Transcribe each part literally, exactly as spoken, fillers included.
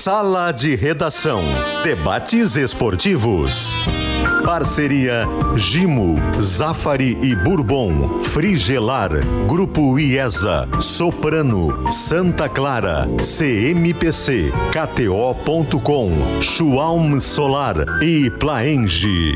Sala de Redação. Debates esportivos. Parceria Gimo, Zafari e Bourbon, Frigelar, Grupo IESA, Soprano, Santa Clara, C M P C, K T O ponto com, Schwalm Solar e Plaenge.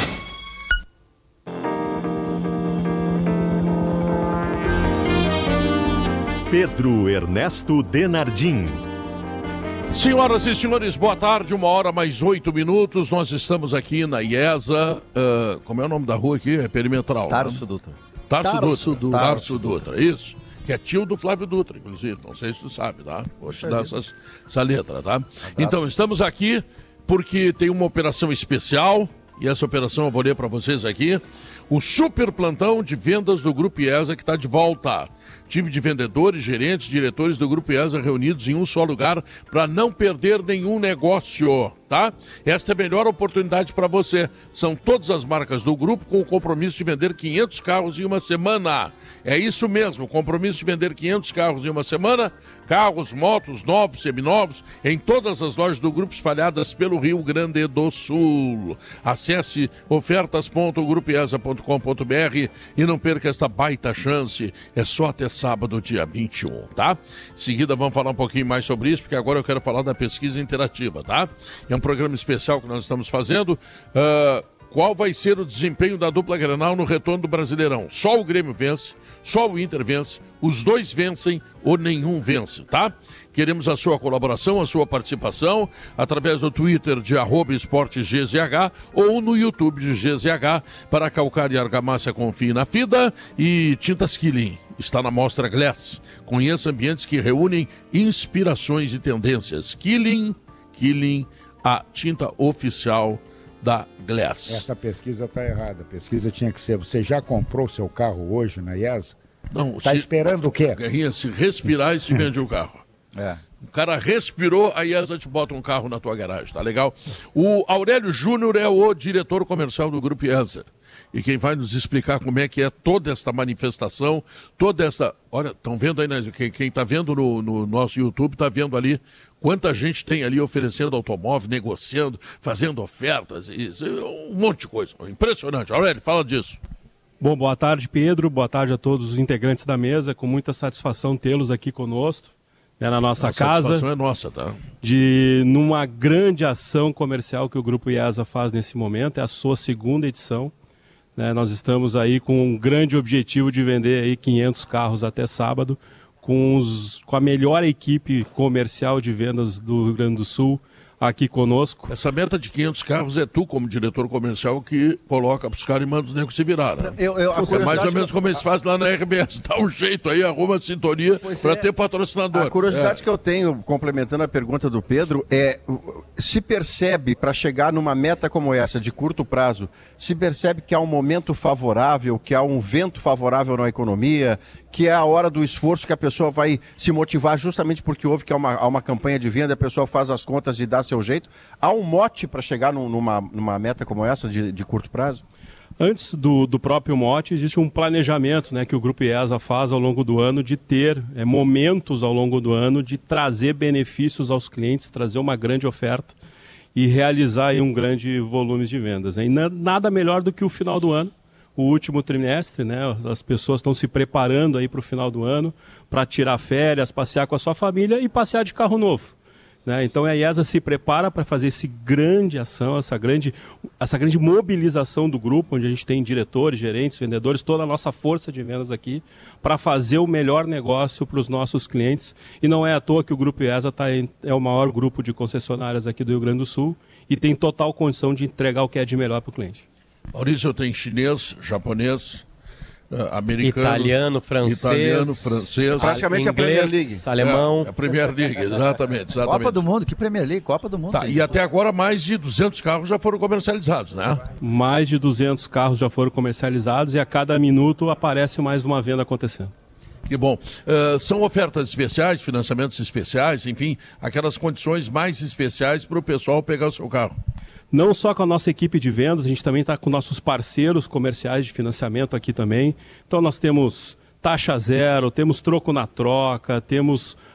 Pedro Ernesto Denardim. Senhoras e senhores, boa tarde, uma hora mais oito minutos, nós estamos aqui na IESA, uh, como é o nome da rua aqui? É Perimetral. Tarso né? Dutra. Tarso, Tarso Dutra. Dutra. Tarso Dutra, isso. Que é tio do Flávio Dutra, inclusive, não sei se tu sabe, tá? Vou te dar essas, essa letra, tá? Então, estamos aqui porque tem uma operação especial, e essa operação eu vou ler para vocês aqui, o super plantão de vendas do Grupo IESA que está de volta. Time de vendedores, gerentes, diretores do Grupo IESA reunidos em um só lugar para não perder nenhum negócio, tá? Esta é a melhor oportunidade para você. São todas as marcas do grupo com o compromisso de vender quinhentos carros em uma semana. É isso mesmo, compromisso de vender quinhentos carros em uma semana, carros, motos, novos, seminovos, em todas as lojas do grupo espalhadas pelo Rio Grande do Sul. Acesse ofertas ponto grupo iesa ponto com ponto b r e não perca esta baita chance. É só até sábado, dia vinte e um, tá? Em seguida vamos falar um pouquinho mais sobre isso, porque agora eu quero falar da pesquisa interativa, tá? É um programa especial que nós estamos fazendo. Uh, qual vai ser o desempenho da dupla Grenal no retorno do Brasileirão? Só o Grêmio vence, só o Inter vence, os dois vencem ou nenhum vence, tá? Queremos a sua colaboração, a sua participação, através do Twitter de arroba esportes G Z H ou no YouTube de G Z H, para calcário e argamassa confie na FIDA e tintas Killing. Está na Mostra Glass. Conheça ambientes que reúnem inspirações e tendências. Killing, Killing, a tinta oficial da Glass. Essa pesquisa está errada. A pesquisa tinha que ser: você já comprou seu carro hoje na IESA? Não. Está esperando o quê? Guerrinha, se respirar e se vende o carro. É. O cara respirou, a IESA te bota um carro na tua garagem, tá legal? O Aurélio Júnior é o diretor comercial do Grupo IESA. E quem vai nos explicar como é que é toda esta manifestação, toda esta... Olha, estão vendo aí, né? Quem está vendo no, no nosso YouTube está vendo ali quanta gente tem ali oferecendo automóvel, negociando, fazendo ofertas, isso, um monte de coisa. Impressionante. Aurélio, fala disso. Bom, boa tarde, Pedro. Boa tarde a todos os integrantes da mesa. Com muita satisfação tê-los aqui conosco, né, na nossa a casa. A satisfação é nossa, tá? De, numa grande ação comercial que o Grupo IESA faz nesse momento. É a sua segunda edição. Né, nós estamos aí com um grande objetivo de vender aí quinhentos carros até sábado, com, os, com a melhor equipe comercial de vendas do Rio Grande do Sul aqui conosco. Essa meta de quinhentos carros é tu, como diretor comercial, que coloca para os caras e manda os negros se virar, né? Eu, eu, é mais ou menos como eles fazem lá na R B S. Dá um jeito aí, arruma a sintonia para é. ter patrocinador. A curiosidade é. que eu tenho, complementando a pergunta do Pedro, é se percebe, para chegar numa meta como essa, de curto prazo, se percebe que há um momento favorável, que há um vento favorável na economia, que é a hora do esforço que a pessoa vai se motivar justamente porque houve que há uma, há uma campanha de venda, a pessoa faz as contas e dá seu jeito. Há um mote para chegar num, numa, numa meta como essa, de, de curto prazo? Antes do, do próprio mote, existe um planejamento, né, que o Grupo IESA faz ao longo do ano de ter é, momentos ao longo do ano de trazer benefícios aos clientes, trazer uma grande oferta e realizar aí, um grande volume de vendas. Né? E nada melhor do que o final do ano, o último trimestre, né? As pessoas estão se preparando aí para o final do ano, para tirar férias, passear com a sua família e passear de carro novo. Né? Então a IESA se prepara para fazer essa grande ação, essa grande, essa grande mobilização do grupo, onde a gente tem diretores, gerentes, vendedores, toda a nossa força de vendas aqui, para fazer o melhor negócio para os nossos clientes. E não é à toa que o Grupo IESA tá em, é o maior grupo de concessionárias aqui do Rio Grande do Sul e tem total condição de entregar o que é de melhor para o cliente. Maurício, tem chinês, japonês, uh, americano, italiano, francês, italiano, francês, praticamente inglês, a Premier League, alemão, é, a Premier League, exatamente, exatamente. Copa do Mundo, que Premier League, Copa do Mundo. Tá, e até agora mais de duzentos carros já foram comercializados, né? Mais de duzentos carros já foram comercializados e a cada minuto aparece mais uma venda acontecendo. Que bom. Uh, são ofertas especiais, financiamentos especiais, enfim, aquelas condições mais especiais para o pessoal pegar o seu carro. Não só com a nossa equipe de vendas, a gente também está com nossos parceiros comerciais de financiamento aqui também. Então nós temos taxa zero, temos troco na troca, temos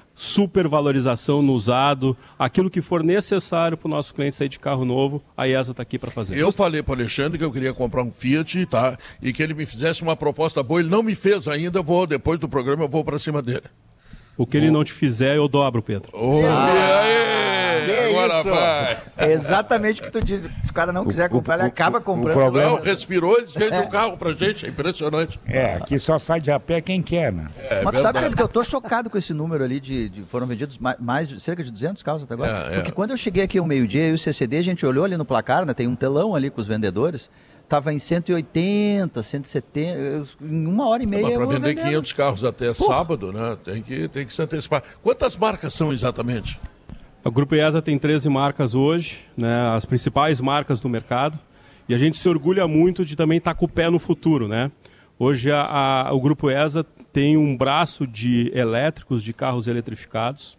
supervalorização no usado, aquilo que for necessário para o nosso cliente sair de carro novo, a IESA está aqui para fazer. Eu falei para o Alexandre que eu queria comprar um Fiat, tá? E que ele me fizesse uma proposta boa. Ele não me fez ainda, eu vou, depois do programa eu vou para cima dele. O que ele não te fizer, eu dobro, Pedro. Oh, Que agora isso? vai. É exatamente o que tu disse. Se o cara não quiser comprar, ele acaba comprando. o problema- Não, respirou, ele vende um carro pra gente, é impressionante. É, aqui só sai de a pé quem quer, né? É, Mas tu sabe, verdade. Pedro, que eu tô chocado com esse número ali de, de foram vendidos mais, mais de cerca de duzentos carros até agora. É, é. Porque quando eu cheguei aqui ao meio-dia e o C C D, a gente olhou ali no placar, né? Tem um telão ali com os vendedores. Tava em cento e oitenta, cento e setenta, eu- em uma hora e meia. Mas para eu vou vender vendendo. quinhentos carros até sábado, né? Tem que, tem que se antecipar. Quantas marcas são exatamente? O Grupo IESA tem treze marcas hoje, né, as principais marcas do mercado, e a gente se orgulha muito de também estar com o pé no futuro, né? Hoje a, a, o Grupo IESA tem um braço de elétricos, de carros eletrificados,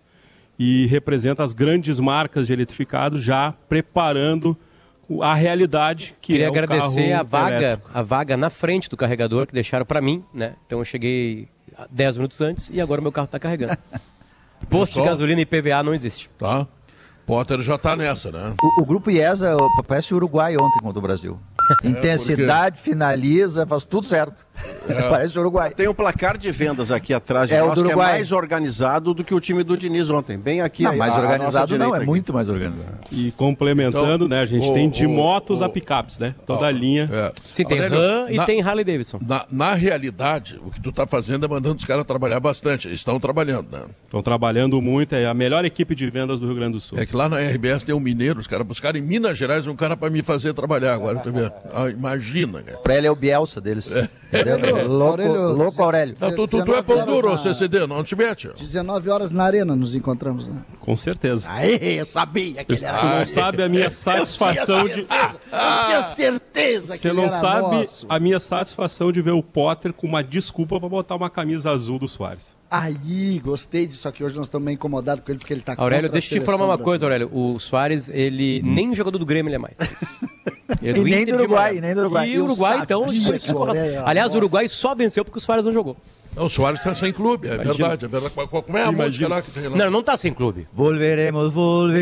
e representa as grandes marcas de eletrificados já preparando o- a realidade que Queria é o agradecer carro a vaga, elétrico. a vaga na frente do carregador que deixaram para mim, né? Então eu cheguei dez minutos antes e agora o meu carro está carregando. Posto de Pessoal? gasolina e I P V A não existe. Tá? Potter já tá nessa, né? O, o grupo IESA ó, parece o Uruguai ontem contra o Brasil. Intensidade, finaliza, faz tudo certo. Parece o Uruguai. Tem um placar de vendas aqui atrás de É o nós do que é Uruguai. mais organizado do que o time do Diniz ontem. Bem aqui. Não, aí, mais à- à nossa organizado não, direita é aqui. muito mais organizado. E complementando, Então, né, a gente o- tem de o- motos o- a picapes, né? Toda Ó, a linha. é. Sim, tem Aurélio, RAM e na- tem Harley Davidson. Na, na realidade, o que tu tá fazendo é mandando os caras trabalhar bastante. Eles estão trabalhando, né? Estão trabalhando muito, é a melhor equipe de vendas do Rio Grande do Sul. É que lá na R B S tem um mineiro, os caras buscaram em Minas Gerais um cara para me fazer trabalhar agora, tá vendo? Ah, imagina, cara. Pra ele é o Bielsa deles. Entendeu? Louco, Aurélio, louco Aurélio. Não, tu, tu, tu é pão duro, C C D, não te mete. ó. dezenove horas na arena nos encontramos, né? Com certeza. Aê, eu sabia que ele era Tu não sabe a minha satisfação de. Eu tinha certeza que Você ele não era sabe nosso. a minha satisfação de ver o Potter com uma desculpa pra botar uma camisa azul do Soares. Aí, gostei disso aqui. Hoje nós estamos meio incomodados com ele porque ele tá Aurélio, contra a deixa eu te seleção informar uma coisa, brasileira. Aurélio. O Soares, ele nem jogador do Grêmio ele é mais. Ele é E nem Inter do de Uruguai, Miami. nem do Uruguai. E Eu o Uruguai, sabia então... isso, Aurélio. Aliás, Nossa. o Uruguai só venceu porque o Soares não jogou. Não, o Soares está sem clube, é Imagina. verdade, é verdade. Qual- qual- Como é a Imagina. música lá que tem lá? Não, não tá sem clube. Volveremos,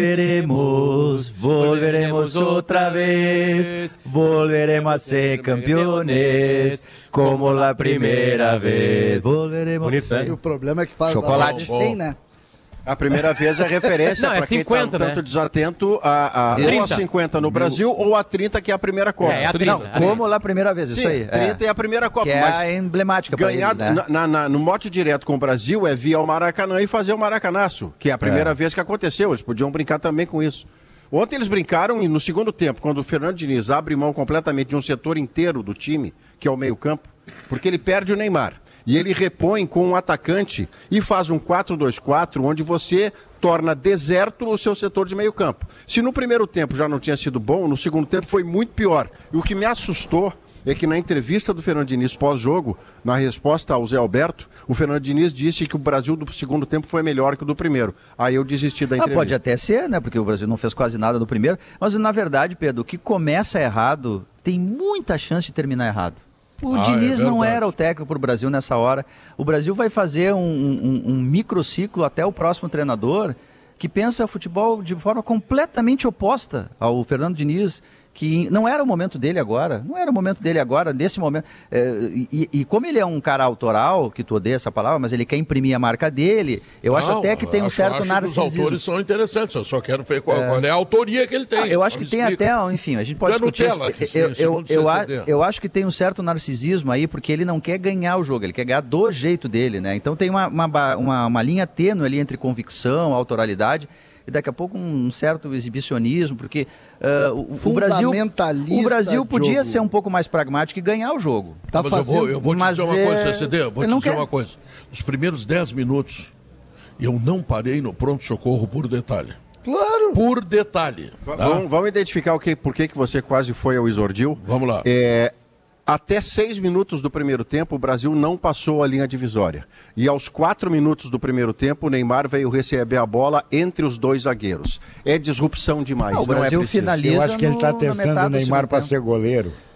volveremos, volveremos outra vez, volveremos a ser campeones, como la primeira vez. Volveremos. Bonito, né? E o problema é que faz Chocolate. cem, né? A primeira vez é referência Não, é para quem está um cinquenta, tanto né? desatento a, a ou a trinta. cinquenta no Brasil ou a trinta, que é a primeira Copa. É, é a trinta. trinta. Como lá primeira vez, Sim, isso aí. trinta é. a primeira Copa. Que é mas a emblemática para ganhar eles, né? na- na- na- no mote direto com o Brasil é via o Maracanã e fazer o Maracanaço, que é a primeira É. vez que aconteceu. Eles podiam brincar também com isso. Ontem eles brincaram e no segundo tempo, quando o Fernando Diniz abre mão completamente de um setor inteiro do time, que é o meio-campo, porque ele perde o Neymar. E ele repõe com um atacante e faz um quatro dois quatro, onde você torna deserto o seu setor de meio campo. Se no primeiro tempo já não tinha sido bom, no segundo tempo foi muito pior. E o que me assustou é que na entrevista do Fernando Diniz pós-jogo, na resposta ao Zé Alberto, o Fernando Diniz disse que o Brasil do segundo tempo foi melhor que o do primeiro. Aí eu desisti da Ah, entrevista. pode até ser, né? Porque o Brasil não fez quase nada no primeiro. Mas, na verdade, Pedro, o que começa errado tem muita chance de terminar errado. O Ah, Diniz é não verdade. era o técnico para o Brasil nessa hora. O Brasil vai fazer um, um, um microciclo até o próximo treinador que pensa futebol de forma completamente oposta ao Fernando Diniz, que não era o momento dele agora, não era o momento dele agora, nesse momento. É, e, e como ele é um cara autoral, que tu odeia essa palavra, mas ele quer imprimir a marca dele, eu acho Não, até que tem um acho- certo acho que narcisismo. Os autores são interessantes, eu só quero ver qual é, qual é a autoria que ele tem. Ah, eu acho Só que me tem explica. até, enfim, a gente pode Tu é discutir Nutella, isso. que sim, Eu, eu, segundo eu, C a- C D. eu acho que tem um certo narcisismo aí, porque ele não quer ganhar o jogo, ele quer ganhar do jeito dele, né? Então tem uma, uma, ba- uma, uma linha tênue ali entre convicção, autoralidade, e daqui a pouco um certo exibicionismo, porque ah, o, o Brasil, Fundamentalista, o Brasil podia Diogo. ser um pouco mais pragmático e ganhar o jogo. Tá Mas eu fazendo... vou, eu vou te mas dizer uma é- coisa, C C D, eu vou ele te não dizer quer. uma coisa. Nos primeiros dez minutos, eu não parei no pronto-socorro por detalhe. Claro. Por detalhe. Va- tá? Vamos, vamos identificar o que, por que, que você quase foi ao Isordil. Vamos lá. É, até seis minutos do primeiro tempo, o Brasil não passou a linha divisória. E aos quatro minutos do primeiro tempo, o Neymar veio receber a bola entre os dois zagueiros. É disrupção demais. Ah, o não Brasil é preciso. finaliza Eu acho que ele está no- na testando metade o do Neymar segundo para tempo. ser goleiro.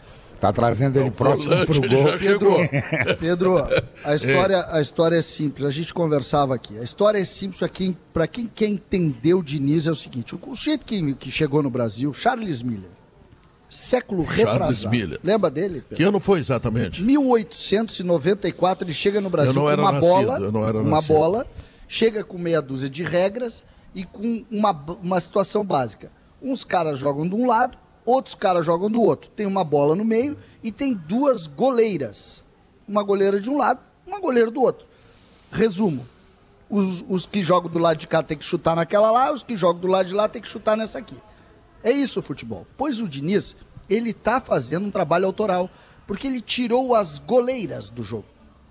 Tá trazendo ele próximo pro gol. Pedro, Pedro, a história, a história é simples. A gente conversava aqui. A história é simples para quem, para quem quer entender o Diniz é o seguinte. O jeito que, que chegou no Brasil, Charles Miller, século retrasado. Miller. Lembra dele, Pedro? Que ano foi exatamente? mil oitocentos e noventa e quatro, ele chega no Brasil com uma nascido, bola, uma nascido. bola, chega com meia dúzia de regras e com uma, uma situação básica. Uns caras jogam de um lado, outros caras jogam do outro. Tem uma bola no meio e tem duas goleiras. Uma goleira de um lado, uma goleira do outro. Resumo. Os, os que jogam do lado de cá tem que chutar naquela lá, os que jogam do lado de lá tem que chutar nessa aqui. É isso o futebol. Pois o Diniz, ele está fazendo um trabalho autoral, porque ele tirou as goleiras do jogo.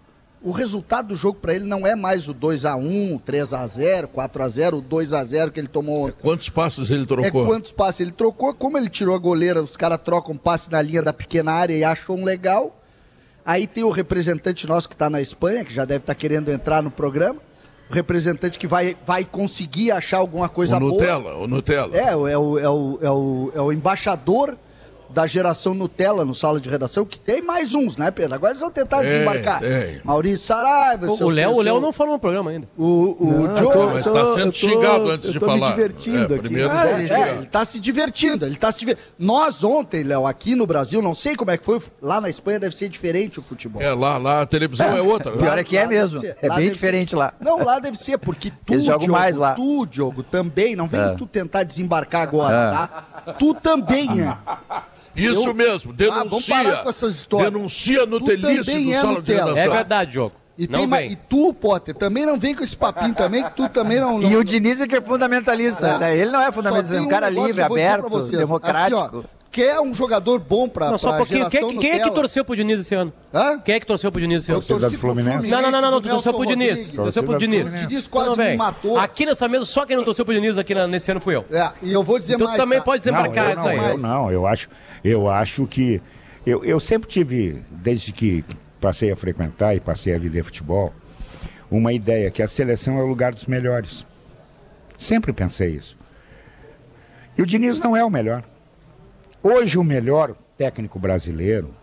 O resultado do jogo para ele não é mais o dois a um, três a zero, quatro a zero, o dois a zero que ele tomou ontem. É quantos passes ele trocou? É quantos passes ele trocou. Como ele tirou a goleira, os caras trocam passe na linha da pequena área e acham um legal. Aí tem o representante nosso que está na Espanha, que já deve estar tá querendo entrar no programa. O representante que vai, vai conseguir achar alguma coisa o boa. Nutella, o Nutella. É, é, o, é, o, é, o, é o embaixador da geração Nutella no Sala de Redação, que tem mais uns, né, Pedro? Agora eles vão tentar é, desembarcar. É. Maurício Saraiva. O Léo o não falou no programa ainda. O, o não, Joe. Tô, mas está sendo tô, xingado antes de falar. Eu tô me divertindo é, aqui. Primeiro ah, ele é, está se divertindo, ele está se divertindo. Nós ontem, Léo, aqui no Brasil, não sei como é que foi, lá na Espanha deve ser diferente o futebol. É, lá, lá a televisão é, é outra. Pior lá, é que é mesmo, é bem diferente ser. lá. Não, lá deve ser, porque tu, Eles jogam Diogo, mais lá. tu, Diogo, também, não vem é. tu tentar desembarcar agora, é. tá? Tu também é. Isso eu... mesmo, denuncia. Ah, com essas histórias. Denuncia no Telice do é Sala de Redação. É verdade, Diogo. E, tem ma... e tu, Potter, também não vem com esse papinho também, que tu também não... não... E o Diniz é que é fundamentalista, né? Ele não é fundamentalista, é um cara livre, aberto, democrático. Assim, ó, quer um jogador bom pra, não, só pra porque, geração quem, quem é que torceu pro Diniz esse ano? Hã? Quem é que torceu pro Diniz esse ano? Eu torci pro Fluminense. Não, não, não, não, não, tu torceu pro Diniz. Torceu pro Diniz. O Diniz quase me matou. Aqui nessa mesa, só quem não torceu pro Diniz aqui na, nesse ano fui eu. É, e eu vou dizer então, mais. Tu também tá? pode desembarcar essa aí. Eu não, eu acho, eu acho que... Eu, eu sempre tive, desde que passei a frequentar e passei a viver futebol, uma ideia que a seleção é o lugar dos melhores. Sempre pensei isso. E o Diniz não é o melhor. Hoje o melhor técnico brasileiro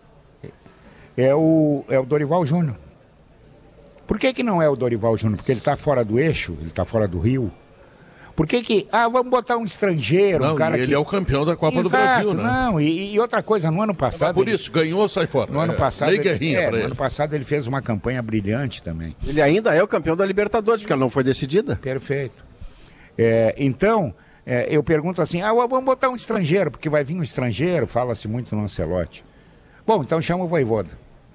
é o, é o Dorival Júnior. Por que que não é o Dorival Júnior? Porque ele está fora do eixo, ele está fora do Rio. Por que que... Ah, vamos botar um estrangeiro, não, um cara ele que... é o campeão da Copa Exato, do Brasil, né? Não, e, e outra coisa, no ano passado... Mas por isso, ele... ganhou, sai fora. No ano é, passado... Lei ele... Guerrinha é, pra no ele. ano passado ele fez uma campanha brilhante também. Ele ainda é o campeão da Libertadores, porque ela não foi decidida. Perfeito. É, então, é, eu pergunto assim, ah, vamos botar um estrangeiro, porque vai vir um estrangeiro, fala-se muito no Ancelotti. Bom, então chama o Vojvoda.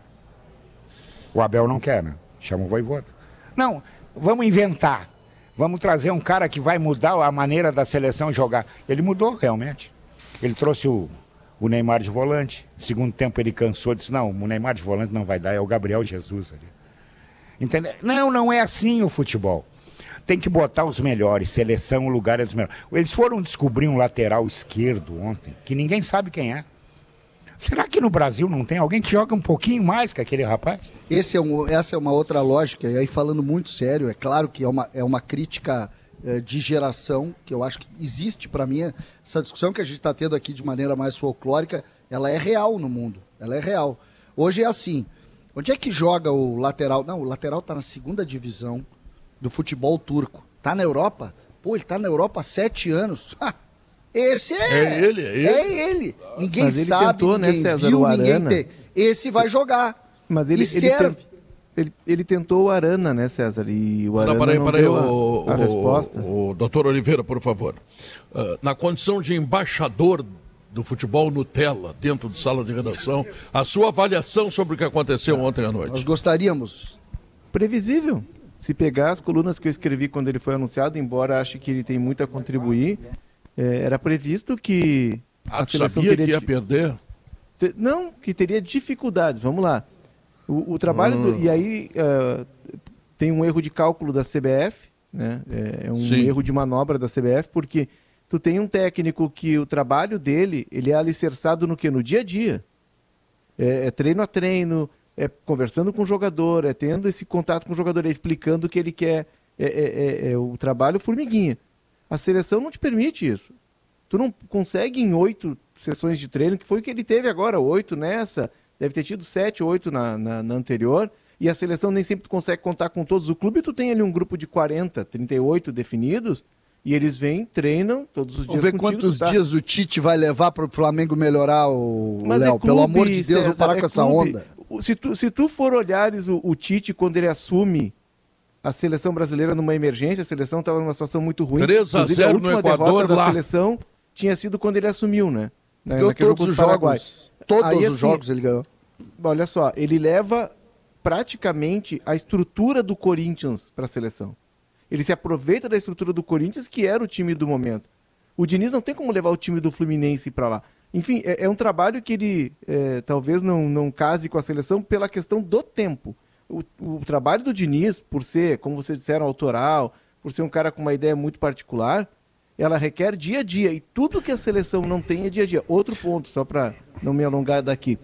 O Abel não quer, né? Chama o Vojvoda. Não, vamos inventar. Vamos trazer um cara que vai mudar a maneira da seleção jogar. Ele mudou realmente. Ele trouxe o, o Neymar de volante. Segundo tempo ele cansou, disse, não, o Neymar de volante não vai dar, é o Gabriel Jesus ali. Entendeu? Não, não é assim o futebol. Tem que botar os melhores, seleção, o lugar é dos melhores. Eles foram descobrir um lateral esquerdo ontem, que ninguém sabe quem é. Será que no Brasil não tem alguém que joga um pouquinho mais que aquele rapaz? Esse é um, essa é uma outra lógica, e aí falando muito sério, é claro que é uma, é uma crítica é, de geração, que eu acho que existe para mim, essa discussão que a gente está tendo aqui de maneira mais folclórica, ela é real no mundo, ela é real. Hoje é assim, onde é que joga o lateral? Não, o lateral está na segunda divisão do futebol turco, está na Europa? Pô, ele está na Europa há sete anos, esse é, é ele, é ele. É ele. Ninguém Mas ele sabe, tentou, ninguém né, César, viu, o ninguém Arana. tem. Esse vai jogar. Mas ele, e ele, serve. Tem, ele, ele tentou o Arana, né, César? E o Arana não, peraí, não peraí, deu o, a, a o, resposta. O, o doutor Oliveira, por favor. Uh, na condição de embaixador do futebol Nutella, dentro de sala de redação, a sua avaliação sobre o que aconteceu ontem à noite. Nós gostaríamos. Previsível. Se pegar as colunas que eu escrevi quando ele foi anunciado, embora ache que ele tem muito a contribuir, é, era previsto que ah, a seleção sabia teria... que ia perder? Te... Não, que teria dificuldades. Vamos lá. O, o trabalho... Hum. Do... E aí uh, tem um erro de cálculo da C B F, né? É um Sim. erro de manobra da C B F, porque tu tem um técnico que o trabalho dele, ele é alicerçado no quê? No dia a dia. É, é treino a treino, é conversando com o jogador, é tendo esse contato com o jogador, é explicando o que ele quer. É, é, é, é o trabalho formiguinha. A seleção não te permite isso. Tu não consegue em oito sessões de treino, que foi o que ele teve agora, oito nessa, deve ter tido sete, oito na, na, na anterior, e a seleção nem sempre tu consegue contar com todos. O clube tu tem ali um grupo de quarenta, trinta e oito definidos, e eles vêm, treinam todos os dias. Vamos ver contigo, quantos tá? dias o Tite vai levar para o Flamengo melhorar, o Mas Léo. é clube, Pelo amor de Deus, César, vamos parar é com essa clube. onda. Se tu, se tu for olhares o, o Tite quando ele assume a seleção brasileira numa emergência, a seleção estava numa situação muito ruim. três a Inclusive, zero a última no Equador, derrota da lá. seleção tinha sido quando ele assumiu, né? Na- Ganhou naquele todos jogo os do Paraguai. jogos. Todos Aí, os assim, jogos ele ganhou. Olha só, ele leva praticamente a estrutura do Corinthians para a seleção. Ele se aproveita da estrutura do Corinthians, que era o time do momento. O Diniz não tem como levar o time do Fluminense para lá. Enfim, é, é um trabalho que ele é, talvez não, não case com a seleção pela questão do tempo. O, o trabalho do Diniz, por ser, como vocês disseram, autoral, por ser um cara com uma ideia muito particular, ela requer dia a dia. E tudo que a seleção não tem é dia a dia. Outro ponto, só para não me alongar daqui.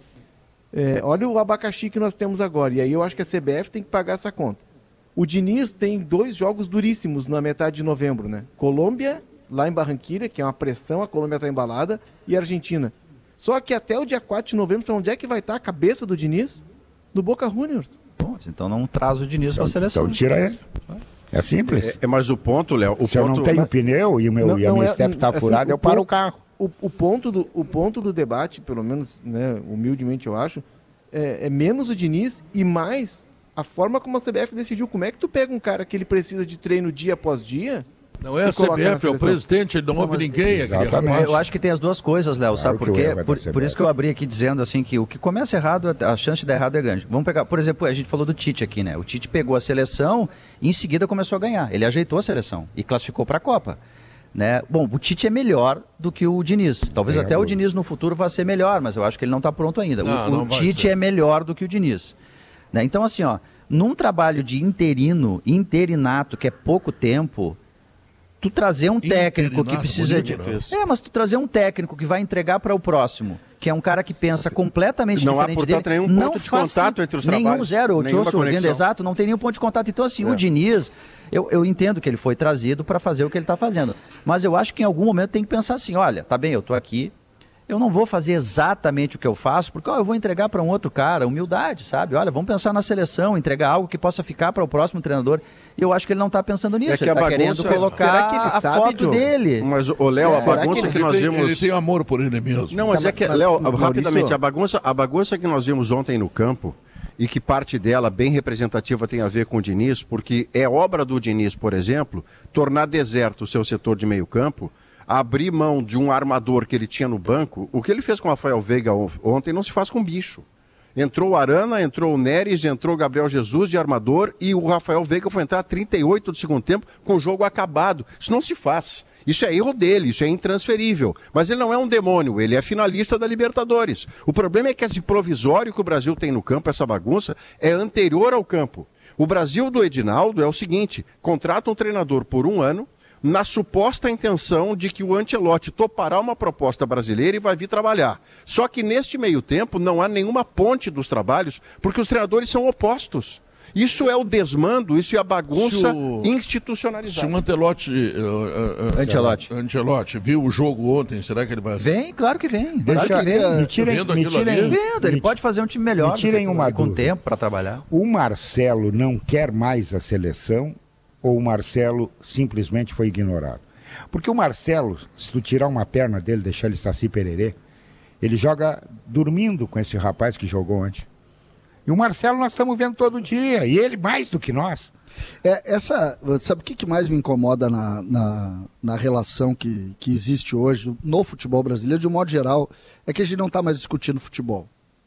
É, olha o abacaxi que nós temos agora. E aí eu acho que a C B F tem que pagar essa conta. O Diniz tem dois jogos duríssimos na metade de novembro, né? Colômbia, lá em Barranquilla, que é uma pressão, a Colômbia está embalada, e a Argentina. Só que até o dia quatro de novembro, então onde é que vai estar a cabeça do Diniz? Do Boca Juniors. Bom, então não traz o Diniz Então, para a seleção. então tira ele. É simples. É, é, mas o ponto, Léo, o Se eu ponto... não tenho pneu e, o meu, Não, e a não minha é- step está assim, furada, o eu paro ponto- o carro. O, o, ponto do, o ponto do debate, pelo menos, né, humildemente eu acho, é, é menos o Diniz e mais a forma como a C B F decidiu. Como é que tu pega um cara que ele precisa de treino dia após dia? Não é E a coloca na C B F, é o seleção? presidente, ele não ouve mas- ninguém. aquele Exatamente. rapaz. Eu acho que tem as duas coisas, Léo, sabe que por o quê? erro é da Por, C B F. por isso que eu abri aqui dizendo assim que o que começa errado, a chance de dar errado é grande. Vamos pegar, por exemplo, a gente falou do Tite aqui, né? O Tite pegou a seleção e em seguida começou a ganhar. Ele ajeitou a seleção e classificou para a Copa. Né? Bom, o Tite é melhor do que o Diniz. Talvez É, até o o- Diniz no futuro vá ser melhor, mas eu acho que ele não está pronto ainda. Não, o o não vai Tite ser. é melhor do que o Diniz. Né? Então, assim, ó, num trabalho de interino, interinato, que é pouco tempo, tu trazer um técnico que Interinato, precisa de. bonito, né? É, mas tu trazer um técnico que vai entregar para o próximo, que é um cara que pensa completamente Não há, diferente portanto, dele. nenhum não ponto de faz contato entre os nenhum trabalhos, zero, o nenhuma Tiosso ouvindo conexão. exato, não tem nenhum ponto de contato. Então, assim, É. o Diniz, eu, eu entendo que ele foi trazido para fazer o que ele está fazendo. Mas eu acho que em algum momento tem que pensar assim, olha, tá bem, eu tô aqui, eu não vou fazer exatamente o que eu faço, porque ó, eu vou entregar para um outro cara, humildade, sabe? Olha, vamos pensar na seleção, entregar algo que possa ficar para o próximo treinador. E eu acho que ele não está pensando nisso, É que ele a está querendo bagunça- colocar Será que ele a sabe, foto Diogo? dele. Mas, ô, Léo, a Será bagunça Ele que nós tem- vimos... Ele tem amor por ele mesmo. Não, mas Tá, é que, mas, Léo, Maurício- rapidamente, a bagunça, a bagunça que nós vimos ontem no campo, e que parte dela, bem representativa, tem a ver com o Diniz, porque é obra do Diniz, por exemplo, tornar deserto o seu setor de meio campo, abrir mão de um armador que ele tinha no banco. O que ele fez com o Rafael Veiga on- ontem não se faz com bicho. Entrou o Arana, entrou o Neres, entrou o Gabriel Jesus de armador e o Rafael Veiga foi entrar trinta e oito do segundo tempo com o jogo acabado. Isso não se faz. Isso é erro dele, isso é intransferível. Mas ele não é um demônio, ele é finalista da Libertadores. O problema é que esse provisório que o Brasil tem no campo, essa bagunça, é anterior ao campo. O Brasil do Edinaldo é o seguinte, contrata um treinador por um ano, na suposta intenção de que o Ancelotti topará uma proposta brasileira e vai vir trabalhar. Só que neste meio tempo não há nenhuma ponte dos trabalhos, porque os treinadores são opostos. Isso é o desmando, isso é a bagunça Se o- institucionalizada. Se o Antelote, uh, uh, uh, Ancelotti. Ancelotti viu o jogo ontem, será que ele vai... Vem, claro que vem. Deixa, Claro que vem. me tirem, Vendo me aquilo tirem, ali? Vendo, ele me- pode fazer um time melhor me tirem do que- uma com dúvida. tempo para trabalhar. O Marcelo não quer mais a seleção ou o Marcelo simplesmente foi ignorado? Porque o Marcelo, se tu tirar uma perna dele, deixar ele saci pererê, ele joga dormindo com esse rapaz que jogou ontem. E o Marcelo nós estamos vendo todo dia, e ele mais do que nós. É, essa, sabe o que, que mais me incomoda na, na, na relação que, que existe hoje no futebol brasileiro, de um modo geral, é que a gente não está mais discutindo futebol.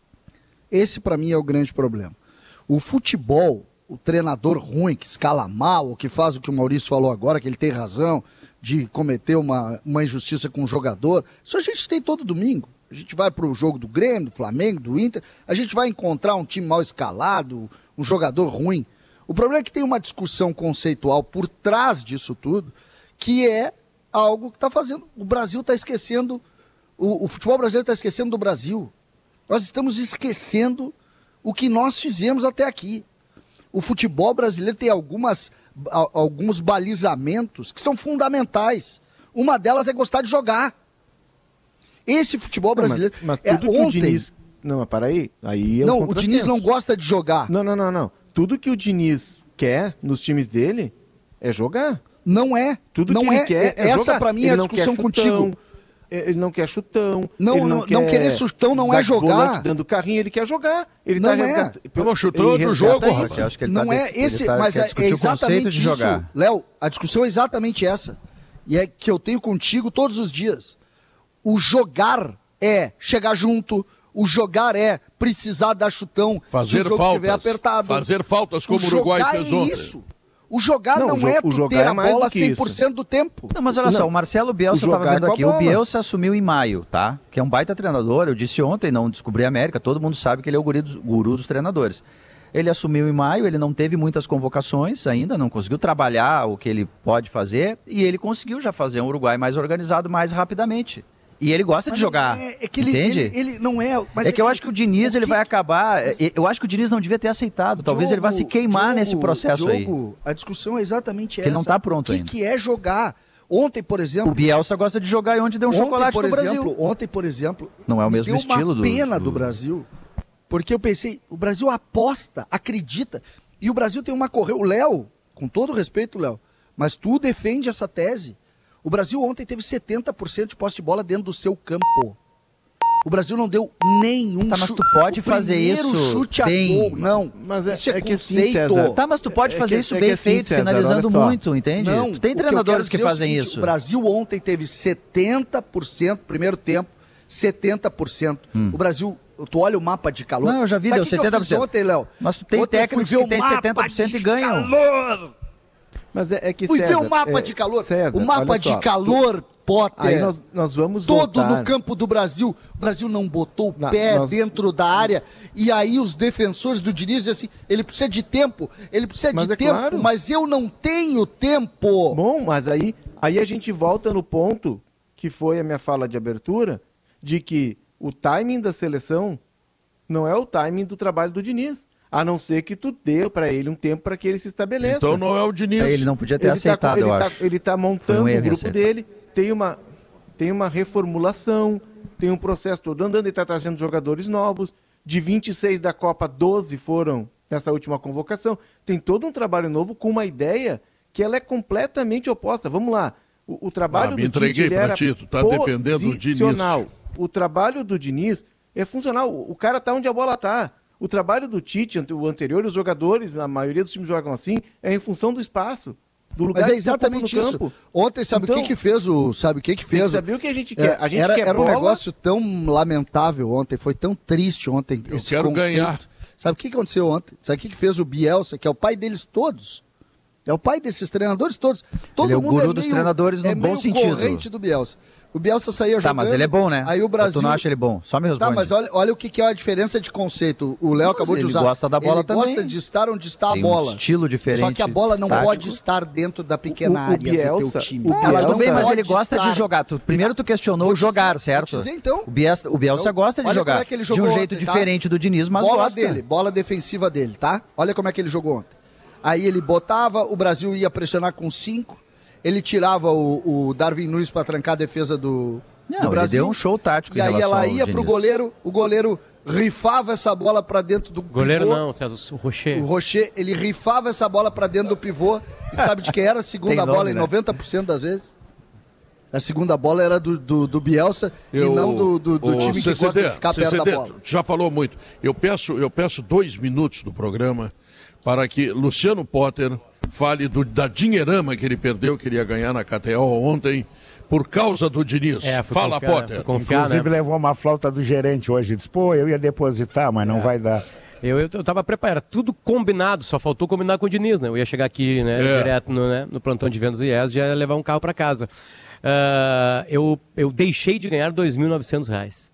Esse, para mim, é o grande problema. O futebol, o treinador ruim, que escala mal, ou que faz o que o Maurício falou agora, que ele tem razão, de cometer uma, uma injustiça com o jogador, isso a gente tem todo domingo. A gente vai para o jogo do Grêmio, do Flamengo, do Inter, a gente vai encontrar um time mal escalado, um jogador ruim. O problema é que tem uma discussão conceitual por trás disso tudo, que é algo que está fazendo. O Brasil está esquecendo, o, o futebol brasileiro está esquecendo do Brasil. Nós estamos esquecendo o que nós fizemos até aqui. O futebol brasileiro tem algumas, a, alguns balizamentos que são fundamentais. Uma delas é gostar de jogar. Esse futebol brasileiro... Não, mas, mas é, tudo que ontem... o Diniz... Não, mas para aí. aí é um não, o Diniz não gosta de jogar. Não, não, não, não. Tudo que o Diniz quer nos times dele é jogar. Não é. Tudo não que ele é. quer é Essa jogar. pra mim é Ele a não quer discussão chutão, contigo. Ele não quer chutão. Não, ele não, não, não quer querer chutão não é zague jogar. volante dando carrinho, ele quer jogar. Ele Não tá é. resgata- Não, chutão ele é do resgata jogo, isso. Eu acho que ele não tá é de- esse, ele tá- mas quer é, discutir é o conceito exatamente de isso. jogar. Léo, a discussão é exatamente essa. E é que eu tenho contigo todos os dias. O jogar é chegar junto, o jogar é precisar dar chutão Fazer se o jogo faltas. estiver apertado. Fazer faltas como o, o Uruguai jogar fez é ontem. isso. O jogar Não, não, o jo- é o tu jogar ter é a mais bola do que cem por cento isso. do tempo. Não, mas olha só, Não. o Marcelo Bielsa, O eu tava jogar vendo é com a aqui, o bola. Bielsa assumiu em maio, tá? Que é um baita treinador, eu disse ontem, não descobri a América, todo mundo sabe que ele é o guri dos- guru dos treinadores. Ele assumiu em maio, ele não teve muitas convocações ainda, não conseguiu trabalhar o que ele pode fazer, e ele conseguiu já fazer um Uruguai mais organizado mais rapidamente. E ele gosta Mas de jogar, não É, é que ele, entende? ele, ele não é... Mas é que eu acho que o Diniz, ele vai acabar... é, Eu acho que o Diniz não devia ter aceitado. Talvez ele vá se queimar Diogo, nesse processo aí. Diogo, a discussão é exatamente Que essa. ele não tá pronto O que, ainda. que é jogar? Ontem, por exemplo... O Bielsa gosta de jogar e onde deu um ontem, chocolate por no exemplo, Brasil. Ontem, por exemplo... Não é o me mesmo deu estilo uma do- pena do- do Brasil, porque eu pensei, o Brasil aposta, acredita, e o Brasil tem uma corrida... O Léo, com todo respeito, Léo, mas tu defende essa tese. O Brasil ontem teve setenta por cento de posse de bola dentro do seu campo. O Brasil não deu nenhum Tá, mas chute. tu pode O fazer primeiro isso chute a bem. gol. Não, Mas é- isso é, é que assim, conceito. César, Tá, mas tu pode É fazer que- isso é bem que assim, feito, César, finalizando olha só. muito, entende? Não, Tu tem o que eu treinadores quero que dizer é o fazem seguinte, isso. O Brasil ontem teve setenta por cento, primeiro tempo, setenta por cento. O Brasil, tu olha o mapa de calor. Hum. Não, eu já vi, Sabe deu o que que setenta por cento. eu fiz ontem, Léo? Mas tu tem Ontem eu fui técnicos ver que o tem mapa setenta por cento de e ganham. calor. Mas é, é que Fui ver César, o mapa é, de calor. César, o mapa olha de só, calor, Potter. Aí nós, nós vamos Todo voltar. no campo do Brasil. O Brasil não botou o Na- pé nós- dentro da área. E aí os defensores do Diniz dizem assim, ele precisa de tempo, ele precisa Mas de é tempo, claro. mas eu não tenho tempo. Bom, mas aí, aí a gente volta no ponto que foi a minha fala de abertura, de que o timing da seleção não é o timing do trabalho do Diniz. A não ser que tu dê para ele um tempo para que ele se estabeleça. Então não é o Diniz. Ele não podia ter Ele tá aceitado, com- ele eu tá, acho. Ele tá Foi montando um o erro grupo aceitar. dele, tem uma, tem uma reformulação, tem um processo todo andando, ele está trazendo jogadores novos. De vinte e seis da Copa, doze foram nessa última convocação. Tem todo um trabalho novo com uma ideia que ela é completamente oposta. Vamos lá. O, o trabalho Ah, me do entreguei Tite ele pra era ti, tu tá defendendo o Diniz. posicional. O trabalho do Diniz é funcional. O o cara tá onde a bola tá. O trabalho do Tite, ante- o anterior, os jogadores, na maioria dos times jogam assim, é em função do espaço, do lugar Mas é que tá ocupando exatamente no isso. campo. Ontem, sabe o Então, que que fez o... Sabe o que que Tem que fez? o- saber o que a gente quer. A gente era, quer era um bola. negócio tão lamentável ontem, foi tão triste ontem Eu esse quero conceito. ganhar. Sabe o que que aconteceu ontem? Sabe o que que fez o Bielsa, que é o pai deles todos? É o pai desses treinadores todos. Todo Ele é o mundo guru é dos meio, treinadores no é bom meio sentido. corrente do Bielsa. O Bielsa saía Tá, jogando. mas ele é bom, né? Aí o Brasil... Ou tu não acha ele bom? Só me responde. Tá, mas olha, olha o que, que é a diferença de conceito. O Léo Mas acabou de ele usar. gosta da bola ele também. gosta de estar onde está Tem a um bola. estilo diferente, Só que a bola não tático. pode estar dentro da pequena O- o área do Bielsa- teu time. o Ah, Ela tudo não bem, mas pode ele gosta estar- de jogar. Tu- primeiro tu questionou Vou o te jogar, dizer- certo? vou te dizer, então. O Bielsa, o Bielsa Então, gosta de olha jogar. como é que ele de jogou um jeito ontem, tá? diferente do Diniz, mas bola gosta. dele, bola defensiva dele, tá? Olha como é que ele jogou ontem. Aí ele botava, o Brasil ia pressionar com cinco, ele tirava o, o Darwin Nunes para trancar a defesa do, Não, do ele Brasil. deu um show tático E em aí relação ela ao ia pro Diniz. goleiro, o goleiro rifava essa bola para dentro do Goleiro pivô. não, César, o Rocher. O Rocher, ele rifava essa bola para dentro do pivô. E sabe de quem era a segunda Tem nome, bola em né? noventa por cento das vezes? A segunda bola era do, do, do Bielsa Eu- e não do, do, do o time que C C D, gosta de ficar perto C C D, da bola. tu já falou muito. Eu peço, eu peço dois minutos do programa para que Luciano Potter fale do, da dinheirama que ele perdeu, que ele ia ganhar na K T O ontem, por causa do Diniz. É, foi Fala, confiar, Potter. foi confiar, Inclusive né? levou uma flauta do gerente hoje. Disse, pô, eu ia depositar, mas não vai dar. Eu, eu, eu tava preparado, tudo combinado, só faltou combinar com o Diniz, né? Eu ia chegar aqui, né, É. direto no, né, no plantão de vendas e I E S e ia levar um carro para casa. Ah, eu, eu deixei de ganhar dois mil e novecentos reais.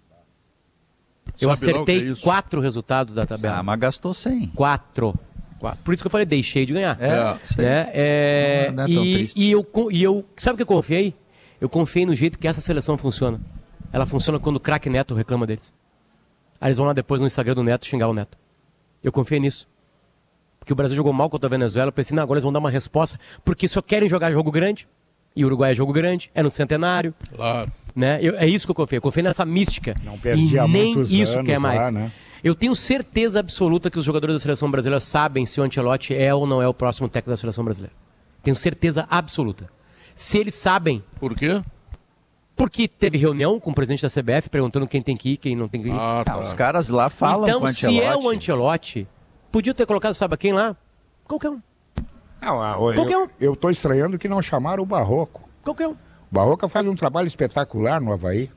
Eu Sabe lá o que é acertei isso? quatro resultados da tabela. Ah, mas gastou cem. Quatro. Quatro. Por isso que eu falei, deixei de ganhar. É, sei. Né? É, Não- não é tão e, triste. e eu, con- e eu, sabe o que eu confiei? Eu confiei no jeito que essa seleção funciona. Ela funciona quando o craque Neto reclama deles. Aí eles vão lá depois no Instagram do Neto xingar o Neto. Eu confiei nisso. Porque o Brasil jogou mal contra a Venezuela, eu pensei, não, agora eles vão dar uma resposta, porque só querem jogar jogo grande, e o Uruguai é jogo grande, é no centenário, Claro. Né? Eu, é isso que eu confiei. Eu confiei nessa mística. Não perdi e há nem muitos isso anos quer mais. lá, né? Eu tenho certeza absoluta que os jogadores da seleção brasileira sabem se o Ancelotti é ou não é o próximo técnico da seleção brasileira. Tenho certeza absoluta. Se eles sabem... Por quê? Porque teve reunião com o presidente da C B F perguntando quem tem que ir, quem não tem que ir. Ah, tá. Ah, os caras lá falam então, com o Ancelotti. se é o Ancelotti, podia ter colocado, sabe quem lá? Qualquer um. Não, eu, Qualquer um. eu tô estranhando que não chamaram o Barroco. Qualquer um. O Barroca faz um trabalho espetacular no Avaí.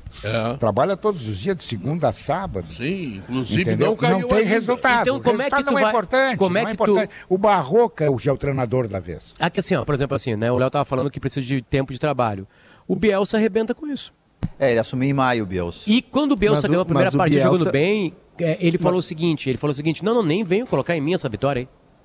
É. Trabalha todos os dias, de segunda a sábado. Sim, inclusive Entendeu? não caiu Não tem ainda. resultado. Então, como o é que resultado tu não é vai- importante. como é não que é importante. O Barroca é o, já é o treinador da vez. Aqui assim, ó, por exemplo, assim, né? O Léo tava falando que precisa de tempo de trabalho. O Bielsa arrebenta com isso. É, ele assumiu em maio o Bielsa. E quando o Bielsa Mas o- ganhou a primeira mas o partida Bielsa- jogando bem, é, ele falou o seguinte, ele falou o seguinte, não, não, nem venho colocar em mim essa vitória aí.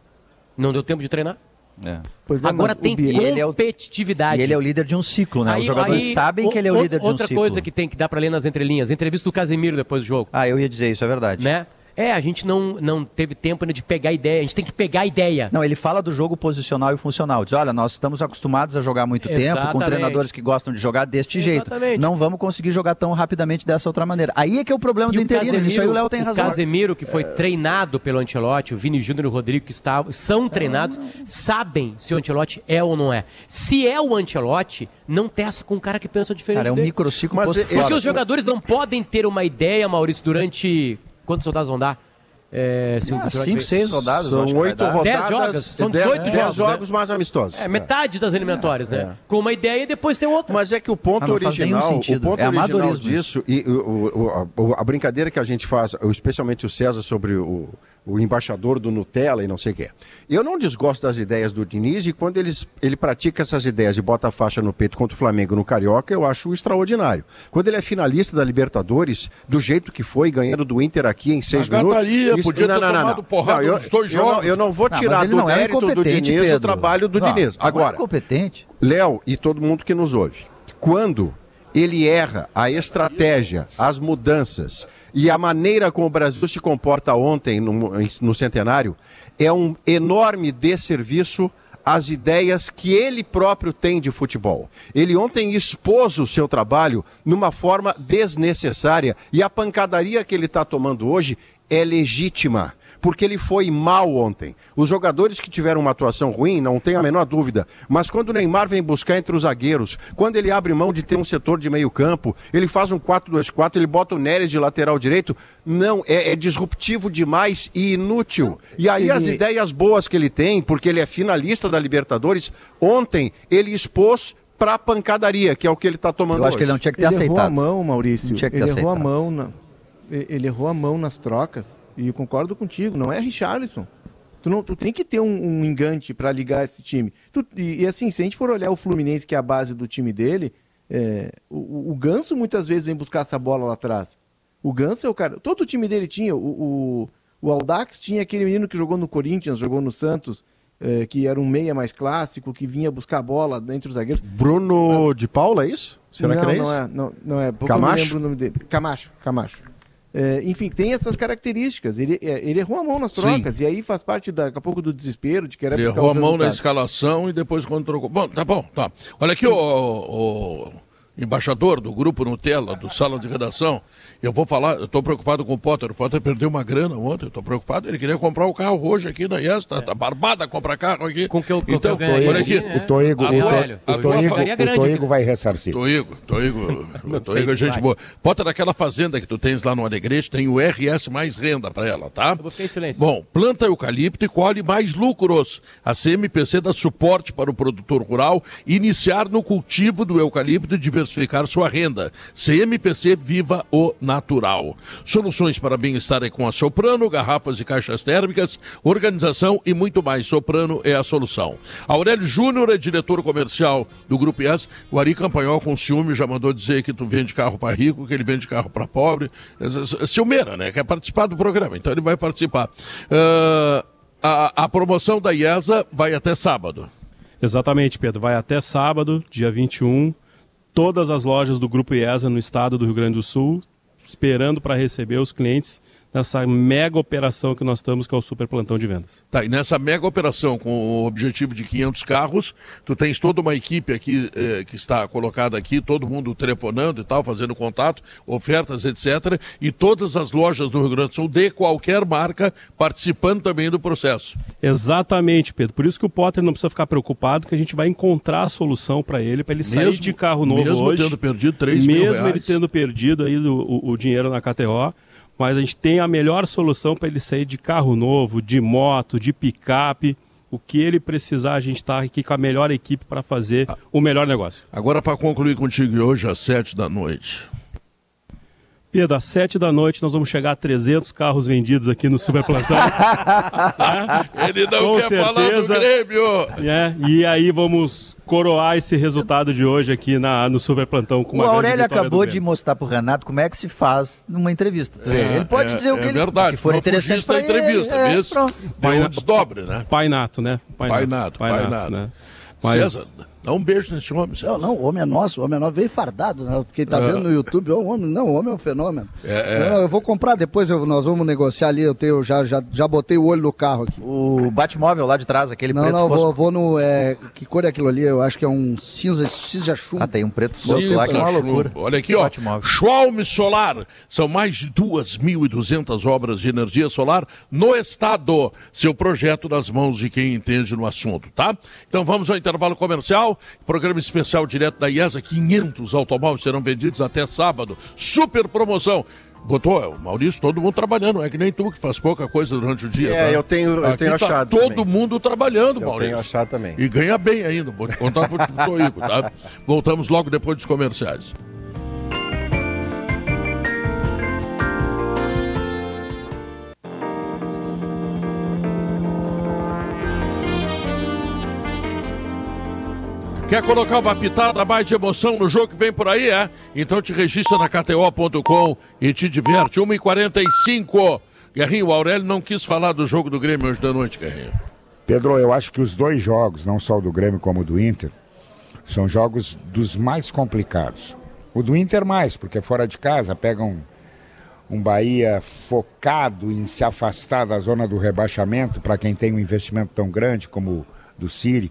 Não deu tempo de treinar. É. Pois é, Agora mas o tem Biel- ele é o- competitividade. E ele é o líder de um ciclo, né? Aí- Os jogadores aí, sabem que ele é o o- líder de um outra ciclo. coisa que tem que dar pra ler nas entrelinhas, entrevista do Casemiro depois do jogo, Ah, eu ia dizer isso, é verdade. né? É, a gente não, não teve tempo ainda de pegar a ideia, a gente tem que pegar a ideia. Não, ele fala do jogo posicional e funcional. Diz, olha, nós estamos acostumados a jogar há muito tempo, com Exatamente. treinadores que gostam de jogar deste Exatamente. jeito. Não vamos conseguir jogar tão rapidamente dessa outra maneira. Aí é que é o problema do interino, isso aí o Léo tem razão. O Casemiro, que foi treinado pelo Ancelotti, o Vini Júnior e o Rodrigo, que estavam, são treinados, sabem se o Ancelotti é ou não é. Se é o Ancelotti, não testa com um cara que pensa diferente Cara, é um dele. microciclo Mas posto é- fora. Porque os jogadores não podem ter uma ideia, Maurício, durante... Quantas rodadas vão dar? É, se o Ah, Ancelotti cinco, fez- seis rodadas. eu São acho que vai oito dar. rodadas. Dez jogos, são dez- dezoito dez jogos, né? jogos mais amistosos. É, metade das eliminatórias, né? é. Com uma ideia e depois tem outra. Mas é que o ponto Ah, não faz nenhum original, o sentido. ponto É original amadorismo disso, e o- o- o- a, a brincadeira que a gente faz, especialmente o César, sobre o, o embaixador do Nutella e não sei o que. Eu não desgosto das ideias do Diniz e quando eles, ele pratica essas ideias e bota a faixa no peito contra o Flamengo no Carioca, eu acho extraordinário. Quando ele é finalista da Libertadores, do jeito que foi, ganhando do Inter aqui em seis Na minutos... gataria, podia ter tomado porrada eu, nos dois eu não- jogos. eu não vou Ah, tirar mas ele do não é mérito do incompetente, Diniz o Pedro. trabalho do Não, Diniz. não é Agora, incompetente. Léo e todo mundo que nos ouve, quando ele erra a estratégia, as mudanças e a maneira como o Brasil se comporta ontem no, no centenário, é um enorme desserviço às ideias que ele próprio tem de futebol. Ele ontem expôs o seu trabalho numa forma desnecessária e a pancadaria que ele está tomando hoje é legítima. Porque ele foi mal ontem. Os jogadores que tiveram uma atuação ruim, não tenho a menor dúvida, mas quando o Neymar vem buscar entre os zagueiros, quando ele abre mão de ter um setor de meio campo, ele faz um quatro dois quatro, ele bota o Neres de lateral direito, não, é, é disruptivo demais e inútil. E aí as Ele- ideias boas que ele tem, porque ele é finalista da Libertadores, ontem ele expôs pra pancadaria, que é o que ele está tomando Eu acho hoje. que ele não tinha que ter Ele errou a aceitado. mão, Maurício. Não tinha que ter ele errou a aceitado. mão. Na... e- Ele errou a mão nas trocas. E eu concordo contigo. Não é Richarlison. Tu, não, tu tem que ter um, um engante para ligar esse time. Tu- e, e assim, se a gente for olhar o Fluminense, que é a base do time dele, é, o, o Ganso muitas vezes vem buscar essa bola lá atrás. O Ganso é o cara. Todo o time dele tinha. O, o, o Audax tinha aquele menino que jogou no Corinthians, jogou no Santos, é, que era um meia mais clássico, que vinha buscar a bola entre os zagueiros. Bruno de Paula, é isso? Será não, que era não isso? É, não, não é. Pouco Camacho? eu me lembro o nome dele. Camacho, Camacho. É, enfim, tem essas características. Ele, é, ele errou a mão nas trocas, e aí faz parte, da- daqui a pouco, do desespero de querer Ele buscar errou o a mão na resultado. escalação e depois quando trocou. Bom, tá bom, tá. Olha aqui, o, o embaixador do Grupo Nutella, do Sala de Redação, eu vou falar, eu estou preocupado com o Potter. O Potter perdeu uma grana ontem, eu estou preocupado. Ele queria comprar o carro hoje aqui na I E S, tá, tá barbada comprar carro aqui. Com que eu- com que então, eu ganharia olha aqui. aqui, né? O Toigo, A o, tua- velho. a o tua Toigo, fa- faria o grande Toigo aqui. vai ressarcir. Toigo, Toigo, Não Toigo é sei se gente vai. boa. Potter, naquela fazenda que tu tens lá no Alegrete, tem o R S mais renda para ela, tá? Eu vou ficar em silêncio. Bom, planta eucalipto e colhe mais lucros. A C M P C dá suporte para o produtor rural iniciar no cultivo do eucalipto e diversificar sua renda. C M P C Viva o Natural. Soluções para bem-estar é com a Soprano, garrafas e caixas térmicas, organização e muito mais. Soprano é a solução. Aurélio Júnior é diretor comercial do Grupo I E S. O Ari Campanhol, com ciúme, já mandou dizer que tu vende carro para rico, que ele vende carro para pobre. Ciumeira, né? Quer participar do programa, então ele vai participar. Ah, a, a promoção da IESA vai até sábado. Exatamente, Pedro. Vai até sábado, dia vinte e um. Todas as lojas do Grupo IESA no estado do Rio Grande do Sul, esperando para receber os clientes nessa mega operação que nós estamos, que é o Super Plantão de Vendas. Tá, e nessa mega operação com o objetivo de quinhentos carros, tu tens toda uma equipe aqui eh, que está colocada aqui, todo mundo telefonando e tal, fazendo contato, ofertas, etcétera. E todas as lojas do Rio Grande do Sul, de qualquer marca, participando também do processo. Exatamente, Pedro. Por isso que o Potter não precisa ficar preocupado, que a gente vai encontrar a solução para ele, para ele sair de carro novo mesmo hoje. Mesmo tendo perdido três mil reais. Mesmo ele tendo perdido aí o, o, o dinheiro na K T O. Mas a gente tem a melhor solução para ele sair de carro novo, de moto, de picape. O que ele precisar, a gente está aqui com a melhor equipe para fazer ah. o melhor negócio. Agora, para concluir contigo, hoje às sete da noite. Pedro, às sete da noite nós vamos chegar a trezentos carros vendidos aqui no Super Plantão. é? Ele não com quer certeza. falar do Grêmio. É, e aí vamos coroar esse resultado de hoje aqui na, no Super Plantão com uma O Aurélio acabou de Grêmio. mostrar pro Renato como é que se faz numa entrevista. É, ele pode é, dizer o que é ele verdade. que for interessante para entrevista, ele. Mesmo. É, Pai um desdobre, né? Pai Nato, né? Pai, pai Nato, Pai Nato. Nato. Né? Mas... César, dá um beijo nesse homem. Não, não, o homem é nosso, o homem é nosso, veio fardado, né? Quem tá é. vendo no YouTube, o homem, não, o homem é um fenômeno. É, é. Não, eu vou comprar depois, eu, nós vamos negociar ali, eu tenho, já, já, já botei o olho no carro aqui. O Batmóvel lá de trás, aquele não, preto não, fosco. Não, vou, vou no, é, que cor é aquilo ali? Eu acho que é um cinza, cinza chumbo. Ah, tem um preto fosco lá que é uma loucura. Olha aqui, ó, Schwalm Solar, são mais de duas mil e duzentas obras de energia solar no estado. Seu projeto nas mãos de quem entende no assunto, tá? Então vamos ao intervalo comercial, programa especial direto da IESA, quinhentos automóveis serão vendidos até sábado, super promoção. Botou, o Maurício, todo mundo trabalhando, não é que nem tu que faz pouca coisa durante o dia. É, tá? eu tenho, eu Aqui tenho tá achado todo também. mundo trabalhando, eu Maurício. Eu tenho achado também. E ganha bem ainda, vou te contar pro Toigo, tá? Voltamos logo depois dos comerciais. Quer colocar uma pitada mais de emoção no jogo que vem por aí, é? Então te registra na K T O ponto com e te diverte. uma e quarenta e cinco. Guerrinho, o Aurélio não quis falar do jogo do Grêmio hoje da noite, Guerrinho. Pedro, eu acho que os dois jogos, não só o do Grêmio como o do Inter, são jogos dos mais complicados. O do Inter mais, porque fora de casa pega um, um Bahia focado em se afastar da zona do rebaixamento, para quem tem um investimento tão grande como o do Siri.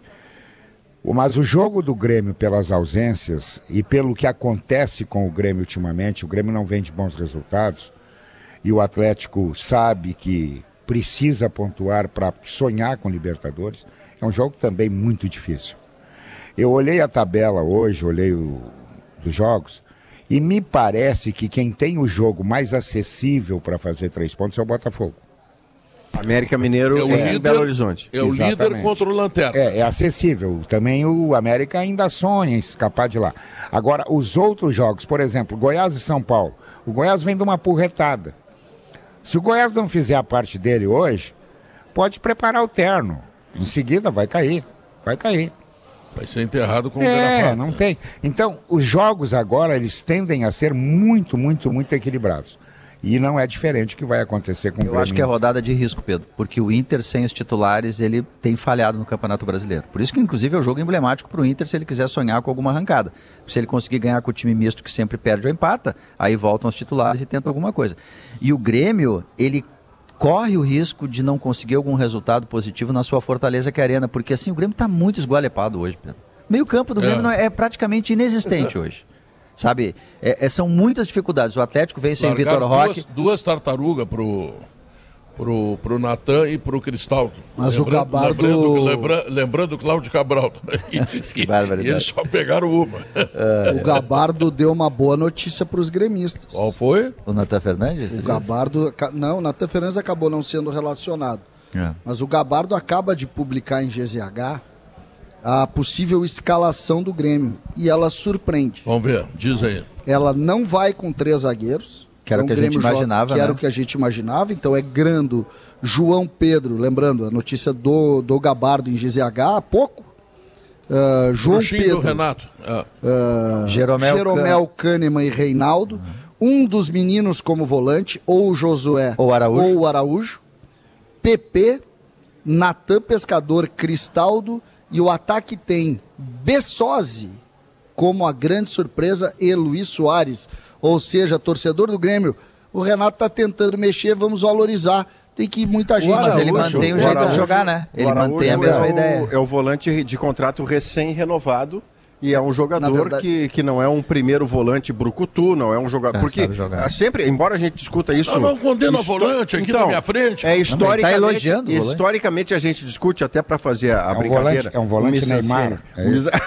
Mas o jogo do Grêmio, pelas ausências e pelo que acontece com o Grêmio ultimamente, o Grêmio não vem de bons resultados e o Atlético sabe que precisa pontuar para sonhar com Libertadores, é um jogo também muito difícil. Eu olhei a tabela hoje, olhei o, dos jogos, e me parece que quem tem o jogo mais acessível para fazer três pontos é o Botafogo. América Mineiro é, o é líder, em Belo Horizonte. É o Exatamente. líder contra o Lanterna. É, é acessível. Também o América ainda sonha em escapar de lá. Agora, os outros jogos, por exemplo, Goiás e São Paulo. O Goiás vem de uma porretada. Se o Goiás não fizer a parte dele hoje, pode preparar o terno. Em seguida vai cair. Vai cair. Vai ser enterrado com o É, não tem. Então, os jogos agora, eles tendem a ser muito, muito, muito equilibrados. E não é diferente o que vai acontecer com o Grêmio. Eu acho que é rodada de risco, Pedro, porque o Inter sem os titulares, ele tem falhado no Campeonato Brasileiro. Por isso que, inclusive, é o jogo emblemático para o Inter se ele quiser sonhar com alguma arrancada. Se ele conseguir ganhar com o time misto que sempre perde ou empata, aí voltam os titulares e tentam alguma coisa. E o Grêmio, ele corre o risco de não conseguir algum resultado positivo na sua fortaleza que é a Arena, porque assim, o Grêmio está muito esgualepado hoje, Pedro. Meio campo do Grêmio é, não é, é praticamente inexistente hoje. Sabe, é, é, são muitas dificuldades. O Atlético vem sem Vitor Roque. Duas, duas tartarugas pro, pro, pro Natan e pro Cristaldo. Mas lembrando, o Gabardo... Lembrando, lembra, lembrando o Cláudio Cabral também. Que barbaridade. E eles só pegaram uma. É, o Gabardo deu uma boa notícia para os gremistas. Qual foi? O Natan Fernandes? O Gabardo... Não, o Natan Fernandes acabou não sendo relacionado. É. Mas o Gabardo acaba de publicar em G Z H a possível escalação do Grêmio. E ela surpreende. Vamos ver, diz aí. Ela não vai com três zagueiros. Que era o que a gente imaginava, Que né? era o que a gente imaginava. Então é Grando, João Pedro, lembrando a notícia do, do Gabardo em G Z H há pouco. Uh, João Bruxinho Pedro. do Renato. Ah. Uh, Jeromel, Jeromel Kahneman e Reinaldo. Um dos meninos como volante, ou o Josué ou Araújo. ou o Araújo. P P, Natan Pescador, Cristaldo. E o ataque tem Bessosi como a grande surpresa e Luiz Soares. Ou seja, torcedor do Grêmio, o Renato está tentando mexer, vamos valorizar. Tem que ir muita gente. Mas ele mantém o jeito de jogar, né? Ele mantém a mesma é ideia. O, é o volante de contrato recém-renovado. E é um jogador verdade... que, que não é um primeiro volante brucutu, não é um jogador... É, porque sempre, embora a gente discuta isso... Não, não condena o volante aqui então, na minha frente. É, historicamente, tá elogiando o historicamente a gente discute até para fazer a, a é um brincadeira. Volante, é um volante Neymar. É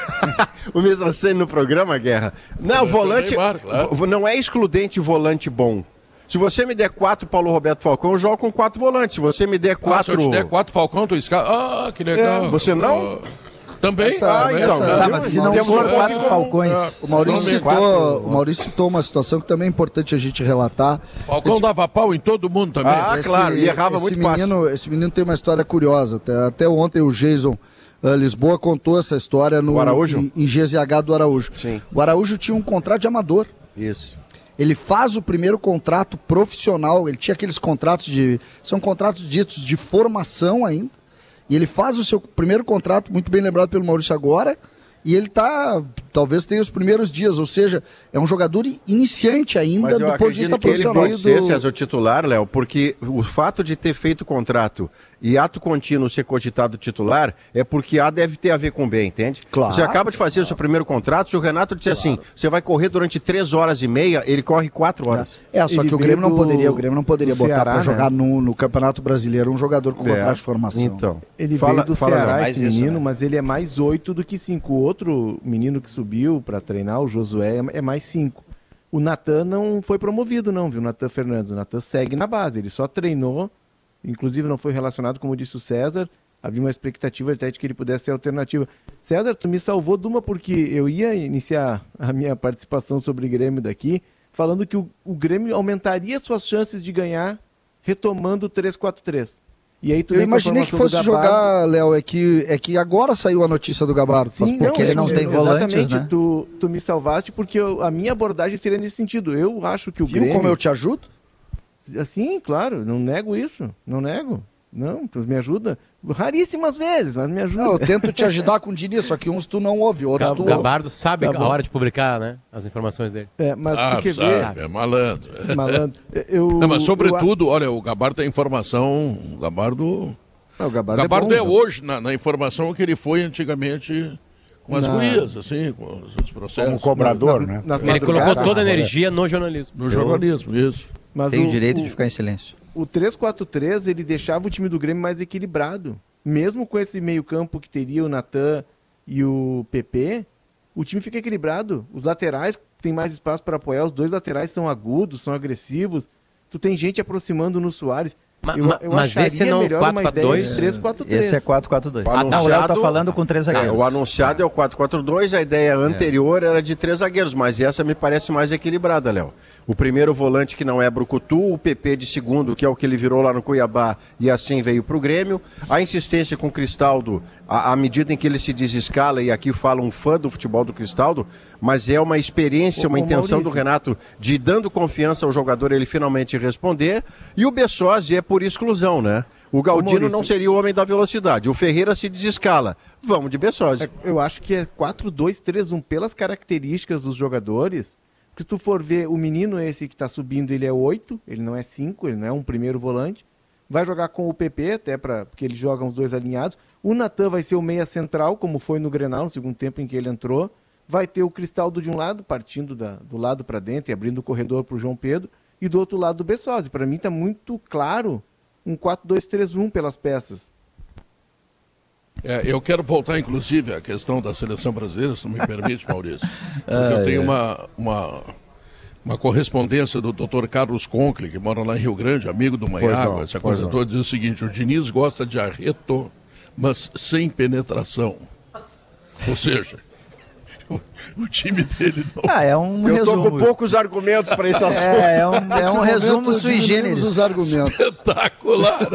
o mise-en-scène no programa, Guerra. Não, o volante Neymar, claro. Não é excludente volante bom. Se você me der quatro Paulo Roberto Falcão, eu jogo com quatro volantes. Se você me der quatro... Ah, se eu te der quatro Falcão, tu escala... Ah, que legal. É, você não... Também? Essa, ah, então, essa, tá, mas se não for quatro Falcões... É, o, Maurício citou, o Maurício citou uma situação que também é importante a gente relatar. Falcão esse... dava pau em todo mundo também. Ah, esse, claro, e errava muito menino, fácil. Esse menino tem uma história curiosa. Até, até ontem o Jason uh, Lisboa contou essa história no, Araújo? Em, em G Z H do Araújo. Sim. O Araújo tinha um contrato de amador. Isso. Ele faz o primeiro contrato profissional, ele tinha aqueles contratos de... São contratos ditos de formação ainda. E ele faz o seu primeiro contrato, muito bem lembrado pelo Maurício agora, e ele tá, talvez tenha os primeiros dias, ou seja, é um jogador iniciante ainda do ponto de vista profissional. Mas eu acredito que ele pode ser, César, o titular, Léo, porque o fato de ter feito contrato e ato contínuo ser cogitado titular é porque A deve ter a ver com B, entende? Claro. Você acaba de fazer claro. o seu primeiro contrato, se o Renato disser claro. assim, você vai correr durante três horas e meia, ele corre quatro horas. É, é só ele que o Grêmio não do... poderia, o Grêmio não poderia botar para né? jogar no, no Campeonato Brasileiro um jogador com é. contrato de formação. Então, ele fala, veio do fala Ceará, não, esse menino, isso, né? mas ele é mais oito do que cinco. O outro menino que subiu para treinar, o Josué, é mais cinco. O Natan não foi promovido não, viu? O Natan Fernandes. O Natan segue na base, ele só treinou, inclusive não foi relacionado, como disse o César. Havia uma expectativa até de que ele pudesse ser alternativa. César, tu me salvou de uma porque eu ia iniciar a minha participação sobre o Grêmio daqui, falando que o, o Grêmio aumentaria suas chances de ganhar retomando o três quatro três. E aí tu eu imaginei que fosse jogar, Léo, é que, é que agora saiu a notícia do Gabardo. Sim, porque não, ele não tem volantes, exatamente, né? tu, tu me salvaste porque eu, a minha abordagem seria nesse sentido. Eu acho que o Viu Grêmio... como eu te ajudo? Assim, claro, não nego isso, não nego. Não, tu me ajuda raríssimas vezes, mas me ajuda. Não, eu tento te ajudar com o Diniz, só que uns tu não ouve, outros tu ouve. O Gabardo sabe tá a hora de publicar, né, as informações dele. É, mas ah, tu quer sabe, ver... é malandro. Malandro. Eu, não, mas sobretudo, eu... olha, o Gabardo tem informação, o Gabardo... Não, o Gabardo, o Gabardo é, é bom, hoje na, na informação que ele foi antigamente com as na... gurias, assim, com os processos. Como cobrador, nas, né? nas ele colocou toda a energia no jornalismo. No jornalismo, isso. Mas tem o, o direito o, de ficar em silêncio. O três quatro três, ele deixava o time do Grêmio mais equilibrado. Mesmo com esse meio campo que teria o Natan e o P P, o time fica equilibrado. Os laterais têm mais espaço para apoiar, os dois laterais são agudos, são agressivos. Tu tem gente aproximando no Soares. Ma, eu, eu mas esse não é quatro quatro dois? três quatro três. Esse é quatro quatro dois. Ah, não, o Léo tá falando com três zagueiros. É, o anunciado é o quatro quatro dois, a ideia anterior é. era de três zagueiros, mas essa me parece mais equilibrada, Léo. O primeiro volante que não é brucutu, o P P de segundo, que é o que ele virou lá no Cuiabá e assim veio para o Grêmio. A insistência com o Cristaldo, à medida em que ele se desescala, e aqui fala um fã do futebol do Cristaldo, mas é uma experiência, uma intenção do Renato de, dando confiança ao jogador, ele finalmente responder. E o Bessosi é por exclusão, né? O Galdino não seria o homem da velocidade. O Ferreira se desescala. Vamos de Bessosi. É, eu acho que é quatro dois três um pelas características dos jogadores. Porque se tu for ver, o menino esse que está subindo, ele é oito, ele não é cinco, ele não é um primeiro volante. Vai jogar com o P P, até pra, porque eles jogam os dois alinhados. O Natan vai ser o meia central, como foi no Grenal, no segundo tempo em que ele entrou. Vai ter o Cristaldo de um lado, partindo da, do lado para dentro e abrindo o corredor para o João Pedro. E do outro lado o Bessosi. Para mim está muito claro um quatro dois três um pelas peças. É, eu quero voltar, inclusive, à questão da seleção brasileira, se não me permite, Maurício. Porque eu tenho uma, uma, uma correspondência do doutor Carlos Conkle, que mora lá em Rio Grande, amigo do Maiágua, essa coisa não. toda, diz o seguinte: o Diniz gosta de arreto, mas sem penetração. Ou seja, o, o time dele não... Ah, é um eu resumo. Eu tô com poucos argumentos para esse assunto. É, é um, é um resumo sui generis. Os argumentos. Espetacular.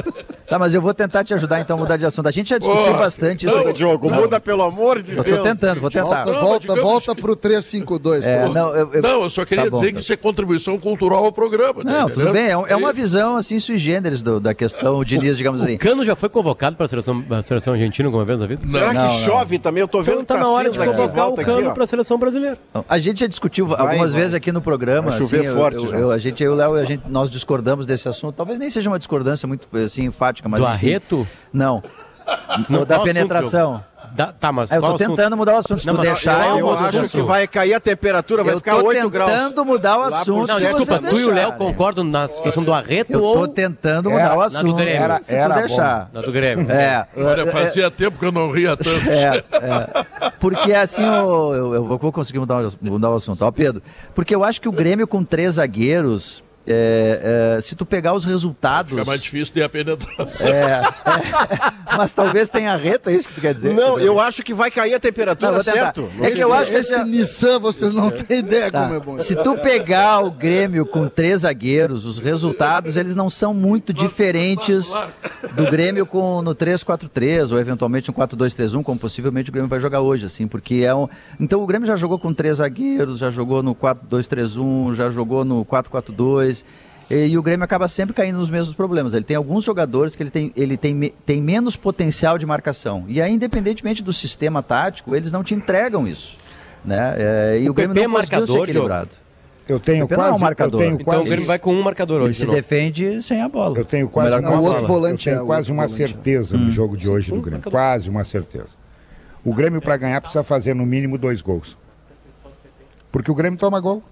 Tá, mas eu vou tentar te ajudar então a mudar de assunto. A gente já discutiu oh, bastante isso. Não, Diogo, não. Muda pelo amor de eu Deus. Tô tentando, vou tentar. Volta, Não, volta, digamos volta que... pro trezentos e cinquenta e dois. É, não, eu, eu... não, eu só queria tá bom, dizer tá. que isso é contribuição cultural ao programa. Não, tá tudo bem. É, é uma visão assim sui generis do, da questão, o Diniz, digamos assim. O Cano já foi convocado para a seleção, a seleção argentina alguma vez na vida? Não. Será Não, que não. chove também? Eu tô vendo Então tá que na hora de cinza aqui, convocar o volta Cano aqui, ó. para a seleção brasileira. A gente já discutiu Vai, algumas vai. vezes aqui no programa. Vai chover assim, forte eu, eu, já. eu, a gente, eu e o Léo, a gente, nós discordamos desse assunto. Talvez nem seja uma discordância muito assim, enfática, mas. Do enfim. Arreto? Não. Não, da qual penetração. assunto, Da, tá, mas Ah, eu qual tô assunto? tentando mudar o assunto. Se Não, tu mas deixar, eu eu, Eu mudo de acho assunto. que vai cair a temperatura, vai eu ficar tô oito graus. tentando mudar o Lá por assunto. Não, se desculpa, vocês tu e o Léo deixarem. concordam na situação do Arreto Eu ou tô tentando mudar Era- o na assunto. do Grêmio. Era- se tu era deixar. na do Grêmio? É. Olha, é, fazia tempo que eu não ria tanto. É, é. Porque assim, eu, eu, eu vou conseguir mudar, o- mudar o assunto. Ó, Pedro, porque eu acho que o Grêmio com três zagueiros, é, é, se tu pegar os resultados... Fica mais difícil de a penetração. É, é, mas talvez tenha reto, é isso que tu quer dizer? Não, eu acho que vai cair a Não, temperatura, vou tentar. certo? É que eu acho que Esse esse- Nissan, vocês não têm ideia Tá. como é bom. Se tu pegar o Grêmio com três zagueiros, os resultados eles não são muito diferentes do Grêmio com no três quatro três ou eventualmente um quatro dois três um, como possivelmente o Grêmio vai jogar hoje, assim, porque é um... Então o Grêmio já jogou com três zagueiros, já jogou no quatro dois três um, já jogou no quatro quatro dois. E, e o Grêmio acaba sempre caindo nos mesmos problemas. Ele tem alguns jogadores que ele tem, ele tem, me- tem menos potencial de marcação. E aí, independentemente do sistema tático, eles não te entregam isso. Né? É, e o, O Grêmio P P não é conseguiu ser marcador, equilibrado. Eu tenho O P P não é um quase, marcador. eu tenho Então quase, o Grêmio vai com um marcador Ele hoje. se de novo. defende sem a bola. eu tenho quase Melhor uma, que o outro bola. volante eu tenho é o quase outro uma volante. certeza no jogo de hoje do Grêmio. Quase uma certeza. O Grêmio, para ganhar, precisa fazer no mínimo dois gols. Porque o Grêmio toma gol.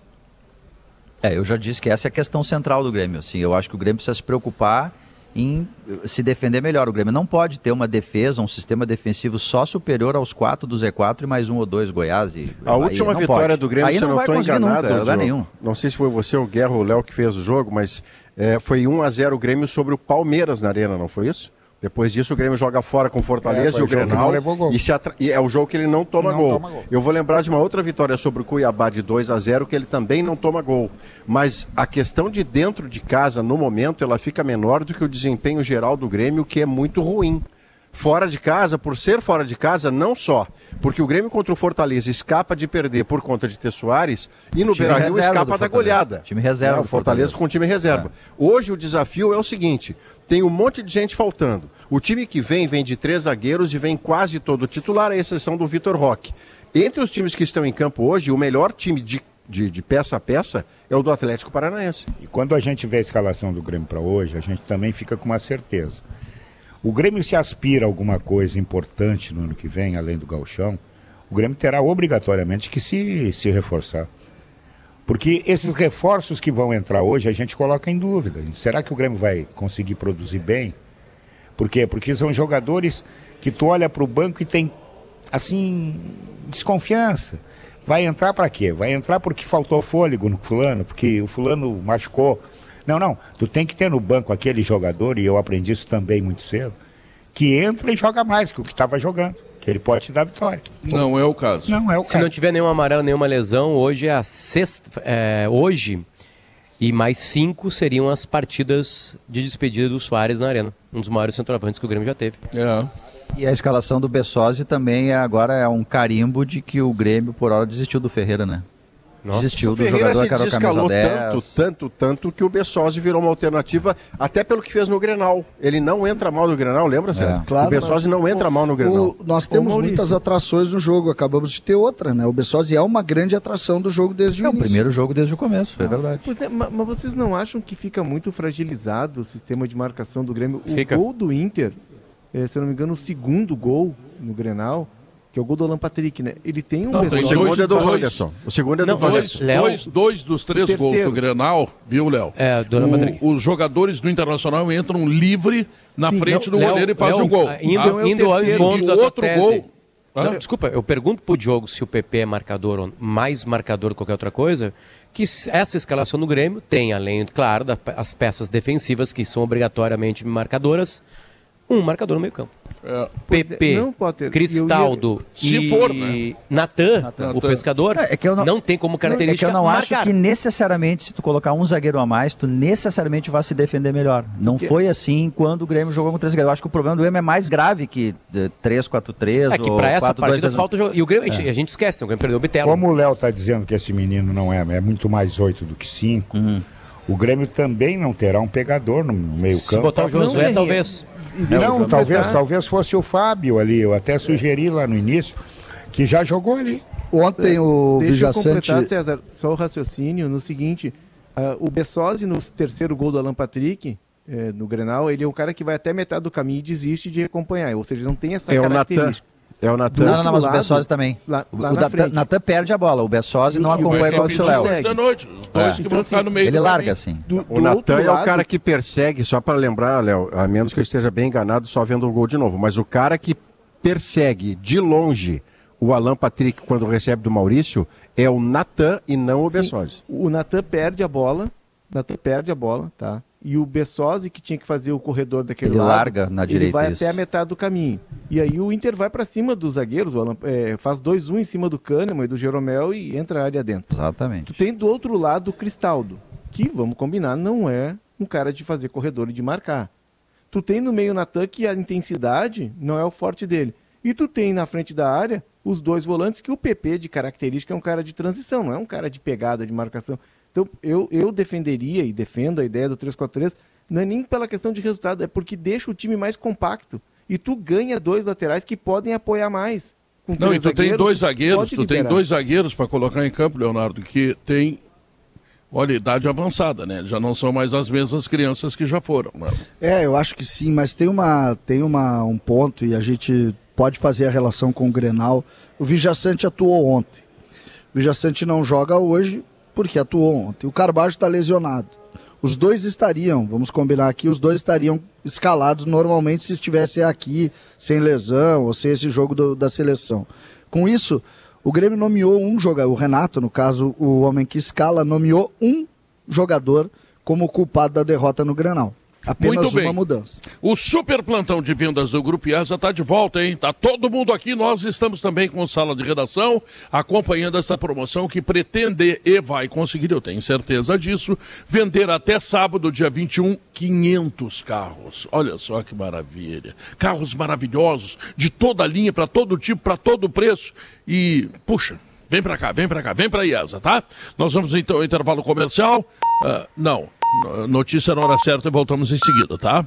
É, eu já disse que essa é a questão central do Grêmio. Assim, eu acho que o Grêmio precisa se preocupar em eh, se defender melhor. O Grêmio não pode ter uma defesa, um sistema defensivo só superior aos quatro do Z quatro e mais um ou dois Goiás. E, A última não vitória pode. do Grêmio, aí se eu não não vai estou conseguir enganado, nunca, lugar Diogo, nenhum. não sei se foi você, o Guerra ou o Léo que fez o jogo, mas é, foi um a zero o Grêmio sobre o Palmeiras na Arena, não foi isso? Depois disso o Grêmio joga fora com o Fortaleza É, foi e o o jogo que Grenal não levou gol. e, se atra- e é o jogo que ele não toma Não gol. toma gol. Eu vou lembrar de uma outra vitória sobre o Cuiabá de dois a zero que ele também não toma gol. Mas a questão de dentro de casa, no momento, ela fica menor do que o desempenho geral do Grêmio, que é muito ruim. Fora de casa, por ser fora de casa, não só, porque o Grêmio contra o Fortaleza escapa de perder por conta de ter Soares e no Time Beira-Rio reserva escapa do da Fortaleza. goleada. Time reserva É, o do Fortaleza Fortaleza. com time reserva. Hoje o desafio é o seguinte, tem um monte de gente faltando. O time que vem, vem de três zagueiros e vem quase todo titular, à exceção do Vitor Roque. Entre os times que estão em campo hoje, o melhor time de, de, de peça a peça é o do Atlético Paranaense. E quando a gente vê a escalação do Grêmio para hoje, a gente também fica com uma certeza. O Grêmio se aspira a alguma coisa importante no ano que vem, além do gauchão, o Grêmio terá obrigatoriamente que se, se reforçar. Porque esses reforços que vão entrar hoje, a gente coloca em dúvida. Será que o Grêmio vai conseguir produzir bem? Por quê? Porque são jogadores que tu olha para o banco e tem, assim, desconfiança. Vai entrar para quê? Vai entrar porque faltou fôlego no fulano, porque o fulano machucou. Não, não. Tu tem que ter no banco aquele jogador, e eu aprendi isso também muito cedo, que entra e joga mais que o que estava jogando, que ele pode te dar vitória. Não é o caso. Não é o Se caso. não tiver nenhuma amarela, nenhuma lesão, hoje é a sexta. É, hoje e mais cinco seriam as partidas de despedida do Soares na Arena. Um dos maiores centroavantes que o Grêmio já teve. É. E a escalação do Bessosi também é, agora é um carimbo de que o Grêmio, por hora, desistiu do Ferreira, né? Nossa. Desistiu O do Ferreira jogador se que era o camisa desescalou dez. tanto, tanto, tanto que o Bessosi virou uma alternativa, até pelo que fez no Grenal. Ele não entra mal no Grenal, lembra, César? Claro, o Bessosi mas não entra mal no Grenal. O- nós temos muitas atrações no jogo, acabamos de ter outra, né? O Bessosi é uma grande atração do jogo desde o É o início. primeiro jogo desde o começo, é verdade. Pois é, ma- mas vocês não acham que fica muito fragilizado o sistema de marcação do Grêmio? O Fica. gol do Inter, eh, se eu não me engano, o segundo gol no Grenal, que é o gol do Alan Patrick, né? Ele tem um Não, tem O pessoal- segundo é do dois- Wanderson. O segundo é do Não, Wanderson. Dois, Léo- dois, dois dos três O gols terceiro. do Grenal, viu, Léo? É, do Alan O- Patrick. Os jogadores do Internacional entram livre na Sim, frente do Léo- goleiro e fazem Léo, o gol. ah, Indo, Então é o indo ao terceiro. encontro E da o tua outro tese. gol- Hã? Não, desculpa, eu pergunto pro Diogo se o P P é marcador ou mais marcador que qualquer outra coisa, que s- essa escalação do Grêmio tem, além, claro, das peças defensivas que são obrigatoriamente marcadoras, um marcador no meio campo. É. P P, Não, Potter, Cristaldo ia... e Se for, né? Natan, Natan. o pescador, É, é que eu não... não tem como característica É que eu não acho marcar. que necessariamente, se tu colocar um zagueiro a mais, tu necessariamente vai se defender melhor. Não foi assim quando o Grêmio jogou com três zagueiros. Eu acho que o problema do Grêmio é mais grave que três quatro três É que ou pra essa quatro dois partida dois um. falta o jogo. E o Grêmio, a gente esquece, né? O Grêmio perdeu o Bitelo. Como o Léo está dizendo que esse menino não é, é muito mais oito do que cinco, Uhum. o Grêmio também não terá um pegador no meio Se campo. botar o Josué, Não, talvez. E deixa eu Não, talvez, completar. talvez fosse o Fábio ali. Eu até sugeri lá no início que já jogou ali. Ontem o Deixa eu Vijaçante... completar, César, só o raciocínio no seguinte, uh, o Bessosi no terceiro gol do Alan Patrick, eh, no Grenal, ele é um cara que vai até metade do caminho e desiste de acompanhar, ou seja, não tem essa É o Natan. característica. É o Natan. Não, não, não, mas o lado, Bessosi também. Lá, lá o na Natan, frente. Natan perde a bola, o Bessosi não E o acompanha Bessosi com o não Léo. segue. Da noite, os dois É. que Então, vão assim, ficar no meio Ele do larga caminho. assim. Do, O do Natan outro é o lado- cara que persegue, só para lembrar, Léo, a menos que eu esteja bem enganado só vendo o gol de novo, mas o cara que persegue de longe o Alan Patrick quando recebe do Maurício é o Natan e não o Sim, Bessosi. o Natan perde a bola, o Natan perde a bola, tá? E o Bessosi, que tinha que fazer o corredor daquele Ele lado, larga na ele direita, vai isso. até a metade do caminho. E aí o Inter vai para cima dos zagueiros, o Alan, é, faz dois um em cima do Kahneman e do Jeromel e entra a área dentro. Exatamente. Tu tem do outro lado o Cristaldo, que, vamos combinar, não é um cara de fazer corredor e de marcar. Tu tem no meio o Natan que a intensidade não é o forte dele. E tu tem na frente da área os dois volantes que o P P, de característica, é um cara de transição, não é um cara de pegada, de marcação. Então eu, eu defenderia e defendo a ideia do três quatro três, não é nem pela questão de resultado, é porque deixa o time mais compacto. E tu ganha dois laterais que podem apoiar mais. Com Não, três e tu tem dois zagueiros, pode tu tem liberar. dois zagueiros para colocar em campo, Leonardo, que tem, olha, idade avançada, né? Já não são mais as mesmas crianças que já foram, né? É, eu acho que sim, mas tem, uma, tem uma, um ponto e a gente pode fazer a relação com o Grenal. O Vijaçante atuou ontem. O Vijaçante não joga hoje porque atuou ontem. O Carbajo está lesionado. Os dois estariam, vamos combinar aqui, os dois estariam escalados normalmente se estivessem aqui sem lesão ou sem esse jogo do, da seleção. Com isso, o Grêmio nomeou um jogador, o Renato, no caso, o homem que escala, nomeou um jogador como culpado da derrota no Grenal. Apenas Muito bem. uma mudança. O super plantão de vendas do Grupo IESA está de volta, hein? Tá todo mundo aqui, nós estamos também com sala de redação, acompanhando essa promoção que pretende e vai conseguir, eu tenho certeza disso, vender até sábado, dia vinte e um, quinhentos carros. Olha só que maravilha. Carros maravilhosos, de toda a linha, para todo tipo, para todo preço. E, puxa, vem para cá, vem para cá, vem para a IESA, tá? Nós vamos então ao intervalo comercial. Uh, não. Notícia na hora certa e voltamos em seguida, tá?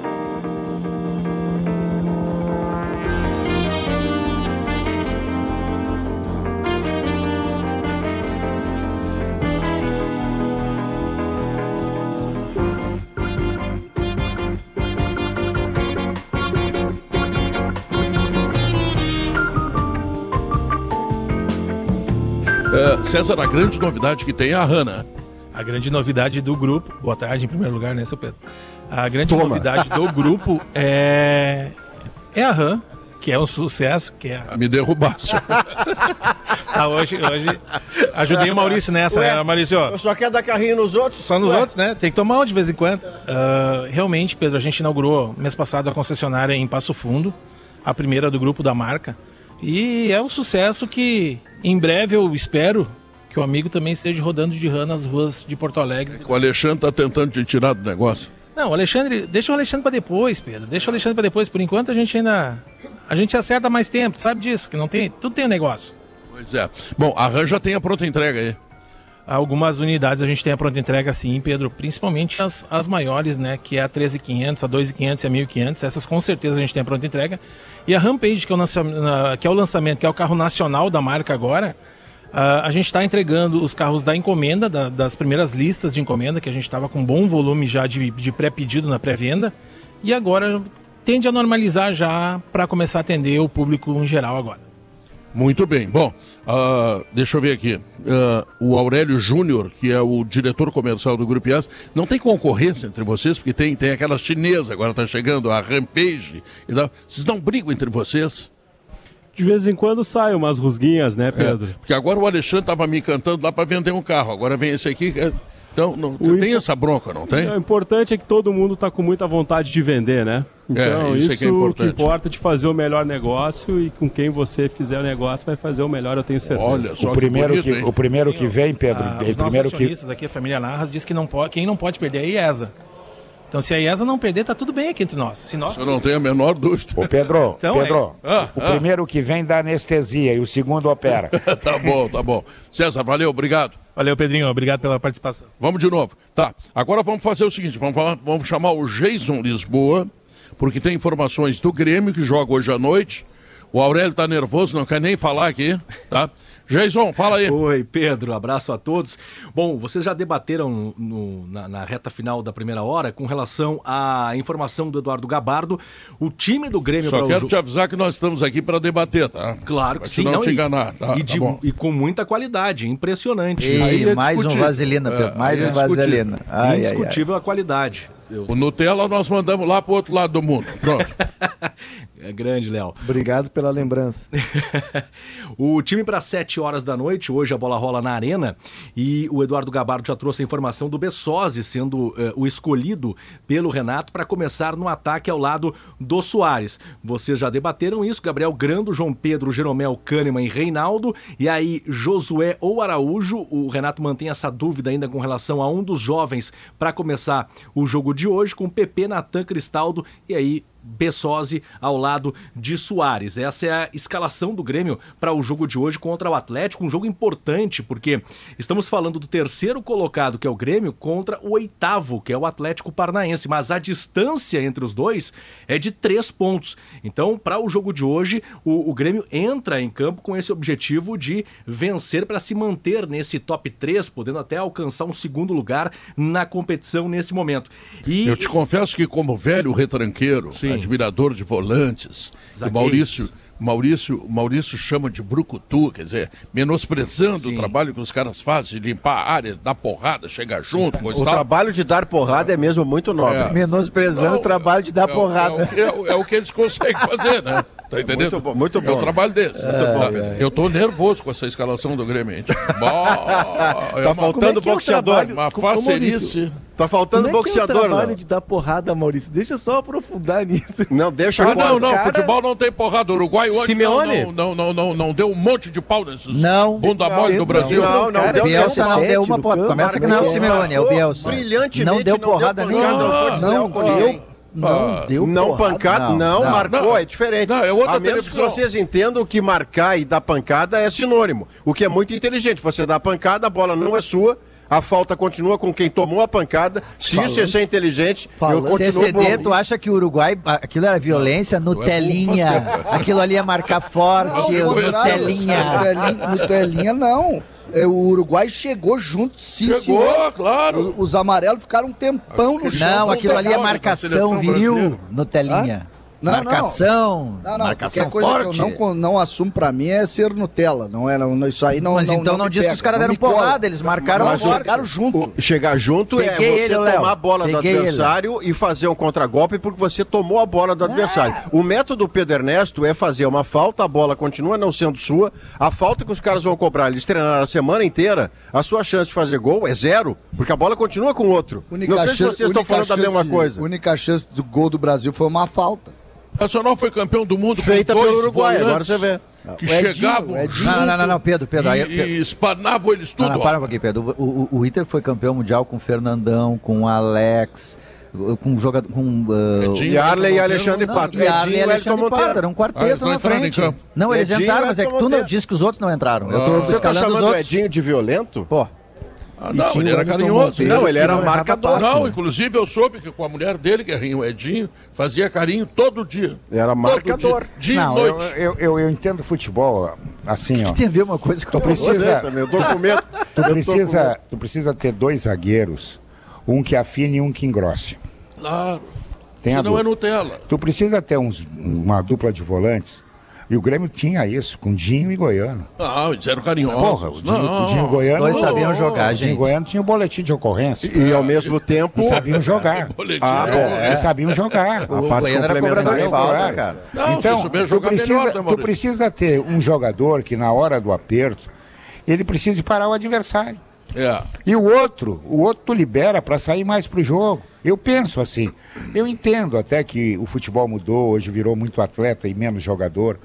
Uh, César, a grande novidade que tem é a Hanna. A grande novidade do grupo, boa tarde em primeiro lugar, né, seu Pedro? A grande Toma. novidade do grupo é, é a RAM, que é um sucesso, que é a... Me derrubasse. Ah, hoje, hoje ajudei o Maurício nessa, Ué, né, Maurício? Eu só quero dar carrinho nos outros? Só nos Ué. outros, né? Tem que tomar um de vez em quando. Uh, realmente, Pedro, a gente inaugurou mês passado a concessionária em Passo Fundo, a primeira do grupo da marca. E é um sucesso que em breve eu espero que o amigo também esteja rodando de RAM nas ruas de Porto Alegre. O Alexandre tá tentando te tirar do negócio. Não, o Alexandre, deixa o Alexandre para depois, Pedro. Deixa o Alexandre para depois. Por enquanto a gente ainda a gente acerta mais tempo, sabe disso, que não tem, tudo tem um negócio. Pois é. Bom, a RAM já tem a pronta entrega aí. Algumas unidades a gente tem a pronta entrega sim, Pedro, principalmente as, as maiores, né, que é a treze mil e quinhentos, a dois mil e quinhentos e a mil e quinhentos, essas com certeza a gente tem a pronta entrega. E a Rampage, que é o, lança, que é o lançamento, que é o carro nacional da marca agora, uh, a gente está entregando os carros da encomenda, da, das primeiras listas de encomenda, que a gente estava com bom volume já de, de pré-pedido na pré-venda, e agora tende a normalizar já para começar a atender o público em geral agora. Muito bem. Bom, uh, deixa eu ver aqui. Uh, o Aurélio Júnior, que é o diretor comercial do Grupo IESA, não tem concorrência entre vocês, porque tem, tem aquela chinesa, agora está chegando, a Rampage. E tal. Vocês não brigam entre vocês? De vez em quando saem umas rusguinhas, né, Pedro? É, porque agora o Alexandre estava me encantando lá para vender um carro. Agora vem esse aqui. É... Então, não, o tem impo... essa bronca, não tem? O importante é que todo mundo está com muita vontade de vender, né? Então, é, isso, isso é que, é que importa é de fazer o melhor negócio e com quem você fizer o negócio vai fazer o melhor, eu tenho certeza. Olha só o primeiro que, bonito, que o primeiro que vem, Pedro, Ah, o os primeiro nossos acionistas que aqui, a família Narras, diz que não pode, quem não pode perder é a IESA. Então, se a IESA não perder, tá tudo bem aqui entre nós. Se nós... Eu não tenho a menor dúvida. Ô, Pedro, então, Pedro, é ah, o ah. primeiro que vem dá anestesia e o segundo opera. Tá bom, tá bom. César, valeu, obrigado. Valeu, Pedrinho, obrigado pela participação. Vamos de novo. Tá, agora vamos fazer o seguinte, vamos, falar, vamos chamar o Jason Lisboa, porque tem informações do Grêmio, que joga hoje à noite. O Aurélio tá nervoso, não quer nem falar aqui, tá? Jason, fala aí. Oi, Pedro, abraço a todos. Bom, vocês já debateram no, na, na reta final da primeira hora com relação à informação do Eduardo Gabardo. O time do Grêmio... Só quero o... te avisar que nós estamos aqui para debater, tá? Claro que sim. Não, não te e, enganar, tá? E, tá de, bom. e com muita qualidade, impressionante. E Aí é mais um discutível. vaselina, Pedro, É, mais aí é um vaselina. Ai, ai, Indiscutível a qualidade. Eu... O Nutella nós mandamos lá pro outro lado do mundo. Pronto. É grande, Léo. Obrigado pela lembrança. O time para sete horas da noite, hoje a bola rola na Arena, e o Eduardo Gabardo já trouxe a informação do Bessosi sendo uh, o escolhido pelo Renato para começar no ataque ao lado do Soares. Vocês já debateram isso, Gabriel Grando, João Pedro, Jeromel, Kahneman e Reinaldo, e aí Josué ou Araújo. O Renato mantém essa dúvida ainda com relação a um dos jovens para começar o jogo de hoje, com P P, Natan, Cristaldo e aí Bessosi ao lado de Soares. Essa é a escalação do Grêmio para o jogo de hoje contra o Atlético, um jogo importante porque estamos falando do terceiro colocado, que é o Grêmio, contra o oitavo, que é o Atlético Paranaense, mas a distância entre os dois é de três pontos. Então, para o jogo de hoje, o, o Grêmio entra em campo com esse objetivo de vencer para se manter nesse top três, podendo até alcançar um segundo lugar na competição nesse momento. E... Eu te confesso que, como velho retranqueiro, Sim. admirador de volantes, o Maurício, Maurício, Maurício chama de brucutu, quer dizer, menosprezando Sim. o trabalho que os caras fazem de limpar a área, dar porrada, chegar junto, coisa O tal. trabalho de dar porrada é mesmo muito nobre. É. Menosprezando Não, o trabalho de dar é, porrada. É, é, é o que eles conseguem fazer, né? Tá entendendo? Muito bom, muito bom. É o trabalho deles. Muito bom, Tá? Pedro. Eu tô nervoso com essa escalação do Grêmio, gente. Bah, é Tá uma- faltando Como é que é o boxeador. trabalho? Uma Ô, Maurício, facerice. Tá faltando Como é que é o boxeador, trabalho não? de dar porrada, Maurício? Deixa eu só aprofundar nisso. Não, deixa Ah, agora. não, não, cara- futebol não tem porrada. O Uruguai hoje Simeone? não, não, não, não, não deu um monte de pau nesses Não. bunda mole do Brasil. Não, não, Cara, deu Bielsa tempo, não não. deu uma no porrada. campo, Começa que não é o marcou, Simeone, é o marcou Bielsa. brilhantemente, Não deu porrada pancada, nenhuma. Não foi desleal Não com ninguém. deu, não deu Não porrada. pancada, não, Não, não. marcou, Não. é diferente. Não, é outra a menos que televisão. vocês entendam que marcar e dar pancada é sinônimo, o que é muito inteligente. Você dá a pancada, a bola não é sua, a falta continua com quem tomou a pancada. Se Falando- isso é ser inteligente, Falando- eu continuo C C D, bom. tu acha que o Uruguai, aquilo era violência? Nutelinha, aquilo ali é marcar forte, Não, o ao contrário, Nutelinha. Nutelinha. Nutelinha não. É, o Uruguai chegou junto, sim, Chegou, senhor. claro. O- Os amarelos ficaram um tempão no chão. Não, aquilo ali é da marcação seleção viril, brasileira. Nutelinha. Não, não. Marcação, Não, não, marcação qualquer coisa forte. que eu não, con- não assumo pra mim é ser Nutella. Não é, não, isso aí não. Mas não, então não me diz que pega, os caras não deram me cola. porrada, eles marcaram Mas forte. chegaram junto. Chegar junto é Peguei você ele, Léo. tomar a bola do Peguei adversário e fazer um contragolpe porque você tomou a bola do adversário. O método do Pedro Ernesto é fazer uma falta, a bola continua não sendo sua, a falta que os caras vão cobrar, eles treinaram a semana inteira, a sua chance de fazer gol é zero, porque a bola continua com o outro. Única não sei se chan- vocês estão única falando da mesma chance- coisa. A única chance do gol do Brasil foi uma falta. O Nacional foi campeão do mundo Feita com dois pelo Uruguai, agora volantes você vê. que O Edinho, chegavam o Edinho. Não, não, não, não, Pedro, Pedro. aí- e, e espanavam eles tudo. Não, não, ó. para um pouquinho, Pedro. O, o, o Inter foi campeão mundial com o Fernandão, com o Alex, com o jogador. Com, uh, Edinho, E Arley e Não, Alexandre não, Pato. e Arley e Edinho e Wellington Alexandre Pato, Monteiro. era um Ah, quarteto eles não na entraram frente. em campo. Não, eles Edinho e entraram, mas é que Wellington tu não Monteiro. diz que os outros não entraram. Eu Ah. tô Você tá escalando os chamando o outros. Edinho de violento? Pô, Ah, E não, tinha ele o era Wellington carinhoso. Monteiro, Não, ele que era não errava marcador. passe, Não, né? inclusive eu soube que com a mulher dele, Guerrinho, o Edinho, fazia carinho todo dia. Era Todo marcador. Dia, dia Não, e eu, noite. eu, eu, eu entendo futebol assim, ó. tem a ver uma coisa com a Tu outra. precisa, Eu também, eu tô com medo. tu Eu tô com precisa, medo. tu precisa ter dois zagueiros, um que afine e um que engrosse. Claro. Tem a Senão é dupla. Nutella. Tu precisa ter uns, uma dupla de volantes. E o Grêmio tinha isso, com Dinho e Goiano. Não, eles eram Porra, carinhosos. o Dinho, não, o Dinho Goiano. Dois sabiam jogar, O Dinho gente. Goiano tinha o boletim de ocorrência. E ao mesmo tempo. E sabiam jogar. Boletim, Ah, né? bom, Eles sabiam jogar. A O parte Goiano era complementar cobrador de é falta, claro. cara. Não, Então, se souber tu jogar precisa, melhor, né, tu Maurício? precisa ter um jogador que na hora do aperto, ele precise parar o adversário. É. E o outro, o outro tu libera para sair mais pro jogo. Eu penso assim, eu entendo até que o futebol mudou, hoje virou muito atleta e menos jogador,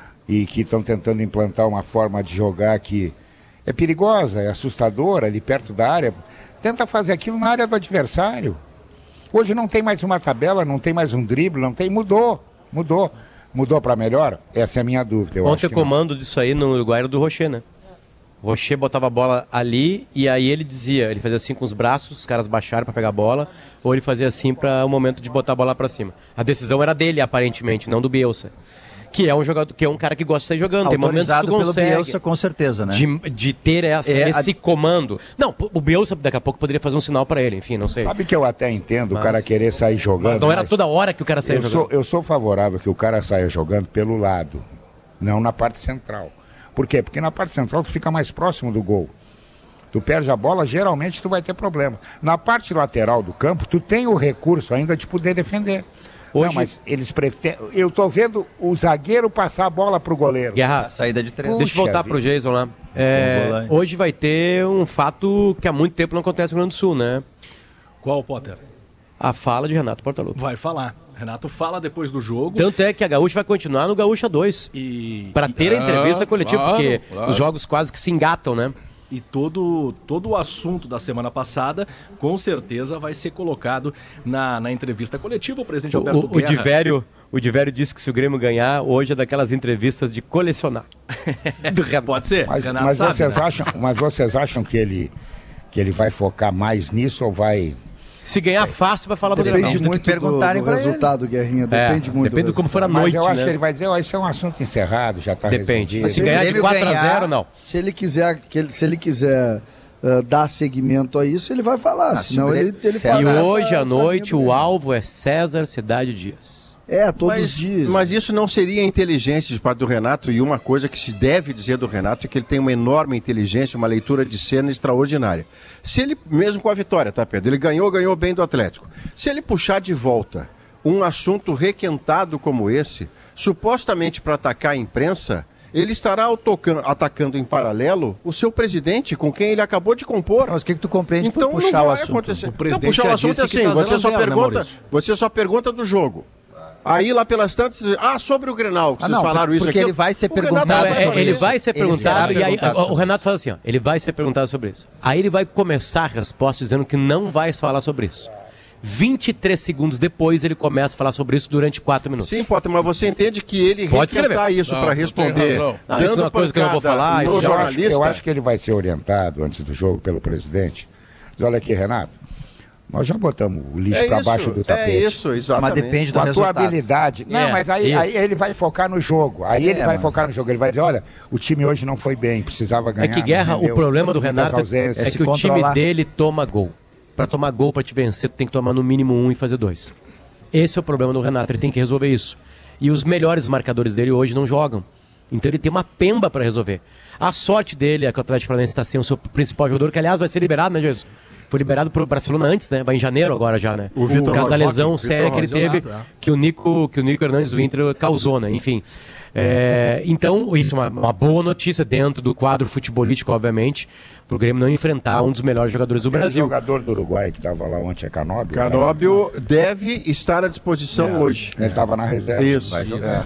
e que estão tentando implantar uma forma de jogar que é perigosa, é assustadora, ali perto da área. Tenta fazer aquilo na área do adversário. Hoje não tem mais uma tabela, não tem mais um drible, não tem, mudou, mudou. Mudou para melhor? Essa é a minha dúvida. Eu Ontem acho o comando disso aí no Uruguai era do Rocher, né? O Rocher botava a bola ali e aí ele dizia, ele fazia assim com os braços, os caras baixaram para pegar a bola, ou ele fazia assim para o momento de botar a bola para cima. A decisão era dele, aparentemente, não do Bielsa. Que é um jogador, que é um cara que gosta de sair jogando. Tem momentos que tu consegue pelo Bielsa, com certeza, né? De, de ter essa, É, esse a- comando. Não, o Bielsa daqui a pouco poderia fazer um sinal para ele, enfim, não sei. Sabe que eu até entendo Mas- o cara querer sair jogando. Mas não era toda hora que o cara saía eu jogando. sou, eu sou favorável que o cara saia jogando pelo lado, não na parte central. Por quê? Porque na parte central tu fica mais próximo do gol. Tu perde a bola, geralmente tu vai ter problema. Na parte lateral do campo, tu tem o recurso ainda de poder defender. Hoje- Não, mas eles preferem... Eu tô vendo o zagueiro passar a bola pro goleiro. Guerra, Saída de três. deixa eu voltar Puxa pro vida. Jason lá. É, Vamos lá. hoje vai ter um fato que há muito tempo não acontece no Rio Grande do Sul, né? Qual, Potter? A fala de Renato Portaluppi. Vai falar. Renato fala depois do jogo. Tanto é que a Gaúcha vai continuar no Gaúcha dois. E, Para ter a Ah, entrevista coletiva, claro, porque claro. os jogos quase que se engatam, né? e todo, todo o assunto da semana passada, com certeza, vai ser colocado na, na entrevista coletiva. O presidente O, Alberto o, o Guerra... Divério, o Divério disse que se o Grêmio ganhar, hoje é daquelas entrevistas de colecionar. Do Renato. Pode ser, Mas, Renato mas sabe, vocês né? acham, mas vocês acham que ele, que ele vai focar mais nisso ou vai... Se ganhar fácil, vai falar do Depende Grêmio. do que muito do, perguntarem do pra ele. resultado, Guerrinha. É, Depende muito depende do de como for a resultado. noite, Mas eu acho né? que ele vai dizer, ó, isso é um assunto encerrado, já está Depende. resolvido. Se Se o ganhar de Grêmio quatro a zero, ganhar- não. Se ele quiser, que ele- se ele quiser ah, dar seguimento a isso, ele vai falar. Ah, se senão o ele, Grêmio- ele se- faz E essa- hoje à essa noite linha do o Grêmio. alvo é César Cidade Dias. É, todos mas, os dias. Mas isso não seria inteligência de parte do Renato, e uma coisa que se deve dizer do Renato é que ele tem uma enorme inteligência, uma leitura de cena extraordinária. Se ele, mesmo com a vitória, tá, Pedro? Ele ganhou, ganhou bem do Atlético. Se ele puxar de volta um assunto requentado como esse, supostamente para atacar a imprensa, ele estará autocan- atacando em paralelo o seu presidente, com quem ele acabou de compor. Mas o que, que tu compreende Então por puxar não o vai assunto? acontecer. O presidente não, puxar já o assunto disse é que assim, tá você zero a só zero, né, pergunta, Maurício? você só pergunta do jogo. Aí lá pelas tantas, ah, sobre o Grenal, que Ah, vocês não, falaram isso porque aqui. ele vai ser o Renato perguntado vai Não, falar é, ele isso. vai ser Ele perguntado, será e aí perguntado o sobre Renato fala assim, ó, ele vai ser perguntado sobre isso. Aí ele vai começar a resposta dizendo que não vai falar sobre isso. vinte e três segundos depois ele começa a falar sobre isso durante quatro minutos. Sim, Potter, mas você entende que ele Pode requentar escrever. isso Não, para tu tem responder, razão. Não, isso dando não é coisa que eu não vou pancada falar, no isso Eu acho, jornalista. eu acho que ele vai ser orientado antes do jogo pelo presidente. Mas olha aqui, Renato, nós já botamos o lixo É para isso, baixo do é tapete. isso, Mas exatamente. depende do Com a tua resultado. habilidade. Não, É, mas aí, isso. aí ele vai focar no jogo. Aí ele É, vai mas- focar no jogo. Ele vai dizer, olha, o time hoje não foi bem, precisava ganhar. É que não Guerra, o rendeu, problema do muitas Renato é, ausências. é se que o time controlar. dele toma gol. Pra tomar gol, pra te vencer, tu tem que tomar no mínimo um e fazer dois. Esse é o problema do Renato, ele tem que resolver isso. E os melhores marcadores dele hoje não jogam. Então ele tem uma pemba pra resolver. A sorte dele é que o Atlético Paranaense está sem o seu principal jogador, que aliás vai ser liberado, né, Jesus? Foi liberado pro Barcelona antes, né? Vai em janeiro agora já, né? O Vitor Por causa da Roque, lesão Vitor séria que ele teve, Lesionato, é. que o Nico, que o Nico Hernandes do Inter causou, né? Enfim. É, então, isso é uma, uma boa notícia dentro do quadro futebolístico, obviamente, pro Grêmio não enfrentar um dos melhores jogadores do Aquele Brasil. jogador do Uruguai que estava lá ontem, é Canóbio. Canóbio deve estar à disposição hoje. Ele estava na reserva. Isso. Vai jogar.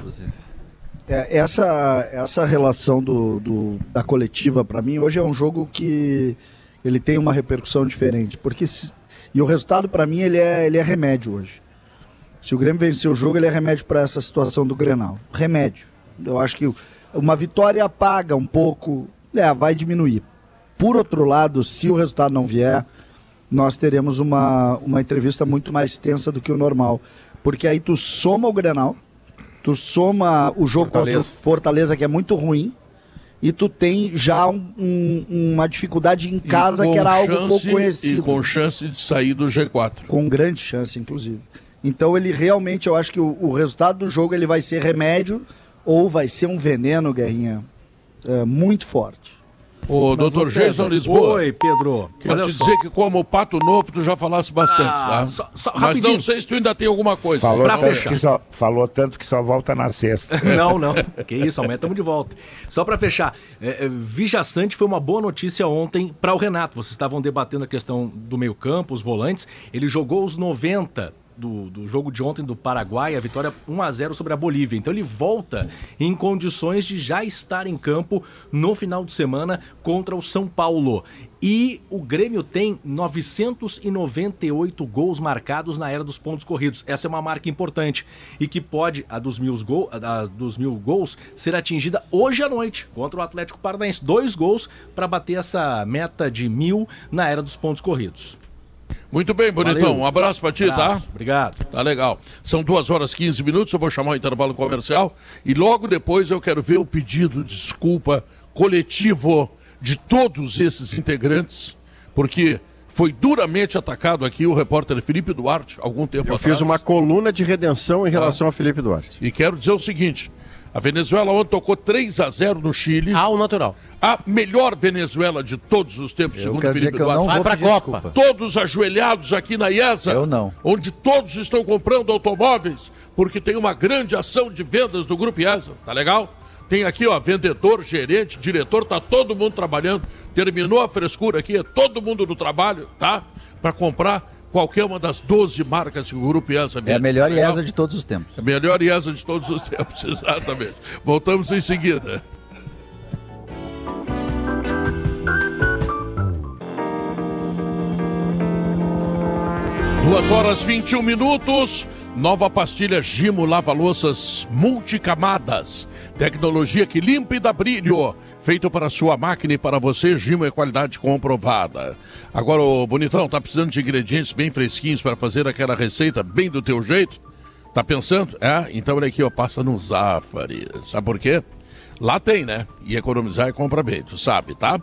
É, essa, essa relação do, do- da coletiva, para mim, hoje é um jogo que ele tem uma repercussão diferente. Porque se- e o resultado, para mim, ele é, ele é remédio hoje. Se o Grêmio vencer o jogo, ele é remédio para essa situação do Grenal. Remédio. Eu acho que uma vitória apaga um pouco, é, vai diminuir. Por outro lado, se o resultado não vier, nós teremos uma, uma entrevista muito mais tensa do que o normal. Porque aí tu soma o Grenal, tu soma o jogo Fortaleza. contra o Fortaleza, que é muito ruim, e tu tem já um- um- uma dificuldade em casa, E com que era algo chance- pouco conhecido. E com chance de sair do G quatro. Com grande chance, inclusive. Então ele realmente, eu acho que o, o resultado do jogo ele vai ser remédio ou vai ser um veneno, Guerrinha, é, muito forte. O doutor Jason Lisboa. Oi, Pedro. Quero Olha te só. dizer que como Pato Novo tu já falasse bastante, Ah, tá? só- só Mas rapidinho. não sei se tu ainda tem alguma coisa. Falou Pra tanto, fechar. que só, falou tanto que só volta na sexta. Não, não. Que isso, amanhã estamos de volta. Só para fechar, é, é, Vija Sante foi uma boa notícia ontem para o Renato. Vocês estavam debatendo a questão do meio-campo, os volantes. Ele jogou os noventa do, do jogo de ontem do Paraguai, a vitória um a zero sobre a Bolívia. Então ele volta em condições de já estar em campo no final de semana contra o São Paulo. E o Grêmio tem novecentos e noventa e oito gols marcados na era dos pontos corridos. Essa é uma marca importante e que pode, a dos mil, gol, a dos mil gols, ser atingida hoje à noite contra o Atlético Paranaense. Dois gols para bater essa meta de mil na era dos pontos corridos. Muito bem, bonitão. Valeu. Um abraço pra ti, Abraço. tá? Obrigado. Tá legal. São duas horas e quinze minutos, eu vou chamar o intervalo comercial e logo depois eu quero ver o pedido de desculpa coletivo de todos esses integrantes, porque foi duramente atacado aqui o repórter Felipe Duarte, algum tempo Eu atrás. fiz uma coluna de redenção em relação a Felipe Duarte. E quero dizer o seguinte, a Venezuela ontem tocou três a zero no Chile. Ao natural. A melhor Venezuela de todos os tempos, Eu segundo quero dizer Felipe que eu não Duarte. vou Vai pra pedir Copa. desculpa. Todos ajoelhados aqui na IESA. Eu não. Onde todos estão comprando automóveis, porque tem uma grande ação de vendas do Grupo IESA. Tá legal? Tem aqui, ó, vendedor, gerente, diretor, tá todo mundo trabalhando. Terminou a frescura aqui, é todo mundo no trabalho, tá? Para comprar qualquer uma das doze marcas que o Grupo IESA vende. É a melhor tá legal? IESA de todos os tempos. A melhor IESA de todos os tempos, exatamente. Voltamos em seguida. Duas horas e vinte e um minutos. Nova pastilha Gimo lava-louças multicamadas. Tecnologia que limpa e dá brilho. Feito para a sua máquina e para você, Gimo é qualidade comprovada. Agora, ô bonitão, tá precisando de ingredientes bem fresquinhos para fazer aquela receita bem do teu jeito? Tá pensando? É? Então olha aqui, ó, passa no Zafari. Sabe por quê? Lá tem, né? E economizar é compra bem, tu sabe, tá?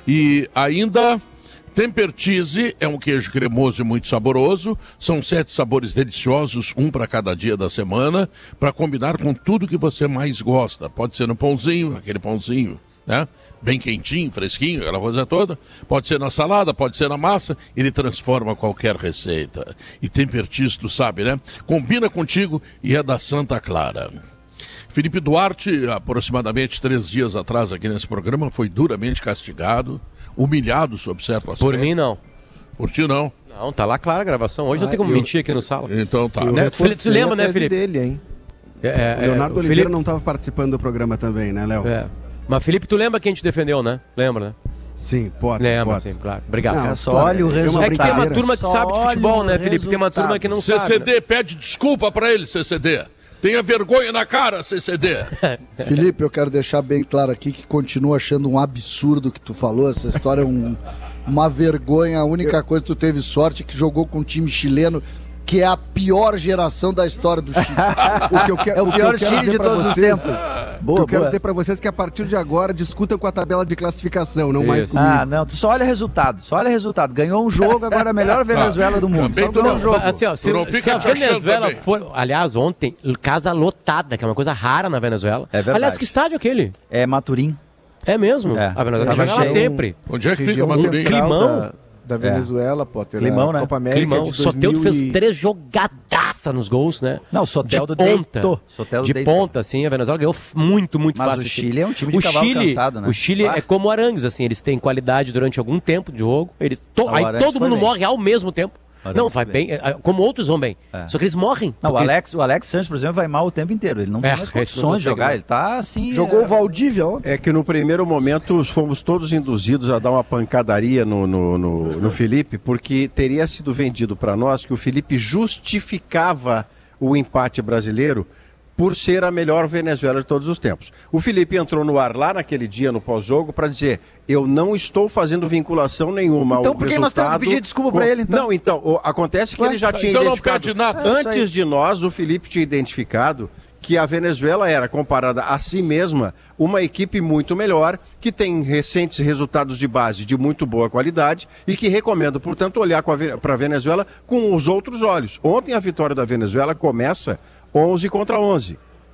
E ainda... Temper Cheese é um queijo cremoso e muito saboroso. São sete sabores deliciosos, um para cada dia da semana, para combinar com tudo que você mais gosta. Pode ser no pãozinho, aquele pãozinho, né? Bem quentinho, fresquinho, aquela coisa toda. Pode ser na salada, pode ser na massa. Ele transforma qualquer receita. E Temper Cheese, tu sabe, né? Combina contigo e é da Santa Clara. Felipe Duarte, aproximadamente três dias atrás aqui nesse programa, foi duramente castigado, humilhado sob certo aspecto. Por mim, não. Por ti, não. Não, tá lá clara a gravação. Hoje não tem como eu- mentir aqui no sala. Então tá. Eu Né, reforcei Felipe, tu lembra, a né, tese Felipe? dele, hein? É, é, O Leonardo é, o Oliveira Felipe, não estava participando do programa também, né, Léo? é. Mas Felipe, tu lembra quem te defendeu, né? Lembra, né? Sim, pode. Lembra, pode. sim, claro. Obrigado. Não, É só claro, olha o é uma É que tem uma brincadeira. turma que Só sabe de olha futebol, o né, Felipe? Tem uma resultado. turma que não C C D, sabe. pede desculpa pra ele, C C D. Tenha vergonha na cara, C C D. Felipe, eu quero deixar bem claro aqui que continuo achando um absurdo o que tu falou. Essa história é um- uma vergonha. A única coisa que tu teve sorte é que jogou com um time chileno, que é a pior geração da história do Chile. O que eu quero, É o que pior eu quero Chile dizer de pra todos os vocês- tempos. O que Boa, eu quero boa. dizer pra vocês é que a partir de agora discutam com a tabela de classificação, não mais comigo. Ah, não, tu só olha resultado, só olha resultado. Ganhou um jogo, agora é a melhor Venezuela do mundo. Também Só tu ganhou não- um jogo. Assim, ó, se, Tu não fica se a te achando Venezuela também. for. Aliás, ontem, casa lotada, que é uma coisa rara na Venezuela. É verdade. Aliás, que estádio é aquele? É Maturim. É mesmo? É. A Venezuela Tava joga lá cheio. sempre. Onde é que fica Região Maturim? central Climão? Da, da Venezuela, Potter. Climão, a né? Copa América Climão. de O Soteldo dois mil fez e- três jogadaças nos gols, né? Não, o Soteldo de ponta. deitou. Soteldo de deitou. ponta, assim, a Venezuela ganhou f- muito, muito Mas fácil. o Chile é um time de o cavalo Chile, cansado, né? O Chile Claro. é como o Arangues, assim, eles têm qualidade durante algum tempo de jogo, eles to- Ah, o aí Arangues todo foi mundo bem. morre ao mesmo tempo. Arangues Não, vai foi bem, é, como outros vão bem. É. Só que eles morrem. Não, o porque eles- Alex, o Alex Sanches, por exemplo, vai mal o tempo inteiro. Ele não É, tem mais esse não condições de consegue, jogar. não. Ele tá assim. Jogou é... o Valdívia ontem. É que no primeiro momento fomos todos induzidos a dar uma pancadaria no, no, no, no Felipe, porque teria sido vendido para nós que o Felipe justificava o empate brasileiro por ser a melhor Venezuela de todos os tempos. O Felipe entrou no ar lá naquele dia, no pós-jogo, para dizer, eu não estou fazendo vinculação nenhuma Então ao por que nós temos que resultado pedir desculpa com- pra ele, então? Não, então, o- acontece que Ué, ele já tinha então não identificado... pede nada. É, isso aí. Antes de nós, o Felipe tinha identificado que a Venezuela era, comparada a si mesma, uma equipe muito melhor, que tem recentes resultados de base de muito boa qualidade e que recomendo, portanto, olhar para a Venezuela com os outros olhos. Ontem a vitória da Venezuela começa onze contra onze.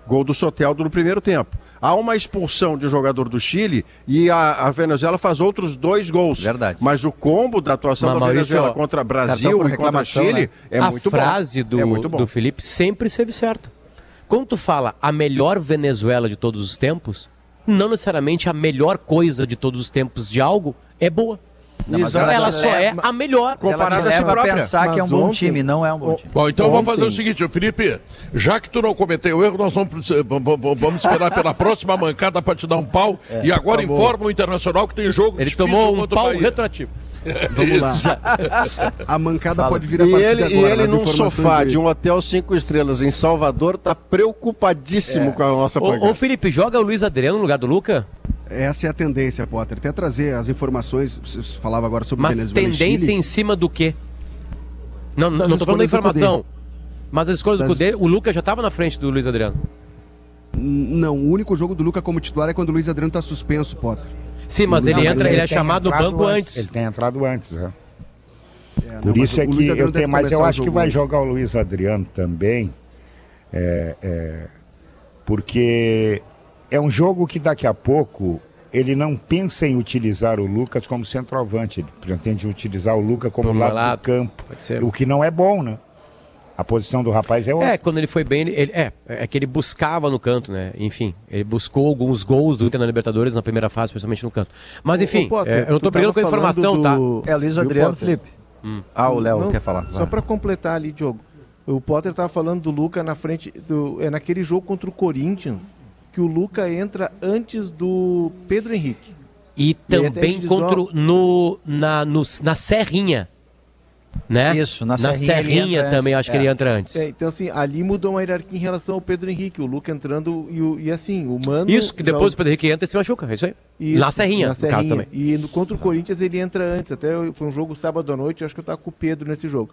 Gol do Soteldo no primeiro tempo. Há uma expulsão de um jogador do Chile e a, a Venezuela faz outros dois gols. Verdade. Mas o combo da atuação Mas, da Maurício, Venezuela contra Brasil e contra Chile né? é, a muito frase bom. do, é muito bom. do Felipe sempre esteve certa. Quando tu fala a melhor Venezuela de todos os tempos, não necessariamente a melhor coisa de todos os tempos de algo é boa. Não, mas ela, ela só é a melhor. Comparada a si própria. Pensar mas que é um bom ontem... time, não é um bom time. Bom, então ontem... vamos fazer o seguinte, Felipe, já que tu não cometeu o erro, nós vamos, vamos esperar pela próxima mancada para te dar um pau. É, e agora tá informa o Internacional que tem jogo. Ele tomou um pau retroativo. Vamos lá. A mancada Fala. pode vir a e partir ele, de agora. E ele num sofá de... de um hotel cinco estrelas em Salvador tá preocupadíssimo é. com a nossa pancada. Ô, ô Felipe, joga o Luiz Adriano no lugar do Luca? Essa é a tendência, Potter. Até trazer as informações, você falava agora sobre mas Venezuela tendência e Chile. Em cima do quê? Não, não, não tô falando da informação. Mas as escolhas das... do Cudê, o Luca já estava na frente do Luiz Adriano. Não, o único jogo do Luca como titular é quando o Luiz Adriano tá suspenso, Potter. Sim, mas ele entra, ele, ele é chamado no banco antes. antes. Ele tem entrado antes, né? É, não, Por isso é que eu tenho, mas eu acho que vai hoje. jogar o Luiz Adriano também, é, é, porque é um jogo que daqui a pouco ele não pensa em utilizar o Lucas como centroavante, ele pretende utilizar o Lucas como lado, lado do campo, o que não é bom, né? A posição do rapaz é outra. É, quando ele foi bem, ele, ele, é, é que ele buscava no canto, né? Enfim, ele buscou alguns gols do Inter na Libertadores na primeira fase, principalmente no canto. Mas enfim, ô, Potter, é, eu não tô brigando com a informação, do... tá? É, Luiz Adriano, Felipe. Hum. Ah, o Léo quer falar. Só para completar ali, Diogo. O Potter tava falando do Luca na frente, do, é naquele jogo contra o Corinthians, que o Luca entra antes do Pedro Henrique. E, e também contra, no, na, no, na Serrinha. Né? Isso, na, na Serrinha, Serrinha também acho é. que ele entra antes. É, então assim, ali mudou uma hierarquia em relação ao Pedro Henrique, o Luca entrando e, o, e assim, o Mano... Isso, que depois já... o Pedro Henrique entra e se machuca, é isso aí. Isso, na Serrinha, na Serrinha, no caso também. E no, contra o Corinthians ele entra antes, até foi um jogo sábado à noite, eu acho que eu tava com o Pedro nesse jogo.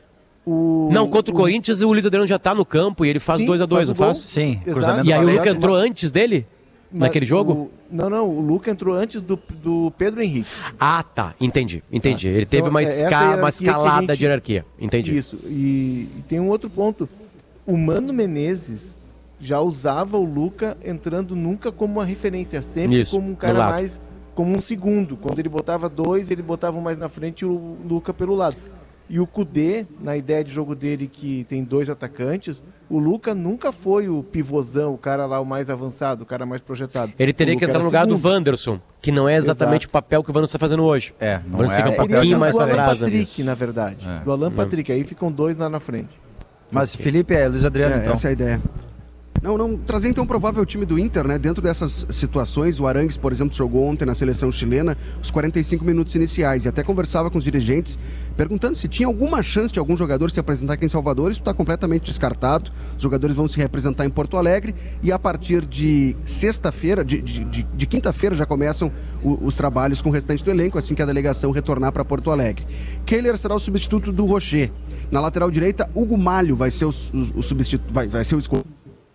O, não, contra o, o Corinthians o Luiz Adriano já tá no campo e ele faz dois a dois, não faz? Sim, cruzamento. E aí o Luca entrou antes dele? Naquele jogo? O, não, não, o Luca entrou antes do, do Pedro Henrique. Ah, tá, entendi, entendi. Ele teve então, uma, esca, uma escalada gente... de hierarquia, entendi. Isso, e, e tem um outro ponto. O Mano Menezes já usava o Luca entrando nunca como uma referência, sempre Isso, como um cara mais, como um segundo. Quando ele botava dois, ele botava um mais na frente e o Luca pelo lado. E o Cudê, na ideia de jogo dele que tem dois atacantes, o Luca nunca foi o pivôzão, o cara lá o mais avançado, o cara mais projetado. Ele teria que entrar no lugar segundo. do Wanderson, que não é exatamente Exato. o papel que o Wanderson está fazendo hoje. É, não o Wanderson é. fica um é, pouquinho mais para trás. Do Alan Patrick, na verdade. É. Do Alan Patrick, aí ficam dois lá na frente. Mas okay. Felipe é Luiz Adriano, é, então. Essa é a ideia. Não, não, trazer então um provável time do Inter, né? Dentro dessas situações, o Arangues, por exemplo, jogou ontem na seleção chilena os quarenta e cinco minutos iniciais e até conversava com os dirigentes perguntando se tinha alguma chance de algum jogador se apresentar aqui em Salvador. Isso está completamente descartado. Os jogadores vão se representar em Porto Alegre e a partir de sexta-feira, de, de, de, de quinta-feira já começam o, os trabalhos com o restante do elenco, assim que a delegação retornar para Porto Alegre. Keller será o substituto do Rocher. Na lateral direita, Hugo Malho vai ser o, o, o substituto, vai, vai ser o escolhido.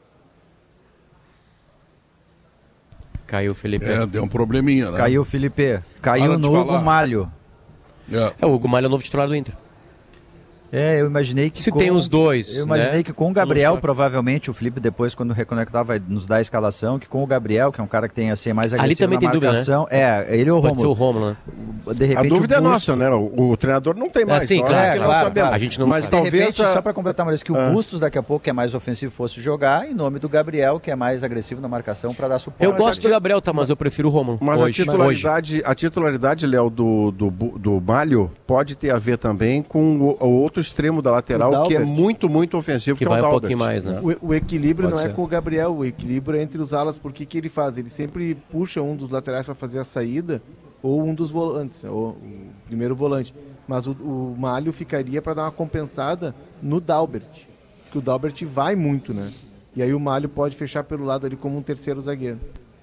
Caiu o Felipe. É, deu um probleminha, né? Caiu o Felipe. Caiu no Hugo Malho. É. é, o Hugo Malho é o novo titular do Inter. É, eu imaginei que Se com, tem os dois, Eu imaginei né? que com o Gabriel, provavelmente, o Felipe depois, quando reconectar, vai nos dar a escalação, que com o Gabriel, que é um cara que tem assim, mais agressivo Ali também na tem marcação. Dúvida, né? É, ele ou o Rômulo. Pode ser o Rômulo, né? De repente, a dúvida o é nossa, né? O, o treinador não tem mais. É, sim, só, claro, é, claro, não sabemos. A gente não Mas sabe. talvez, repente, só para completar, Maurício, que o ah. Bustos daqui a pouco, que é mais ofensivo, fosse jogar, em nome do Gabriel, que é mais agressivo na marcação, para dar suporte. Eu gosto do Gabriel, tá, mas eu prefiro o Rômulo. Mas hoje, a titularidade, hoje. a titularidade, Léo, do, do, do Malho pode ter a ver também com o, o outro extremo da lateral, que é muito, muito ofensivo, que, que vai é o um pouquinho mais, né? O, o equilíbrio Pode não ser. é com o Gabriel, o equilíbrio é entre os alas, porque que ele faz? Ele sempre puxa um dos laterais para fazer a saída, ou um dos volantes, ou o primeiro volante. Mas o, o Malho ficaria para dar uma compensada no Dalbert, que o Dalbert vai muito, né? E aí o Malho pode fechar pelo lado ali como um terceiro zagueiro.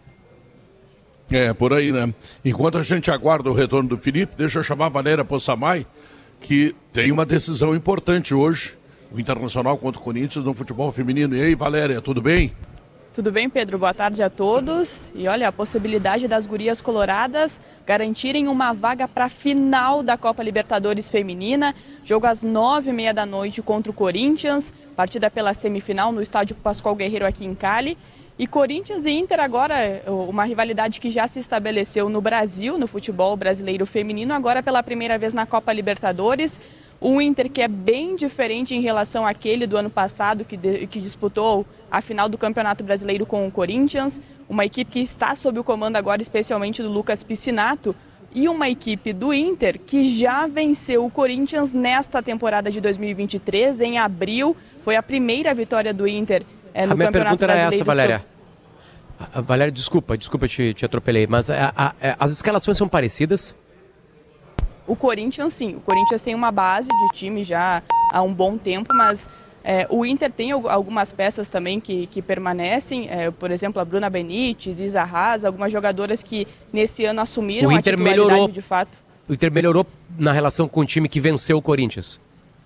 É, por aí, né? Enquanto a gente aguarda o retorno do Felipe, deixa eu chamar a Valéria Possamay, que tem uma decisão importante hoje. O Internacional contra o Corinthians no futebol feminino. E aí, Valéria, tudo bem? Tudo bem, Pedro? Boa tarde a todos. E olha, a possibilidade das gurias coloradas garantirem uma vaga para a final da Copa Libertadores Feminina. Jogo às nove e meia da noite contra o Corinthians. Partida pela semifinal no estádio Pascoal Guerreiro aqui em Cali. E Corinthians e Inter agora, uma rivalidade que já se estabeleceu no Brasil, no futebol brasileiro feminino, agora pela primeira vez na Copa Libertadores. Um Inter que é bem diferente em relação àquele do ano passado, que, de, que disputou a final do Campeonato Brasileiro com o Corinthians. Uma equipe que está sob o comando agora, especialmente do Lucas Piscinato. E uma equipe do Inter que já venceu o Corinthians nesta temporada de dois mil e vinte e três, em abril. Foi a primeira vitória do Inter é, no a minha Campeonato pergunta era Brasileiro. essa, Valéria. A, Valéria, desculpa, desculpa, te, te atropelei, mas a, a, a, as escalações são parecidas? O Corinthians, sim. O Corinthians tem uma base de time já há um bom tempo, mas é, o Inter tem algumas peças também que, que permanecem. É, por exemplo, a Bruna Benítez, Isa Haas, algumas jogadoras que nesse ano assumiram o Inter a titularidade melhorou, de fato. O Inter melhorou na relação com o time que venceu o Corinthians?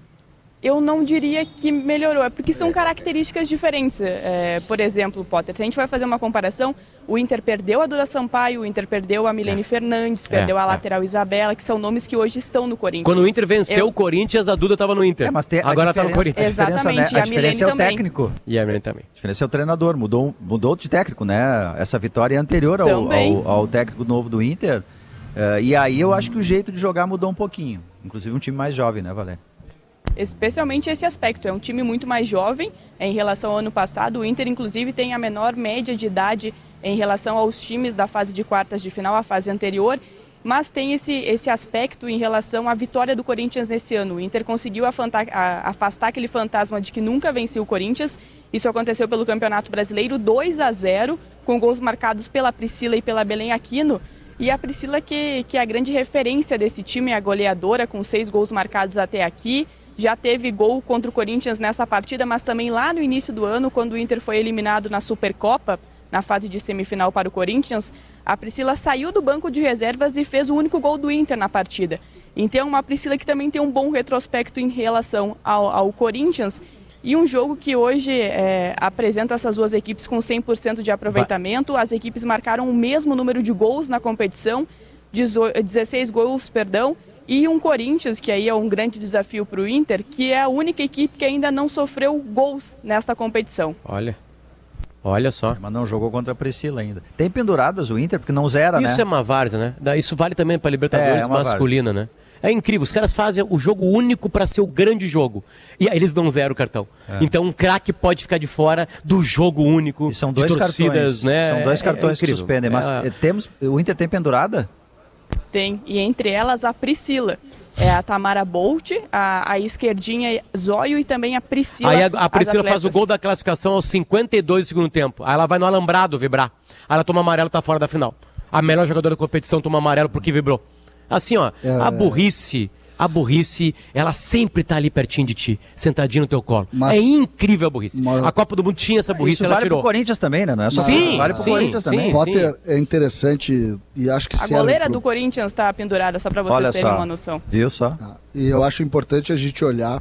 Eu não diria que melhorou, é porque são características diferentes. É, por exemplo, Potter, se a gente vai fazer uma comparação, o Inter perdeu a Duda Sampaio, o Inter perdeu a Milene é. Fernandes, perdeu é, a lateral é. Isabela, que são nomes que hoje estão no Corinthians. Quando o Inter venceu Eu... o Corinthians, a Duda estava no Inter. É, mas tem, Agora está no Corinthians. Exatamente, né? A, a diferença é o também. técnico. E a Milene também. A diferença é o treinador, mudou, mudou de técnico, né? Essa vitória é anterior ao, ao, ao técnico novo do Inter. Uh, e aí eu acho que o jeito de jogar mudou um pouquinho. Inclusive um time mais jovem, né, Valéria? Especialmente esse aspecto, é um time muito mais jovem em relação ao ano passado. O Inter, inclusive, tem a menor média de idade em relação aos times da fase de quartas de final, a fase anterior, mas tem esse, esse aspecto em relação à vitória do Corinthians nesse ano. O Inter conseguiu afanta, a, afastar aquele fantasma de que nunca venceu o Corinthians. Isso aconteceu pelo Campeonato Brasileiro, dois a zero, com gols marcados pela Priscila e pela Belém Aquino. E a Priscila, que, que é a grande referência desse time, é a goleadora, com seis gols marcados até aqui. Já teve gol contra o Corinthians nessa partida, mas também lá no início do ano, quando o Inter foi eliminado na Supercopa, na fase de semifinal para o Corinthians, a Priscila saiu do banco de reservas e fez o único gol do Inter na partida. Então, uma Priscila que também tem um bom retrospecto em relação ao, ao Corinthians. E um jogo que hoje é, apresenta essas duas equipes com cem por cento de aproveitamento. As equipes marcaram o mesmo número de gols na competição, dezesseis gols, perdão. E um Corinthians, que aí é um grande desafio para o Inter, que é a única equipe que ainda não sofreu gols nesta competição. Olha, olha só. Mas não jogou contra a Priscila ainda. Tem penduradas o Inter, porque não zera, Isso né? Isso é uma várzea, né? Isso vale também para a Libertadores é, é masculina, várzea. Né? É incrível, os caras fazem o jogo único para ser o grande jogo. E aí eles dão zero cartão. É. Então um craque pode ficar de fora do jogo único. E são dois de torcidas, cartões, né? São dois é, cartões é que suspendem. Mas é... temos, o Inter tem pendurada? Tem, e entre elas a Priscila. É a Tamara Bolt, a, a esquerdinha Zóio e também a Priscila. Aí a, a Priscila faz o gol da classificação aos cinquenta e dois do segundo tempo. Aí ela vai no alambrado vibrar. Aí ela toma amarelo e tá fora da final. A melhor jogadora da competição toma amarelo porque vibrou. Assim, ó, é... a burrice... A burrice, ela sempre tá ali pertinho de ti, sentadinho no teu colo. Mas, é incrível a burrice. Mas, a Copa do Mundo tinha essa burrice, isso ela vale tirou. Pro Corinthians também, né? Não é só sim, vale pro sim, Corinthians sim, também. Potter, é interessante e acho que a goleira pro... do Corinthians está pendurada, só para vocês Olha terem só. uma noção. Viu só? Ah, e eu acho importante a gente olhar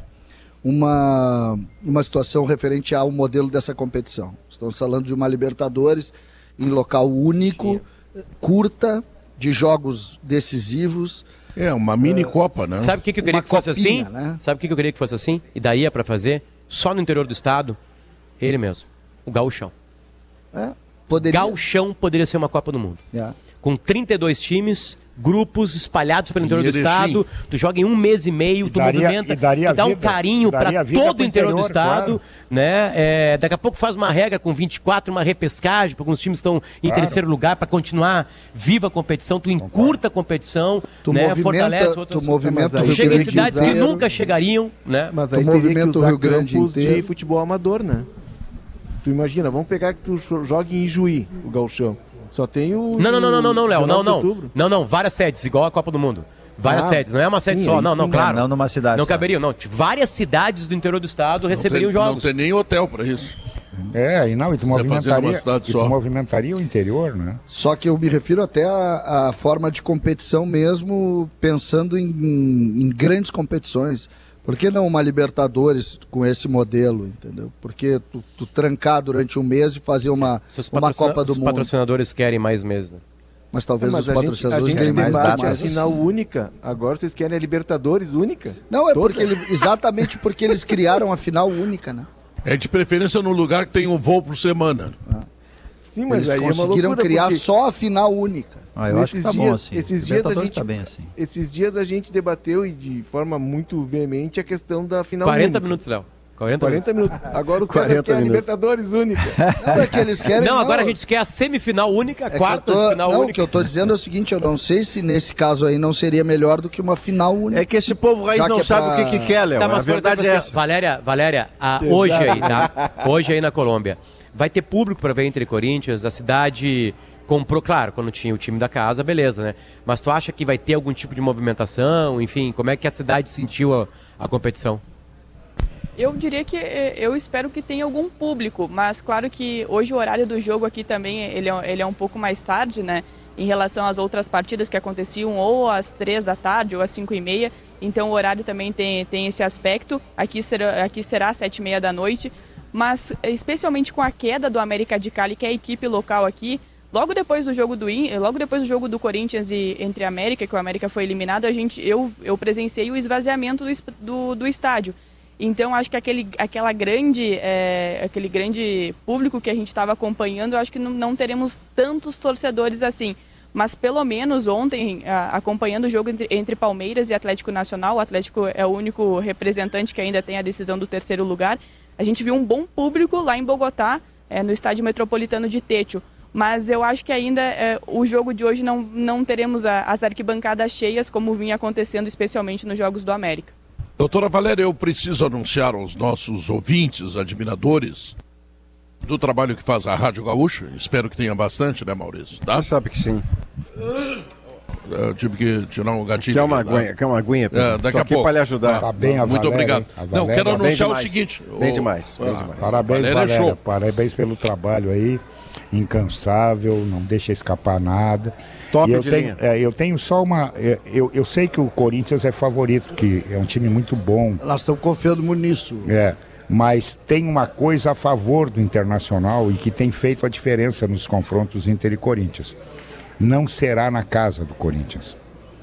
uma, uma situação referente ao modelo dessa competição. Estamos falando de uma Libertadores em local único, sim. curta, de jogos decisivos. É, uma mini Copa, né? Sabe o que, que eu queria uma que fosse copinha, assim? Né? Sabe o que, que eu queria que fosse assim? E daí é para fazer? Só no interior do estado, ele mesmo, o Gauchão. É, poderia... Gauchão poderia ser uma Copa do Mundo. É. Com trinta e dois times, grupos espalhados pelo interior do estado, tu joga em um mês e meio, e tu daria, movimenta, e daria tu dá um vida, carinho para todo o interior, interior do estado, claro. né? É, daqui a pouco faz uma regra com vinte e quatro, uma repescagem, porque alguns times estão em claro. terceiro lugar para continuar viva a competição, tu encurta a competição, tu né? Fortalece outras. Tu movimenta tu chega em cidades que nunca chegariam, né? Mas aí tu movimenta o Rio Grande inteiro. De futebol amador, né? Tu imagina, vamos pegar que tu jogue em Juí, o Gauchão. Só tem o... Não, não, não, não, não, não, Léo, não, não. Não, não, várias sedes, igual a Copa do Mundo. Várias ah, sedes, não é uma sede sim, só, não, não, claro. Não numa cidade Não só. caberiam, não. Várias cidades do interior do estado não receberiam tem, jogos. Não tem nem hotel para isso. É, e não, e tu movimentaria, e tu movimentaria o interior, né? Só que eu me refiro até à forma de competição mesmo, pensando em, em grandes competições. Por que não uma Libertadores com esse modelo, entendeu? Por que tu, tu trancar durante um mês e fazer uma, uma Copa do os Mundo? Os patrocinadores querem mais meses, né? Mas talvez é, mas os patrocinadores ganhem mais debate dados. a final única. Agora vocês querem a Libertadores única? Não, é Toda? porque ele, exatamente porque eles criaram a final única, né? É de preferência no lugar que tem um voo por semana. Ah. Sim, mas eles aí conseguiram é uma criar porque... só a final única. Ah, eu acho que tá dias, bom assim. Esses dias, a gente, tá bem assim. esses dias a gente debateu e de forma muito veemente a questão da final quarenta única. minutos, Léo. quarenta, quarenta minutos. Agora os caras quarenta querem a minutos. Libertadores única. Não, é que eles querem, Não, não, agora a gente quer a semifinal única, a é quarta que eu tô, final não, única. o que eu tô dizendo é o seguinte, eu não sei se nesse caso aí não seria melhor do que uma final única. É que esse povo raiz Já não que é sabe pra- o que, que quer, Léo. Tá, mas a verdade por é exemplo, essa. assim, Valéria, Valéria, a, hoje aí, tá? Hoje aí na Colômbia, vai ter público para ver Inter e Corinthians, a cidade comprou, claro, quando tinha o time da casa, beleza, né? Mas tu acha que vai ter algum tipo de movimentação, enfim, como é que a cidade sentiu a, a competição? Eu diria que eh, eu espero que tenha algum público, mas claro que hoje o horário do jogo aqui também ele é, ele é um pouco mais tarde, né? Em relação às outras partidas que aconteciam ou às três da tarde ou às cinco e meia, então o horário também tem, tem esse aspecto. Aqui será, aqui será às sete e meia da noite, mas especialmente com a queda do América de Cali, que é a equipe local aqui, logo depois do jogo do In- logo depois do jogo do Corinthians e entre a América, que o América foi eliminado, a gente eu, eu presenciei o esvaziamento do, es- do, do estádio. Então, acho que aquele, aquela grande, é, aquele grande público que a gente estava acompanhando, eu acho que não, não teremos tantos torcedores assim. Mas, pelo menos ontem, a, acompanhando o jogo entre, entre Palmeiras e Atlético Nacional, o Atlético é o único representante que ainda tem a decisão do terceiro lugar, a gente viu um bom público lá em Bogotá, é, no estádio metropolitano de Tétio. Mas eu acho que ainda é, o jogo de hoje não, não teremos a, as arquibancadas cheias, como vinha acontecendo especialmente nos Jogos do América. Doutora Valéria, eu preciso anunciar aos nossos ouvintes, admiradores do trabalho que faz a Rádio Gaúcha. Espero que tenha bastante, né, Maurício? Tá? Você sabe que sim. Eu tive que tirar um gatilho. Quer uma aqui, aguinha? tá? Quer uma aguinha? É, daqui Tô a aqui pouco. para lhe ajudar. Tá bem a Muito Valéria, obrigado. hein? A Não, Valéria- quero Bem anunciar o demais. seguinte. Bem o- demais, bem Ah, demais. Parabéns, Valéria é Valéria. show. Parabéns pelo trabalho aí. Incansável, não deixa escapar nada. Top E eu de tenho, linha. é, eu tenho só uma. é, Eu, eu sei que o Corinthians é favorito, que é um time muito bom. Nós estamos confiando muito nisso. É, mas tem uma coisa a favor do Internacional e que tem feito a diferença nos confrontos Inter e Corinthians. Não será na casa do Corinthians.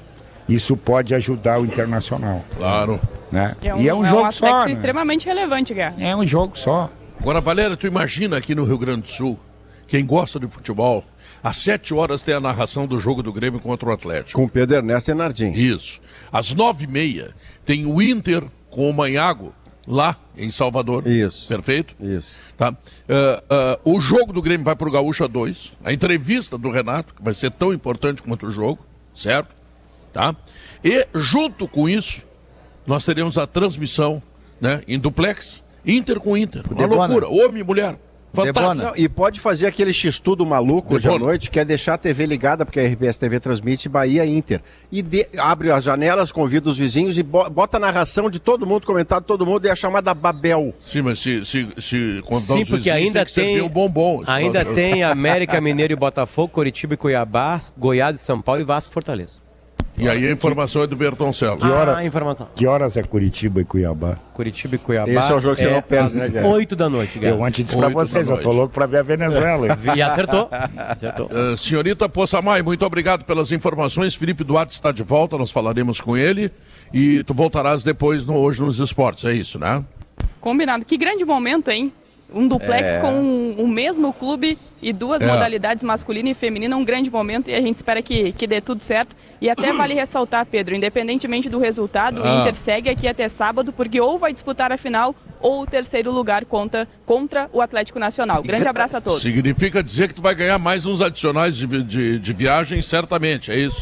Isso pode ajudar o Internacional. Claro. Né? É um, e é um é jogo um aspecto só. Né? extremamente relevante, Guerra. É um jogo só. Agora, Valéria, tu imagina aqui no Rio Grande do Sul, quem gosta de futebol, às sete horas tem a narração do jogo do Grêmio contra o Atlético. Com Pedro Ernesto e Nardim. Isso. Às nove e meia tem o Inter com o Manhago, lá em Salvador. Isso. Perfeito? Isso. Tá? Ah, ah, o jogo do Grêmio vai para o Gaúcha dois. A entrevista do Renato, que vai ser tão importante quanto o jogo, certo? Tá? E, junto com isso, nós teremos a transmissão, né, em duplex, Inter com Inter. Uma Debona. loucura. Homem e mulher. Fantástico. Debona. Não, e pode fazer aquele x-tudo maluco hoje à Debona. noite, que é deixar a T V ligada, porque a R B S T V transmite Bahia e Inter. E de- abre as janelas, convida os vizinhos e bo- bota a narração de todo mundo, comentário de todo mundo, e a chamada Babel. Sim, mas se, se, se contar Sim, os porque vizinhos, ainda tem que servir tem, um bombom. Isso ainda não- tem América, Mineiro e Botafogo, Curitiba e Cuiabá, Goiás e São Paulo e Vasco e Fortaleza. E aí a informação é do Bertoncello. Que horas, Ah, informação. que horas é Curitiba e Cuiabá? Curitiba e Cuiabá. Esse é o jogo que você não perde, às né, Guerra? oito da noite, Guerra. Eu antes disse pra Oito da vocês, eu tô noite. louco pra ver a Venezuela. hein? E acertou. acertou. Uh, senhorita Poçamai, muito obrigado pelas informações. Felipe Duarte está de volta, nós falaremos com ele. E tu voltarás depois no Hoje nos Esportes, é isso, né? Combinado. Que grande momento, hein? Um duplex É. com o mesmo clube e duas É. modalidades, masculina e feminina, um grande momento e a gente espera que, que dê tudo certo. E até vale ressaltar, Pedro, independentemente do resultado, Ah. o Inter segue aqui até sábado, porque ou vai disputar a final ou o terceiro lugar contra, contra o Atlético Nacional. Grande abraço a todos. Significa dizer que tu vai ganhar mais uns adicionais de, vi- de, de viagem, certamente, é isso?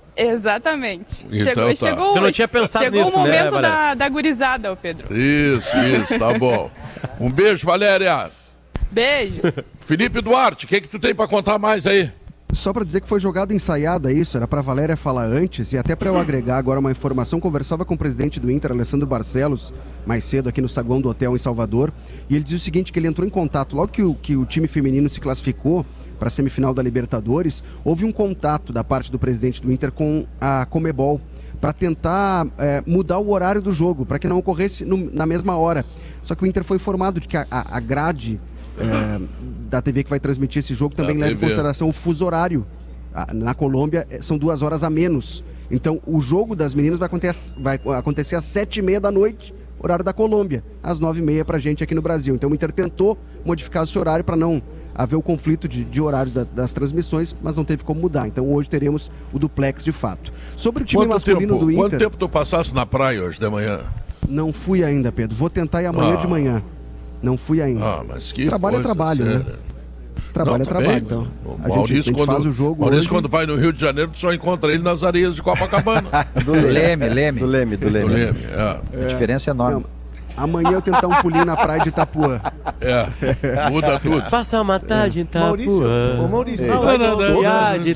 Exatamente. Então chegou tá. chegou, Tu não tinha pensado chegou nisso, o né, momento Valéria? da, da gurizada, ô Pedro. Isso, isso, tá bom. Um beijo, Valéria. Beijo. Felipe Duarte, o que que tu tem pra contar mais aí? Só para dizer que foi jogada ensaiada isso, era para Valéria falar antes e até para eu agregar agora uma informação. Conversava com o presidente do Inter, Alessandro Barcelos, mais cedo aqui no saguão do hotel em Salvador, e ele dizia o seguinte, que ele entrou em contato logo que o, que o time feminino se classificou para a semifinal da Libertadores, houve um contato da parte do presidente do Inter com a Comebol para tentar é, mudar o horário do jogo, para que não ocorresse no, na mesma hora. Só que o Inter foi informado de que a, a grade é, da T V que vai transmitir esse jogo também leva em consideração o fuso horário. Na Colômbia são duas horas a menos. Então o jogo das meninas vai acontecer, vai acontecer às sete e meia da noite, horário da Colômbia, às nove e meia pra gente aqui no Brasil. Então o Inter tentou modificar esse horário para não haver o conflito de, de horário da, das transmissões, mas não teve como mudar. Então hoje teremos o duplex de fato. Sobre o time quanto masculino tempo, do Inter... Quanto tempo tu passasse na praia hoje de manhã? Não fui ainda, Pedro. Vou tentar ir amanhã ah. de manhã. Não fui ainda. Ah, mas que trabalho coisa é trabalho, séria. né? Trabalho não, é trabalho, bem, então. O a Maurício, gente, a gente quando, faz o jogo Maurício hoje... quando vai no Rio de Janeiro, tu só encontra ele nas areias de Copacabana. do Leme, Leme. Do Leme, do Leme. Do Leme, é. A diferença é enorme. Não. Amanhã eu tentar um pulinho na praia de Itapuã. É, muda tudo. Passa uma tarde em Itapuã. Maurício, ô Maurício, Saudade de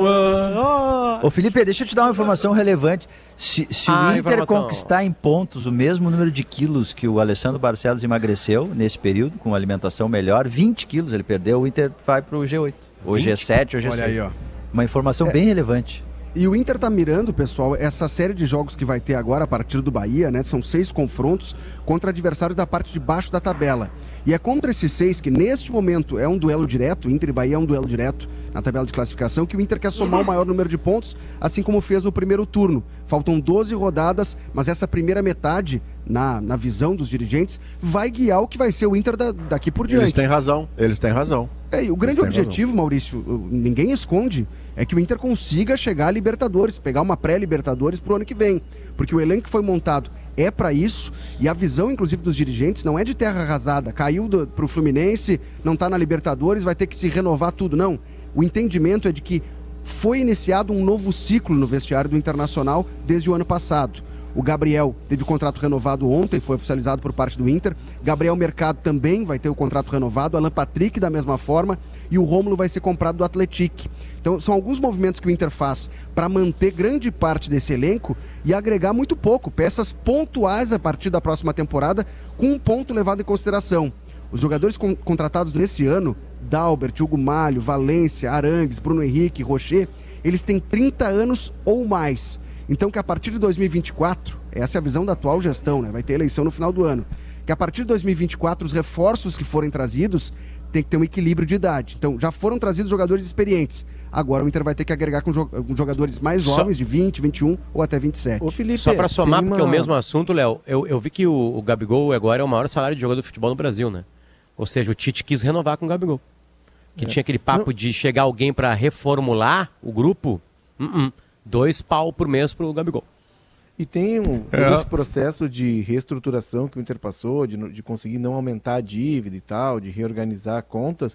Itapuã. Ô Felipe, deixa eu te dar uma informação relevante. Se, se Ah, o Inter informação. conquistar em pontos o mesmo número de quilos que o Alessandro Barcelos emagreceu nesse período, com uma alimentação melhor, vinte quilos ele perdeu, o Inter vai pro G oito. Ou G sete ou G seis. Olha aí, ó. Uma informação É. bem relevante. E o Inter tá mirando, pessoal, essa série de jogos que vai ter agora a partir do Bahia, né? São seis confrontos contra adversários da parte de baixo da tabela. E é contra esses seis que, neste momento, é um duelo direto, Inter e Bahia é um duelo direto na tabela de classificação, que o Inter quer somar o maior número de pontos, assim como fez no primeiro turno. Faltam doze rodadas, mas essa primeira metade, na, na visão dos dirigentes, vai guiar o que vai ser o Inter da, daqui por diante. Eles têm razão, eles têm razão. É, e o grande Eles têm objetivo, Maurício, ninguém esconde, é que o Inter consiga chegar à Libertadores, pegar uma pré-Libertadores pro ano que vem. Porque o elenco que foi montado é para isso, e a visão, inclusive, dos dirigentes não é de terra arrasada. Caiu do, pro Fluminense, não tá na Libertadores, vai ter que se renovar tudo. Não. O entendimento é de que foi iniciado um novo ciclo no vestiário do Internacional desde o ano passado. O Gabriel teve o contrato renovado ontem, foi oficializado por parte do Inter. Gabriel Mercado também vai ter o contrato renovado. Alan Patrick da mesma forma. E o Rômulo vai ser comprado do Atlético. Então são alguns movimentos que o Inter faz para manter grande parte desse elenco e agregar muito pouco. Peças pontuais a partir da próxima temporada, com um ponto levado em consideração. Os jogadores con- contratados nesse ano, Dalbert, Hugo Malho, Valência, Arangues, Bruno Henrique, Rocher, eles têm trinta anos ou mais. Então que a partir de dois mil e vinte e quatro, essa é a visão da atual gestão, né? Vai ter eleição no final do ano, que a partir de dois mil e vinte e quatro os reforços que forem trazidos tem que ter um equilíbrio de idade. Então já foram trazidos jogadores experientes, agora o Inter vai ter que agregar com, jo- com jogadores mais jovens, Só... de vinte, vinte e um ou até vinte e sete. Ô, Felipe, Só para somar, uma... porque é o mesmo assunto, Léo, eu, eu vi que o, o Gabigol agora é o maior salário de jogador de futebol no Brasil, né? Ou seja, o Tite quis renovar com o Gabigol. Que é. tinha aquele papo Não. de chegar alguém para reformular o grupo, uh-uh. dois pau por mês pro Gabigol. E tem um, É. todo esse processo de reestruturação que o Inter passou, de, de conseguir não aumentar a dívida e tal, de reorganizar contas,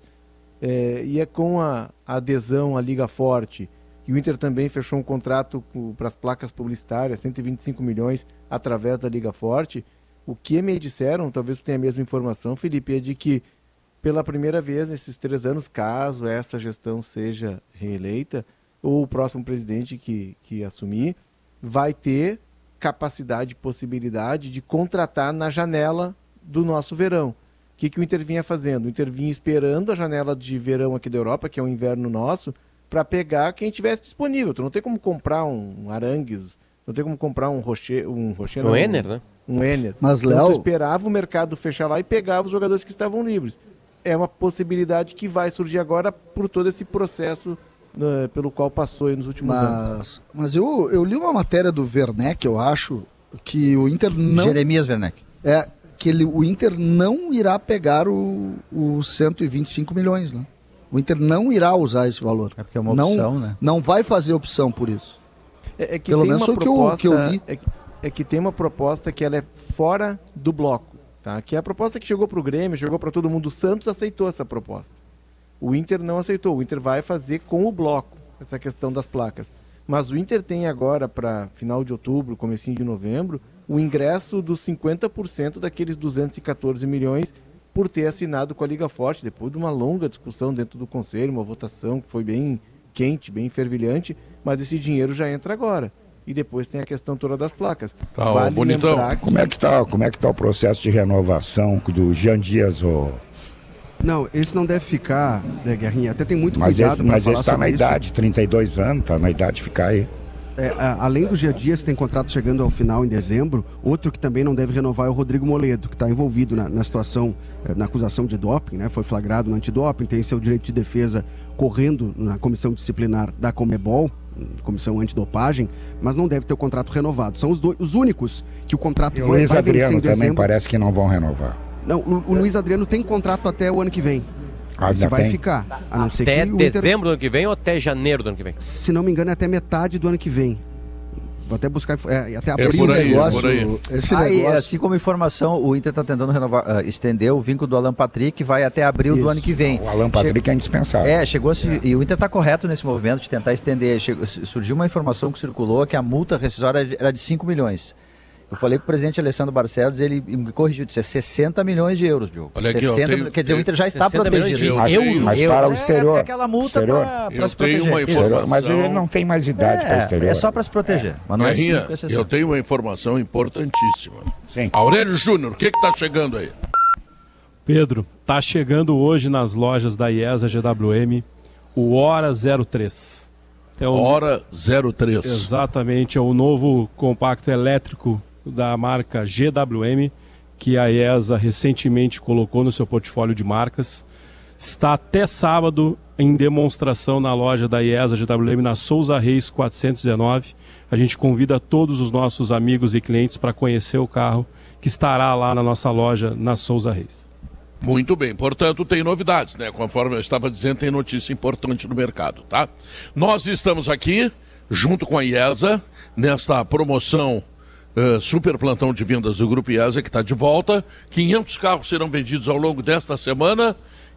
é, e é com a, a adesão à Liga Forte, e o Inter também fechou um contrato para as placas publicitárias, cento e vinte e cinco milhões através da Liga Forte. O que me disseram, talvez tu tenha a mesma informação, Felipe, é de que pela primeira vez nesses três anos, caso essa gestão seja reeleita, ou o próximo presidente que, que assumir, vai ter capacidade, possibilidade de contratar na janela do nosso verão. O que, que o Inter vinha fazendo? O Inter vinha esperando a janela de verão aqui da Europa, que é o inverno nosso, para pegar quem tivesse disponível. Tu não tem como comprar um Arangues, não tem como comprar um Rocher, um Rocher, um não, Enner, um, né? Um Enner. Mas, então, Léo... tu esperava o mercado fechar lá e pegava os jogadores que estavam livres. É uma possibilidade que vai surgir agora por todo esse processo uh, pelo qual passou aí nos últimos mas, anos. Mas eu, eu li uma matéria do Werneck, eu acho, que o Inter não... Jeremias Werneck. É, que ele, o Inter não irá pegar o, os cento e vinte e cinco milhões, né? O Inter não irá usar esse valor. É porque é uma opção, não, né? Não vai fazer opção por isso. É, é que Pelo tem menos uma foi o que eu, proposta, que eu li. É, é que tem uma proposta que ela é fora do bloco, tá? Que é a proposta que chegou para o Grêmio, chegou para todo mundo. O Santos aceitou essa proposta. O Inter não aceitou. O Inter vai fazer com o bloco essa questão das placas. Mas o Inter tem agora, para final de outubro, comecinho de novembro, o ingresso dos cinquenta por cento daqueles duzentos e quatorze milhões por ter assinado com a Liga Forte, depois de uma longa discussão dentro do Conselho, uma votação que foi bem quente, bem fervilhante, mas esse dinheiro já entra agora. E depois tem a questão toda das placas. Tá, vale bonitão. Que... Como é que tá, como é que tá o processo de renovação do Jean Dias? Ô... Não, esse não deve ficar, né, Guerrinha? Até tem muito mas cuidado esse, para Mas falar esse tá sobre na isso. idade, trinta e dois anos, tá na idade de ficar aí. É, a, além do Gia Dias, tem contrato chegando ao final em dezembro, outro que também não deve renovar é o Rodrigo Moledo, que está envolvido na, na situação, na acusação de doping, né? Foi flagrado no antidoping, tem seu direito de defesa correndo na comissão disciplinar da Conmebol, comissão antidopagem, mas não deve ter o contrato renovado. São os, dois, os únicos que o contrato e o vai, Luiz vai Adriano vencer em também dezembro. Parece que não vão renovar. Não, o, o Luiz Adriano tem contrato até o ano que vem. Ah, Esse vai tem? ficar. A não ser Até que o dezembro Inter... do ano que vem ou até janeiro do ano que vem? Se não me engano, é até metade do ano que vem. Vou até buscar, é, até abril. É por aí, negócio, é por aí. Esse Aí, negócio... assim como informação, o Inter está tentando renovar, uh, estender o vínculo do Alan Patrick, que vai até abril Isso. do ano que vem. O Alan Patrick Che... é indispensável. É, chegou é. E o Inter está correto nesse movimento de tentar estender. Chegou... Surgiu uma informação que circulou que a multa rescisória era de cinco milhões. Eu falei com o presidente Alessandro Barcelos e ele me corrigiu, disse, é sessenta milhões de euros, Diogo. Olha aqui, sessenta, tenho, quer dizer, o Inter já está protegido. De mas, euros. mas euros. para o exterior. É, é aquela multa para se tenho proteger. uma informação. Mas ele não tem mais idade para o É, exterior. é só para se proteger. Mas não Guerrinha, é cinco, é sessenta. eu tenho uma informação importantíssima. Sim. Aurélio Júnior, o que está chegando aí? Pedro, tá chegando hoje nas lojas da IESA G W M o Hora zero três. É o... Hora zero três. Exatamente, é o novo compacto elétrico da marca G W M, que a IESA recentemente colocou no seu portfólio de marcas. Está até sábado em demonstração na loja da IESA G W M, na Souza Reis quatrocentos e dezenove. A gente convida todos os nossos amigos e clientes para conhecer o carro, que estará lá na nossa loja, na Souza Reis. Muito bem, portanto tem novidades, né? Conforme eu estava dizendo, tem notícia importante no mercado, tá? Nós estamos aqui, junto com a IESA, nesta promoção uh, Super Plantão de Vendas do Grupo IESA, que está de volta. quinhentos carros serão vendidos ao longo desta semana.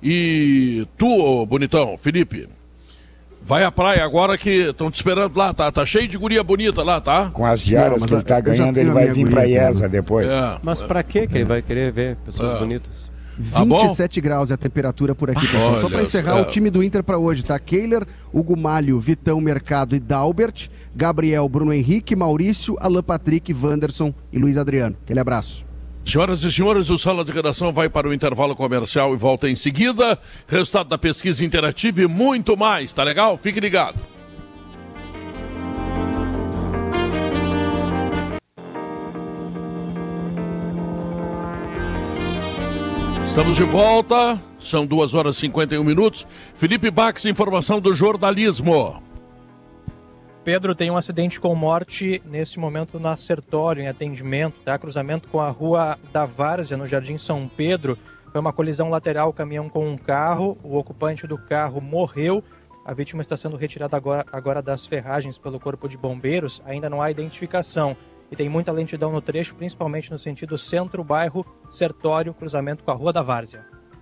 E tu, ô, bonitão, Felipe, vai à praia agora que estão te esperando lá, tá? Tá cheio de guria bonita lá, tá? Com as diárias Não, que ele está ganhando, ele vai vir para a IESA depois. É. Mas pra quê que ele vai querer ver pessoas É. bonitas? Tá bom? vinte e sete graus é a temperatura por aqui, pessoal. Olha Só para encerrar só. o time do Inter para hoje, tá? Kehler, Hugo Malho, Vitão, Mercado e Dalbert, Gabriel, Bruno Henrique, Maurício, Alan Patrick, Wanderson e Luiz Adriano. Aquele abraço. Senhoras e senhores, o Sala de Redação vai para o intervalo comercial e volta em seguida. Resultado da pesquisa interativa e muito mais, tá legal? Fique ligado. Estamos de volta, são duas horas e cinquenta e um minutos. Felipe Bax, informação do jornalismo. Pedro, tem um acidente com morte neste momento na Sertório, em atendimento, tá? Cruzamento com a Rua da Várzea, no Jardim São Pedro. Foi uma colisão lateral, caminhão com um carro. O ocupante do carro morreu. A vítima está sendo retirada agora, agora das ferragens pelo Corpo de Bombeiros. Ainda não há identificação. E tem muita lentidão no trecho, principalmente no sentido centro-bairro Sertório, cruzamento com a Rua da Várzea.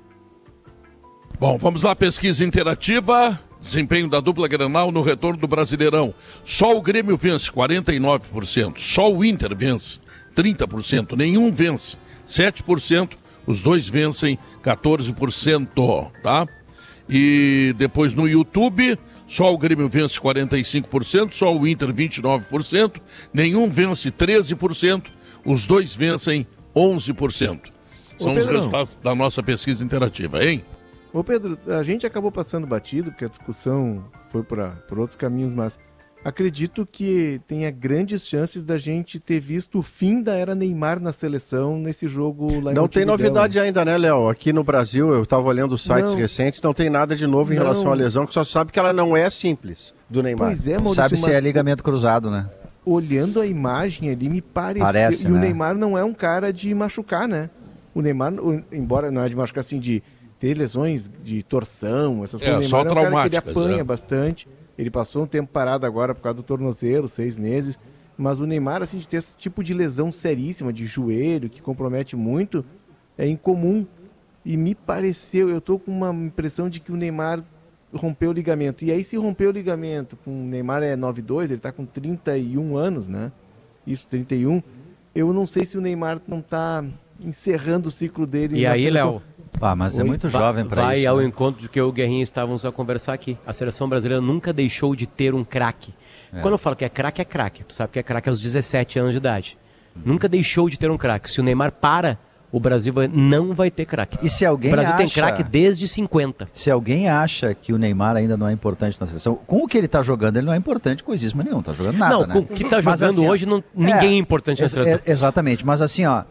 Bom, vamos lá, pesquisa interativa. Desempenho da dupla Grenal no retorno do Brasileirão. Só o Grêmio vence, quarenta e nove por cento. Só o Inter vence, trinta por cento. Nenhum vence, sete por cento. Os dois vencem, quatorze por cento, tá? E depois no YouTube, só o Grêmio vence quarenta e cinco por cento, só o Inter vinte e nove por cento. Nenhum vence, treze por cento. Os dois vencem, onze por cento. São Ô, os Pedrão, resultados da nossa pesquisa interativa, hein? Ô Pedro, a gente acabou passando batido, porque a discussão foi pra, por outros caminhos, mas acredito que tenha grandes chances da gente ter visto o fim da era Neymar na seleção nesse jogo lá em Não tem Montevidéu. novidade ainda, né, Léo? Aqui no Brasil, eu estava olhando os sites Não. recentes, não tem nada de novo em Não. relação à lesão, que só sabe que ela não é simples, do Neymar. Pois é, Maurício, Sabe se mas é ligamento cruzado, né? olhando a imagem ali, me pareceu... Parece, e o né? Neymar não é um cara de machucar, né? O Neymar, o- embora não é de machucar assim, de ter lesões de torção, essas É, coisas. O só Neymar é um cara que ele traumáticas, apanha é. bastante. Ele passou um tempo parado agora por causa do tornozelo, seis meses. Mas o Neymar, assim, de ter esse tipo de lesão seríssima, de joelho, que compromete muito, é incomum. E me pareceu, eu tô com uma impressão de que o Neymar rompeu o ligamento. E aí, se rompeu o ligamento, com o Neymar é nove dois, ele tá com trinta e um anos, né? Isso, trinta e um. Eu não sei se o Neymar não tá encerrando o ciclo dele. E na aí, seleção. Léo? Ah, mas é Oi? muito jovem para Vai isso. ao né? encontro do que eu e o Guerrinha estávamos a conversar aqui. A seleção brasileira nunca deixou de ter um craque. É. Quando eu falo que é craque, é craque. Tu sabe que é craque aos dezessete anos de idade. Nunca deixou de ter um craque. Se o Neymar para, o Brasil vai, não vai ter craque. E se alguém O Brasil tem acha- craque desde cinquenta. Se alguém acha que o Neymar ainda não é importante na seleção, com o que ele tá jogando, ele não é importante coisíssimo nenhum, tá jogando nada, Não, né? com o que tá Mas, jogando assim, ó, hoje, não- ninguém é importante na ex- seleção. é- exatamente, mas assim, ó,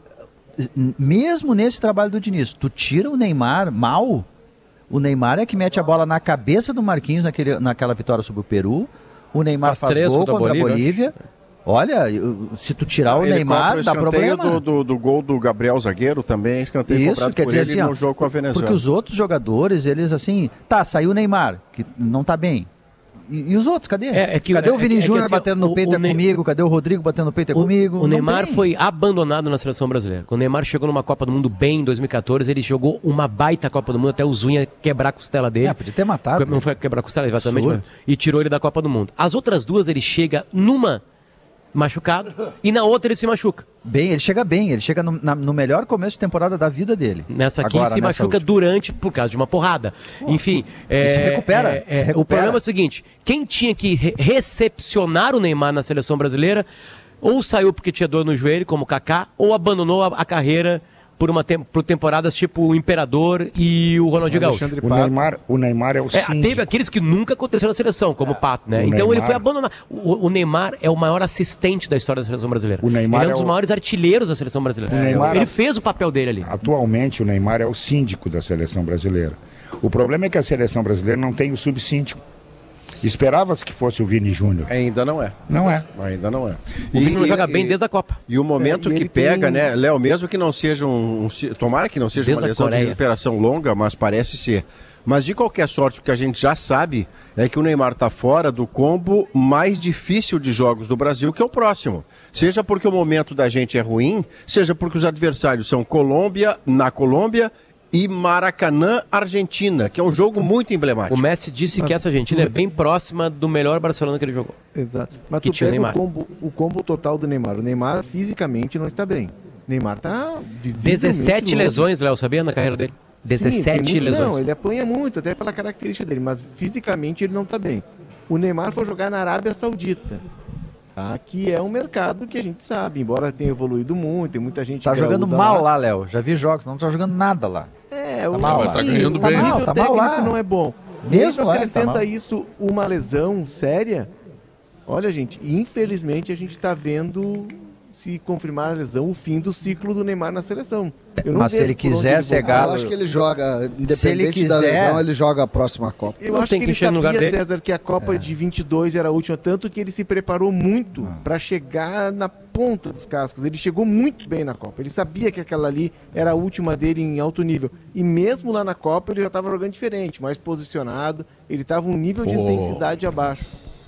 mesmo nesse trabalho do Diniz, tu tira o Neymar mal, o Neymar é que mete a bola na cabeça do Marquinhos naquele, naquela vitória sobre o Peru, o Neymar Faz faz, três gol contra a contra a Bolívia. Bolívia. Olha, eu- se tu tirar o Ele Neymar, cobra o dá escanteio problema. do, do, do gol do Gabriel Zagueiro também, escanteio Isso, cobrado quer por dizer ele assim, ó, no jogo com a Venezuela. porque os outros jogadores, eles assim, tá, saiu o Neymar, que não tá bem. E, e os outros, cadê? É, é que- cadê é- o Vini é que, Júnior assim, batendo no o- peito o é Ne- comigo? Cadê o Rodrigo batendo no peito é O- comigo? O Não Neymar tem. foi abandonado na seleção brasileira. Quando o Neymar chegou numa Copa do Mundo bem em dois mil e catorze, ele jogou uma baita Copa do Mundo, até o Zunha quebrar a costela dele. É, podia ter matado. Não foi quebrar a costela, exatamente, Absurdo. mas- e tirou ele da Copa do Mundo. As outras duas ele chega numa machucado e na outra ele se machuca. Bem, ele chega bem, ele chega no, na- no melhor começo de temporada da vida dele. Nessa aqui Agora, se nessa machuca última. durante, por causa de uma porrada. Enfim. é, se recupera, é, é, se O recupera. problema é o seguinte: quem tinha que re- recepcionar o Neymar na seleção brasileira, ou saiu porque tinha dor no joelho, como o Kaká, ou abandonou a, a carreira por, uma tem- por temporadas tipo o Imperador e o Ronaldinho Gaúcho. O Neymar, o Neymar é o É, síndico. teve aqueles que nunca aconteceram na seleção, como o Pato, né? o Então ele Neymar- foi abandonado. O, o Neymar é o maior assistente da história da seleção brasileira. O Neymar ele é um é dos o- maiores artilheiros da seleção brasileira. O Neymar- Ele fez o papel dele ali. Atualmente o Neymar é o síndico da seleção brasileira. O problema é que a seleção brasileira não tem o subsíndico. Esperava-se que fosse o Vini Júnior. Ainda não é. Não é. Ainda não é. O Vini não joga bem desde a Copa. E o momento É, e que ele pega, tem- né, Léo, mesmo que não seja um, um ci- tomara que não seja Desde uma a lesão de Coreia. recuperação longa, mas parece ser. Mas de qualquer sorte, o que a gente já sabe é que o Neymar está fora do combo mais difícil de jogos do Brasil, que é o próximo. Seja porque o momento da gente é ruim, seja porque os adversários são Colômbia, na Colômbia, e Maracanã, Argentina, que é um jogo muito emblemático. O Messi disse que essa Argentina é bem próxima do melhor Barcelona que ele jogou. Exato. Mas Que tu tinha o pega o Neymar. combo, o combo total do Neymar. O Neymar fisicamente não está bem. O Neymar tá visivelmente dezessete longe. lesões, Léo, sabia, na carreira dele? Sim, dezessete tem muito- lesões. Não, ele apanha muito, até pela característica dele, mas fisicamente ele não está bem. O Neymar foi jogar na Arábia Saudita, tá? Que é um mercado que a gente sabe, embora tenha evoluído muito, tem muita gente Tá jogando graúda mal lá, Léo. Já vi jogos, não tá jogando nada lá. É, Tá o mal nível- lá. tá ganhando tá bem. mal, Tá tá mal lá. não é bom. Mesmo Mesmo lá, ele tá acrescenta mal. isso uma lesão séria. Olha, gente, infelizmente a gente tá vendo, se confirmar a lesão, o fim do ciclo do Neymar na seleção. Eu não Mas se vejo ele por onde quiser ele ser voltar. galo- Eu acho que ele joga, independente Se ele da quiser- lesão, ele joga a próxima Copa. Eu Não acho tem que que ele encher no lugar sabia, dele. César, que a Copa de vinte e dois era a última, tanto que ele se preparou muito Ah. para chegar na ponta dos cascos. Ele chegou muito bem na Copa. Ele sabia que aquela ali era a última dele em alto nível. E mesmo lá na Copa ele já estava jogando diferente, mais posicionado. Ele estava um nível de Oh. intensidade abaixo.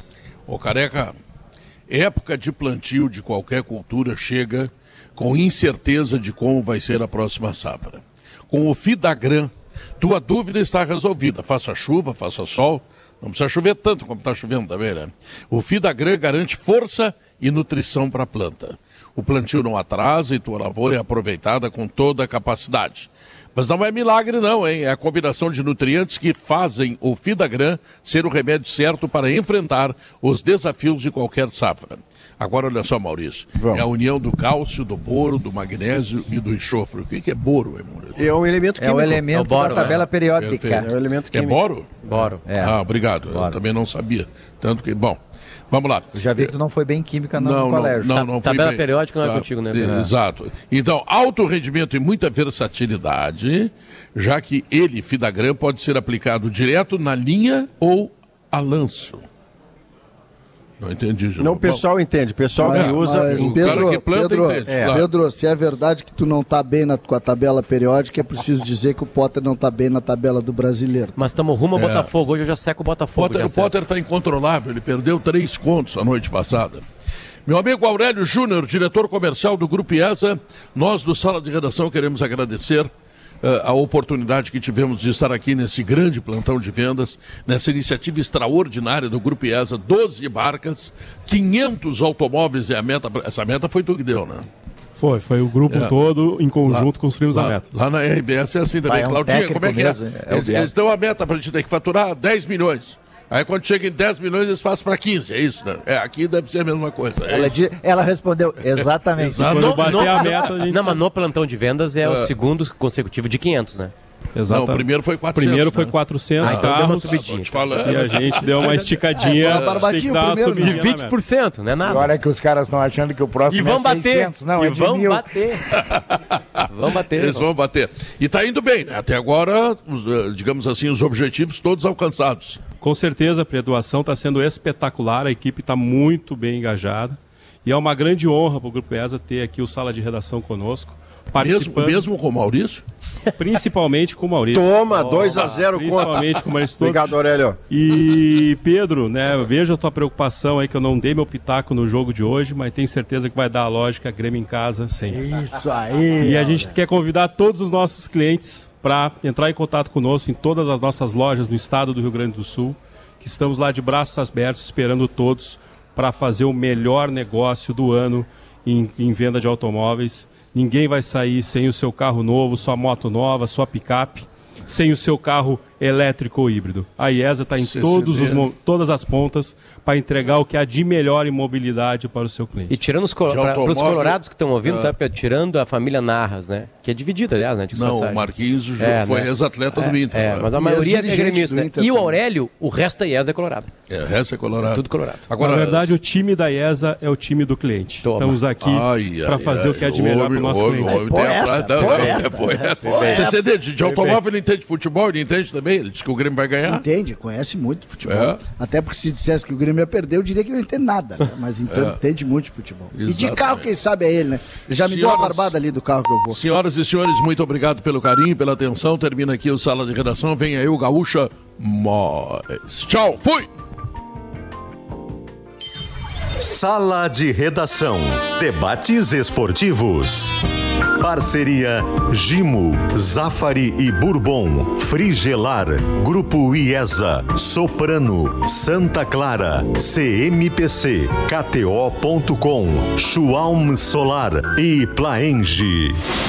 Ô Careca, época de plantio de qualquer cultura chega com incerteza de como vai ser a próxima safra. Com o Fidagran, tua dúvida está resolvida. Faça chuva, faça sol, não precisa chover tanto como está chovendo também, né? O Fidagran garante força e nutrição para a planta. O plantio não atrasa e tua lavoura é aproveitada com toda a capacidade. Mas não é milagre não, hein? É a combinação de nutrientes que fazem o Fidagran ser o remédio certo para enfrentar os desafios de qualquer safra. Agora olha só, Maurício. Vamos. É a união do cálcio, do boro, do magnésio e do enxofre. O que que é boro, hein, Maurício? É um elemento É químico. o elemento É o boro, da tabela né? periódica. Perfeito. É o elemento É químico. boro? Boro. É. Ah, obrigado. Eu Boro. também não sabia. Tanto que, bom, vamos lá. Eu já vi que tu não foi bem em química no, Não, no colégio. não, Ta- não fui tabela bem. periódica não é Tá, contigo, né, é, Pedro? Exato. Então, alto rendimento e muita versatilidade, já que ele, Fidagran, pode ser aplicado direto na linha ou a lanço. Não entendi, João. Não, o pessoal entende. O pessoal Mas- que usa... Mas, o Pedro, cara que planta Pedro, entende, é, claro. Pedro, se é verdade que tu não tá bem na, com a tabela periódica, é preciso dizer que o Potter não tá bem na tabela do brasileiro. Mas estamos rumo ao É. Botafogo. Hoje eu já seco o Botafogo. Potter, já, o César. Potter está incontrolável, ele perdeu três contos a noite passada. Meu amigo Aurélio Júnior, diretor comercial do Grupo IESA, nós do Sala de Redação queremos agradecer eh, a oportunidade que tivemos de estar aqui nesse grande plantão de vendas, nessa iniciativa extraordinária do Grupo IESA, doze barcas, quinhentos automóveis é a meta. Essa meta foi tu que deu, né? Foi, foi o grupo É. todo, em conjunto, construímos lá, a meta. Lá na R B S é assim também. Vai, é um Claudinha, técnico como é que mesmo, é? é o eles, Biel. eles dão a meta para a gente ter que faturar dez milhões. Aí quando chega em dez milhões, eles passam para quinze, é isso, né? É, aqui deve ser a mesma coisa. É ela, di- ela respondeu exatamente. Exato. No, bater no, a meta, a gente... Não, mas no plantão de vendas é, É. o segundo consecutivo de quinhentos, né? Exatamente. Não, o primeiro foi quatrocentos. Primeiro foi né? quatrocentos Ah, então deu uma carros. subidinha. Tô te falando. E a gente deu uma esticadinha. É, a gente tem que Barbadinho dar uma primeiro, né? subidinha De na vinte meta. por cento, não é nada. Agora é que os caras estão achando que o próximo E vão é bater. seiscentos. Não, e é de vão mil. bater. Vão bater. Eles vão bater. E tá indo bem, né? Até agora, os, eh, digamos assim, os objetivos todos alcançados. Com certeza, a doação está sendo espetacular, a equipe está muito bem engajada. E é uma grande honra para o Grupo ESA ter aqui o Sala de Redação conosco. Mesmo, Participando, mesmo com o Maurício? principalmente com o Maurício. Toma, dois a zero contra. Principalmente com o Maurício Totti. Obrigado, Aurélio. E Pedro, né, eu vejo a tua preocupação aí que eu não dei meu pitaco no jogo de hoje, mas tenho certeza que vai dar a lógica Grêmio em casa sempre. Isso aí. E a gente quer convidar todos os nossos clientes para entrar em contato conosco em todas as nossas lojas no estado do Rio Grande do Sul, que estamos lá de braços abertos esperando todos para fazer o melhor negócio do ano em, em venda de automóveis. Ninguém vai sair sem o seu carro novo, sua moto nova, sua picape, sem o seu carro elétrico ou híbrido. A IESA está em C C D. todos os, mo- todas as pontas para entregar o que há de melhor em mobilidade para o seu cliente. E tirando os, colo- De pra, pros automóvel, colorados que estão ouvindo, é. tá, Pedro? Tirando a família Narras, né? Que é dividida, aliás, né? diga-se Não, passagem. o Marquinhos jo- É, foi né? ex-atleta do É, Inter. é, né? mas a E maioria as é dirigentes gremista. do Né? Inter E o também. Aurélio, o resto da IESA é colorado. É, o resto é colorado. Tudo colorado. Agora, Na verdade, o time da IESA é o time do cliente. Toma. Estamos aqui Ai, ai, para fazer ai, o que é de melhor para o nosso homem, cliente. homem, tem atrás- não, não, é poeta. C C D, de, de automóvel ele entende futebol, ele entende também, ele diz que o Grêmio vai ganhar. Entende, conhece muito de futebol. É. Até porque se dissesse que o Grêmio ia perder, eu diria que não entende nada, né? Mas então, É. entende muito de futebol. E de Exatamente. carro, quem sabe é ele, né? Ele já me deu uma Senhoras- barbada ali do carro que eu vou. Senhoras e senhores, muito obrigado pelo carinho, pela atenção. Termina aqui o Sala de Redação. Vem aí o Gaúcha Mais. Tchau, fui! Sala de Redação. Debates esportivos. Parceria Gimo, Zafari e Bourbon, Frigelar, Grupo IESA, Soprano, Santa Clara, C M P C, K T O ponto com, Schwalm Solar e Plaenge.